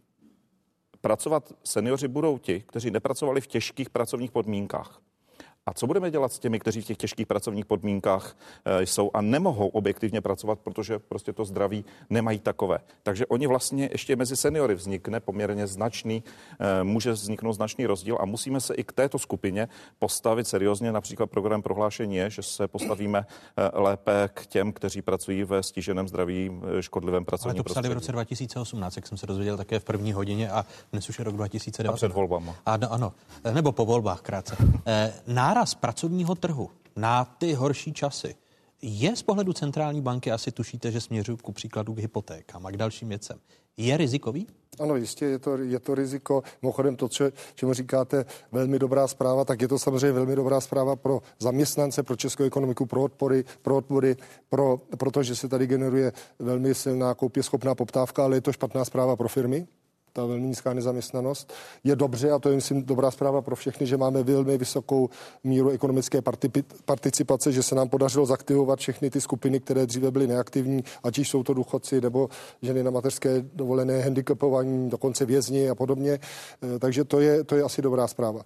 pracovat seniori budou ti, kteří nepracovali v těžkých pracovních podmínkách. A co budeme dělat s těmi, kteří v těch těžkých pracovních podmínkách e, jsou a nemohou objektivně pracovat, protože prostě to zdraví nemají takové. Takže oni vlastně ještě mezi seniory vznikne poměrně značný, e, může vzniknout značný rozdíl a musíme se i k této skupině postavit seriózně. Například program prohlášení je, že se postavíme e, lépe k těm, kteří pracují ve stíženém zdraví, e, škodlivém pracovním prostředí. Ale to psali v roce dva tisíce osmnáct, jak jsem se dozvěděl také v první hodině a dnes už je rok dva tisíce devatenáct. A před volbama. Ano, ano, nebo po volbách krátce. E, náraz pracovního trhu na ty horší časy je z pohledu centrální banky, asi tušíte, že směřují ku příkladu k hypotékám a k dalším věcem. Je rizikový? Ano, jistě je to, je to riziko. Mimochodem to, če, čemu říkáte velmi dobrá zpráva, tak je to samozřejmě velmi dobrá zpráva pro zaměstnance, pro českou ekonomiku, pro odpory, pro odbory, pro, protože se tady generuje velmi silná koupěschopná poptávka, ale je to špatná zpráva pro firmy. Ta velmi nízká nezaměstnanost. Je dobře, a to je, myslím, dobrá zpráva pro všechny, že máme velmi vysokou míru ekonomické participace, že se nám podařilo zaktivovat všechny ty skupiny, které dříve byly neaktivní, ať již jsou to důchodci nebo ženy na mateřské dovolené, handicapovaní, dokonce vězni a podobně. Takže to je, to je asi dobrá zpráva.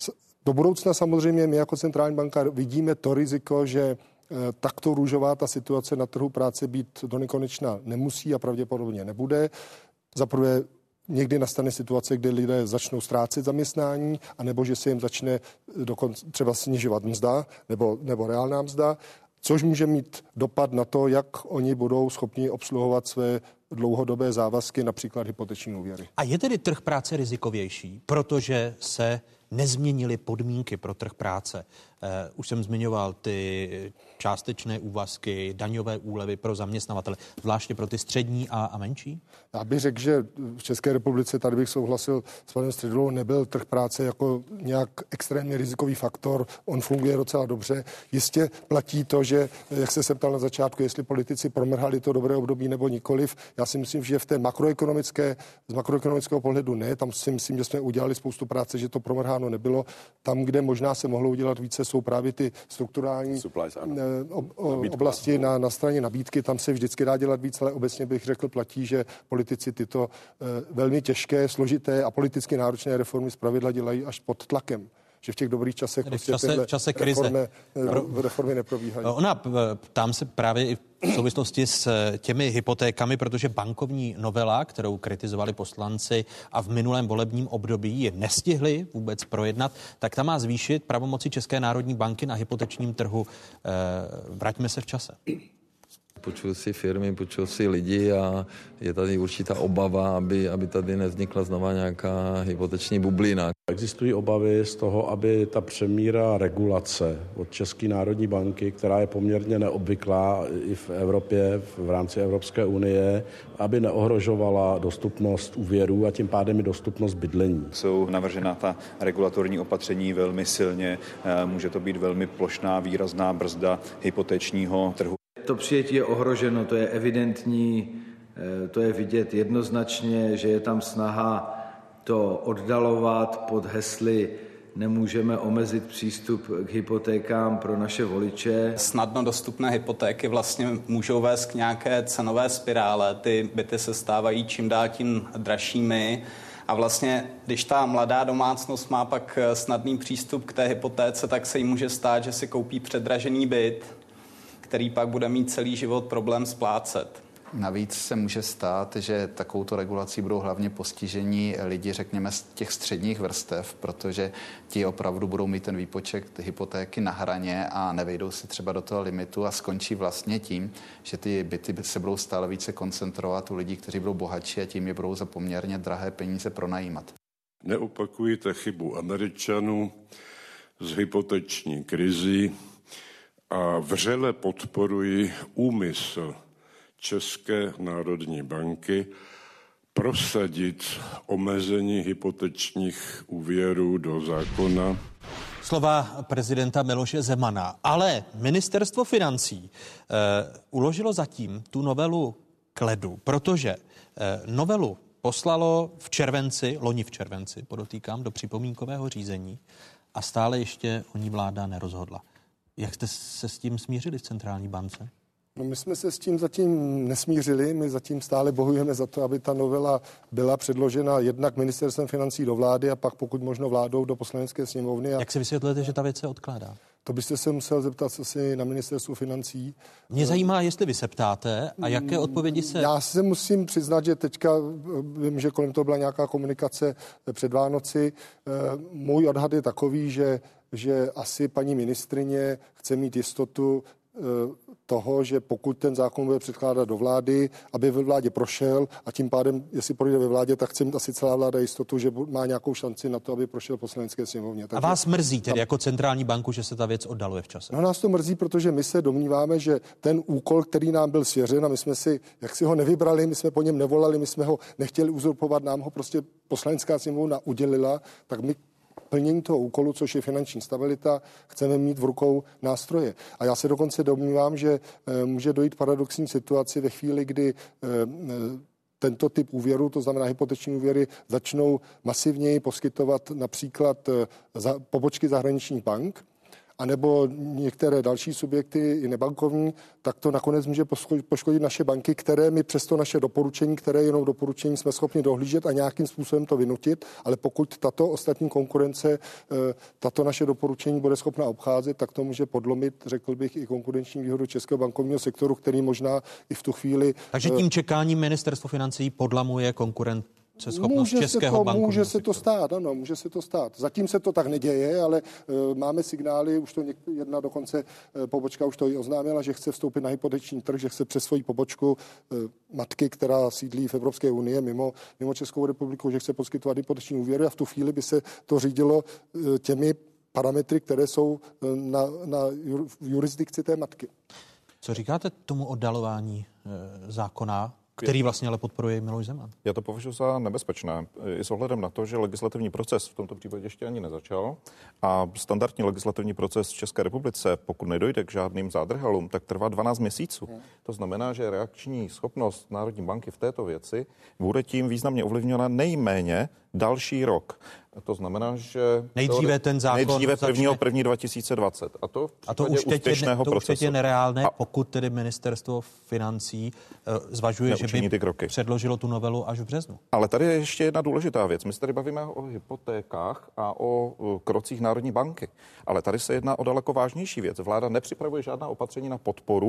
Do budoucna samozřejmě my jako centrální banka vidíme to riziko, že takto růžová ta situace na trhu práce být do nekonečna nemusí a pravděpodobně nebude. Za prvé někdy nastane situace, kdy lidé začnou ztrácet zaměstnání, anebo že se jim začne dokonce třeba snižovat mzda nebo, nebo reálná mzda, což může mít dopad na to, jak oni budou schopni obsluhovat své dlouhodobé závazky, například hypoteční úvěry. A je tedy trh práce rizikovější, protože se nezměnili podmínky pro trh práce. Už jsem zmiňoval ty částečné úvazky, daňové úlevy pro zaměstnavatele, zvláště pro ty střední a, a menší? Já bych řekl, že v České republice, tady bych souhlasil s panem Středulou, nebyl trh práce jako nějak extrémně rizikový faktor. On funguje docela dobře. Jistě platí to, že, jak se jsem ptal na začátku, jestli politici promrhali to dobré období nebo nikoliv. Já si myslím, že v té makroekonomické, z makroekonomického pohledu ne. Tam si myslím, že jsme udělali spoustu práce, že to promrháno nebylo. Tam, kde možná se mohlo udělat více, jsou právě ty strukturální Supplies, ob, oblasti na, na straně nabídky. Tam se vždycky dá dělat víc, ale obecně bych řekl, platí, že politici tyto eh, velmi těžké, složité a politicky náročné reformy zpravidla dělají až pod tlakem. Že v těch dobrých časech prostě v čase, v čase krize reformy, reformy neprobíhají. Ona, ptám se právě i v souvislosti s těmi hypotékami, protože bankovní novela, kterou kritizovali poslanci a v minulém volebním období ji nestihli vůbec projednat, tak ta má zvýšit pravomoci České národní banky na hypotečním trhu. Vraťme se v čase. Půjčují si firmy, půjčují si lidi a je tady určitá obava, aby, aby tady nevznikla znova nějaká hypoteční bublina. Existují obavy z toho, aby ta přemíra regulace od České národní banky, která je poměrně neobvyklá i v Evropě, v rámci Evropské unie, aby neohrožovala dostupnost úvěrů a tím pádem i dostupnost bydlení. Jsou navržena ta regulatorní opatření velmi silně, může to být velmi plošná, výrazná brzda hypotečního trhu. To přijetí je ohroženo, to je evidentní, to je vidět jednoznačně, že je tam snaha to oddalovat pod hesly nemůžeme omezit přístup k hypotékám pro naše voliče. Snadno dostupné hypotéky vlastně můžou vést k nějaké cenové spirále. Ty byty se stávají čím dál tím dražšími. A vlastně, když ta mladá domácnost má pak snadný přístup k té hypotéce, tak se jí může stát, že si koupí předražený byt, který pak bude mít celý život problém splácet. Navíc se může stát, že takovouto regulací budou hlavně postižení lidi, řekněme, z těch středních vrstev, protože ti opravdu budou mít ten výpočet hypotéky na hraně a nevejdou si třeba do toho limitu a skončí vlastně tím, že ty byty se budou stále více koncentrovat u lidí, kteří budou bohatší a tím je budou za poměrně drahé peníze pronajímat. Neopakujte chybu Američanů z hypoteční krizi a vřele podporuji úmysl České národní banky prosadit omezení hypotečních úvěrů do zákona. Slova prezidenta Miloše Zemana. Ale ministerstvo financí eh, uložilo zatím tu novelu k ledu, protože eh, novelu poslalo v červenci, loni v červenci, podotýkám, do připomínkového řízení a stále ještě o ní vláda nerozhodla. Jak jste se s tím smířili v centrální bance? No, my jsme se s tím zatím nesmířili, my zatím stále bojujeme za to, aby ta novela byla předložena jednak ministerstvem financí do vlády a pak pokud možno vládou do poslanecké sněmovny. A jak si vysvětlujete, že ta věc se odkládá? To byste se musel zeptat asi na ministerstvu financí. Mě zajímá, jestli vy se ptáte a jaké odpovědi se... Já se musím přiznat, že teďka vím, že kolem toho byla nějaká komunikace před Vánoci. Můj odhad je takový, že, že asi paní ministrině chce mít jistotu toho, že pokud ten zákon bude předkládat do vlády, aby ve vládě prošel a tím pádem, jestli projde ve vládě, tak chce mít asi celá vláda jistotu, že má nějakou šanci na to, aby prošel poslanecké sněmovně. Takže a vás mrzí tedy jako centrální banku, že se ta věc oddaluje v čase? No, nás to mrzí, protože my se domníváme, že ten úkol, který nám byl svěřen a my jsme si, jak si ho nevybrali, my jsme po něm nevolali, my jsme ho nechtěli uzurpovat, nám ho prostě poslanecká sněmovna udělila, tak my plnění toho úkolu, což je finanční stabilita, chceme mít v rukou nástroje. A já se dokonce domnívám, že e, může dojít paradoxní situaci ve chvíli, kdy e, tento typ úvěru, to znamená hypoteční úvěry, začnou masivněji poskytovat například e, za, pobočky zahraničních bank, anebo některé další subjekty, i nebankovní, tak to nakonec může poškodit naše banky, které my přesto naše doporučení, které jenom doporučení jsme schopni dohlížet a nějakým způsobem to vynutit, ale pokud tato ostatní konkurence, tato naše doporučení bude schopna obcházet, tak to může podlomit, řekl bych, i konkurenční výhodu českého bankovního sektoru, který možná i v tu chvíli... Takže tím čekáním ministerstvo financí podlamuje konkurenci konkurenceschopnost může českého se to, bankovního Může se sektoru. to stát, ano, může se to stát. Zatím se to tak neděje, ale uh, máme signály, už to něk- jedna dokonce uh, pobočka už to i oznámila, že chce vstoupit na hypoteční trh, že chce přes svoji pobočku uh, matky, která sídlí v Evropské unii mimo, mimo Českou republiku, že chce poskytovat hypoteční úvěry a v tu chvíli by se to řídilo uh, těmi parametry, které jsou uh, na, na jur, jurisdikci té matky. Co říkáte tomu oddalování e, zákona, který vlastně ale podporuje Miloš Zeman? Já to považuji za nebezpečné. I s ohledem na to, že legislativní proces v tomto případě ještě ani nezačal a standardní legislativní proces v České republice, pokud nedojde k žádným zádrhelům, tak trvá dvanáct měsíců. Hmm. To znamená, že reakční schopnost Národní banky v této věci bude tím významně ovlivněna nejméně další rok. To znamená, že nejdříve ten zákon nejdříve prvního začne... prvního dva tisíce dvacet. A to v A to už teď je, to už teď je nereálné, a... pokud tedy ministerstvo financí uh, zvažuje, že by předložilo tu novelu až v březnu. Ale tady je ještě jedna důležitá věc. My se tady bavíme o hypotékách a o uh, krocích Národní banky. Ale tady se jedná o daleko vážnější věc. Vláda nepřipravuje žádná opatření na podporu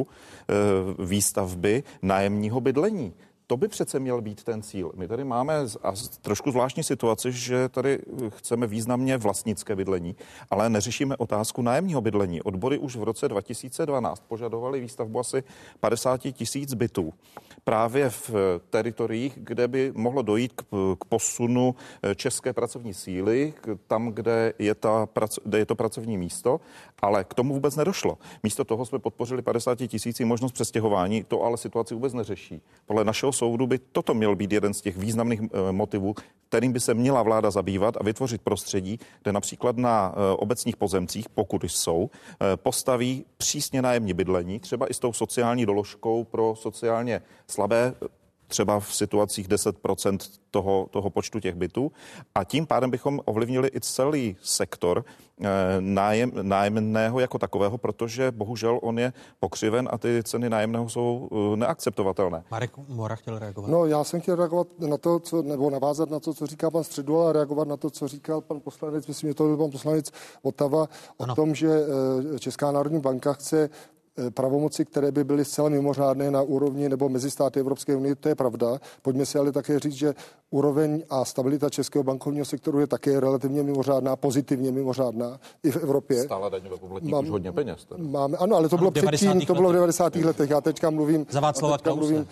uh, výstavby nájemního bydlení. To by přece měl být ten cíl. My tady máme a trošku zvláštní situaci, že tady chceme významně vlastnické bydlení, ale neřešíme otázku nájemního bydlení. Odbory už v roce dva tisíce dvanáct požadovali výstavbu asi padesát tisíc bytů. Právě v teritoriích, kde by mohlo dojít k, k posunu české pracovní síly, k, tam, kde je, ta, kde je to pracovní místo, ale k tomu vůbec nedošlo. Místo toho jsme podpořili padesát tisící možnost přestěhování, to ale situaci vůbec neřeší. Podle našeho soudu by toto měl být jeden z těch významných motivů, kterým by se měla vláda zabývat a vytvořit prostředí, kde například na obecních pozemcích, pokud jsou, postaví přísně nájemní bydlení, třeba i s tou sociální doložkou pro sociálně slabé, třeba v situacích deset procent toho, toho počtu těch bytů. A tím pádem bychom ovlivnili i celý sektor eh, nájem, nájemného jako takového, protože bohužel on je pokřiven a ty ceny nájemného jsou eh, neakceptovatelné. Marek Mora chtěl reagovat. No, já jsem chtěl reagovat na to, co, nebo navázat na to, co říká pan Středula, a reagovat na to, co říkal pan poslanec, myslím, že to byl pan poslanec Votava, o ano. tom, že eh, Česká národní banka chce pravomoci, které by byly zcela mimořádné na úrovni nebo mezi státy Evropské unie, to je pravda. Pojďme si ale také říct, že úroveň a stabilita českého bankovního sektoru je také relativně mimořádná, pozitivně mimořádná i v Evropě. Stále daňové poplatník už hodně peněz. Teda. Máme, ano, ale to ano, bylo předtím, to bylo v devadesátých letech. Já teďka mluvím... Za Václava Klause.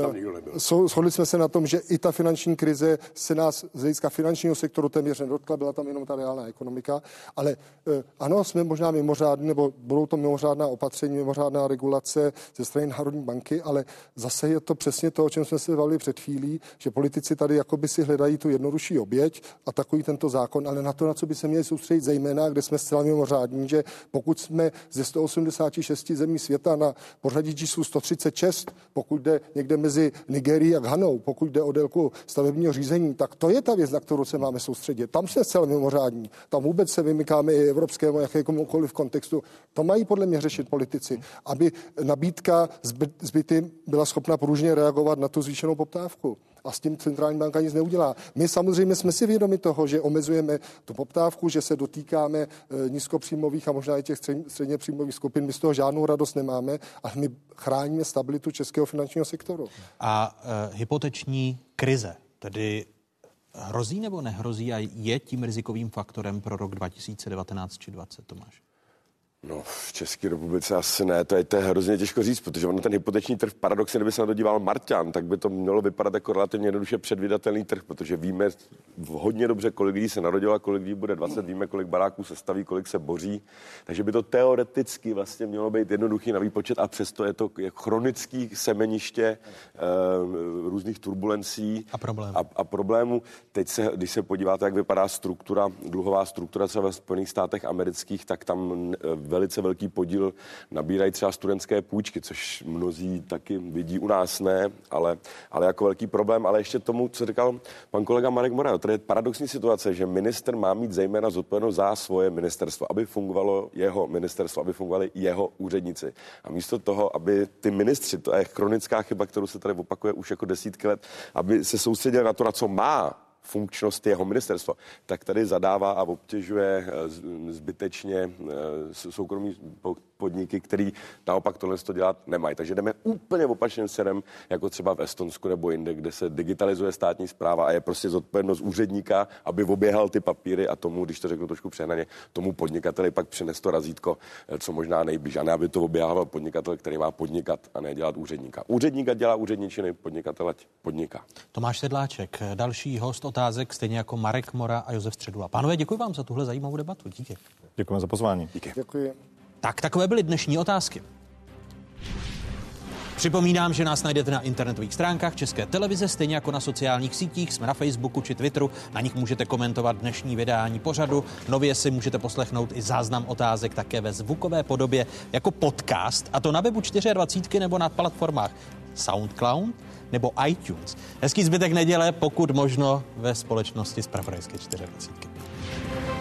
Uh, shodli jsme se na tom, že i ta finanční krize se nás z hlediska finančního sektoru téměř nedotkla, byla tam jenom ta reálná ekonomika, ale uh, ano, jsme možná mimořádní, nebo budou to mimořádná opatření, mimořádná regulace ze strany Národní banky, ale zase je to přesně to, o čem jsme se bavili před chvílí, že politici tady jakoby si hledají tu jednodušší oběť a takový tento zákon, ale na to, na co by se měli soustředit zejména, kde jsme zcela mimořádní, že pokud jsme ze sto osmdesát šest zemí světa na pořadí číslu sto třicet šest, pokud jde někde mezi Nigerií a Ghanou, pokud jde o délku stavebního řízení, tak to je ta věc, na kterou se máme soustředit. Tam jsme zcela mimořádní. Tam vůbec se vymykáme i evropskému jakémukoliv kontextu. To mají podle mě řešit politici, aby nabídka zbyty byla schopna pružně reagovat na tu zvýšenou poptávku. A s tím centrální banka nic neudělá. My samozřejmě jsme si vědomi toho, že omezujeme tu poptávku, že se dotýkáme e, nízkopříjmových a možná i těch středně příjmových skupin. My z toho žádnou radost nemáme, ale my chráníme stabilitu českého finančního sektoru. A e, hypoteční krize, tedy hrozí nebo nehrozí a je tím rizikovým faktorem pro rok dva tisíce devatenáct či dvacet, Tomáš? No, v České republice asi ne, to je, to je hrozně těžko říct, protože ono ten hypoteční trh, paradoxně, kdyby se na to díval Marťan, tak by to mělo vypadat jako relativně jednoduše předvídatelný trh, protože víme hodně dobře, kolik lidí se narodilo, kolik lidí bude dvacet, víme, kolik baráků se staví, kolik se boří, takže by to teoreticky vlastně mělo být jednoduchý na výpočet a přesto je to chronický semeniště e, různých turbulencí a, problém. a, a problémů. Teď se, když se podíváte, jak vypadá struktura, dluhová struktura třeba ve Spojených státech amerických, tak tam velice velký podíl nabírají třeba studentské půjčky, což mnozí taky vidí, u nás ne, ale, ale jako velký problém. Ale ještě tomu, co říkal pan kolega Marek Mora, to je paradoxní situace, že minister má mít zejména zodpovědnost za svoje ministerstvo, aby fungovalo jeho ministerstvo, aby fungovali jeho úředníci. A místo toho, aby ty ministři, to je chronická chyba, kterou se tady opakuje už jako desítky let, aby se soustředili na to, na co má funkčnost jeho ministerstva, tak tady zadává a obtěžuje zbytečně soukromý podniky, který naopak tohle to dělat nemají. Takže jdeme úplně opačným směrem, jako třeba v Estonsku nebo jinde, kde se digitalizuje státní správa a je prostě zodpovědnost úředníka, aby oběhal ty papíry a tomu, když to řeknu trošku přehnaně, tomu podnikateli pak přines to razítko, co možná nejblíž. A ne, aby to oběhal podnikatel, který má podnikat a ne dělat úředníka. Úředníka dělá úředničiny, podnikatel ať podniká. Tomáš Sedláček, další host otázek, stejně jako Marek Mora a Josef Středula. Pánové, děkuji vám za tuhle zajímavou debatu. Díky. Děkujeme za pozvání. Díky. Děkuji. Tak takové byly dnešní otázky. Připomínám, že nás najdete na internetových stránkách České televize, stejně jako na sociálních sítích, jsme na Facebooku či Twitteru, na nich můžete komentovat dnešní vydání pořadu. Nově si můžete poslechnout i záznam otázek také ve zvukové podobě jako podcast, a to na webu dvacet čtyři nebo na platformách SoundCloud nebo iTunes. Hezký zbytek neděle, pokud možno ve společnosti z Zpravodajské dvacet čtyři.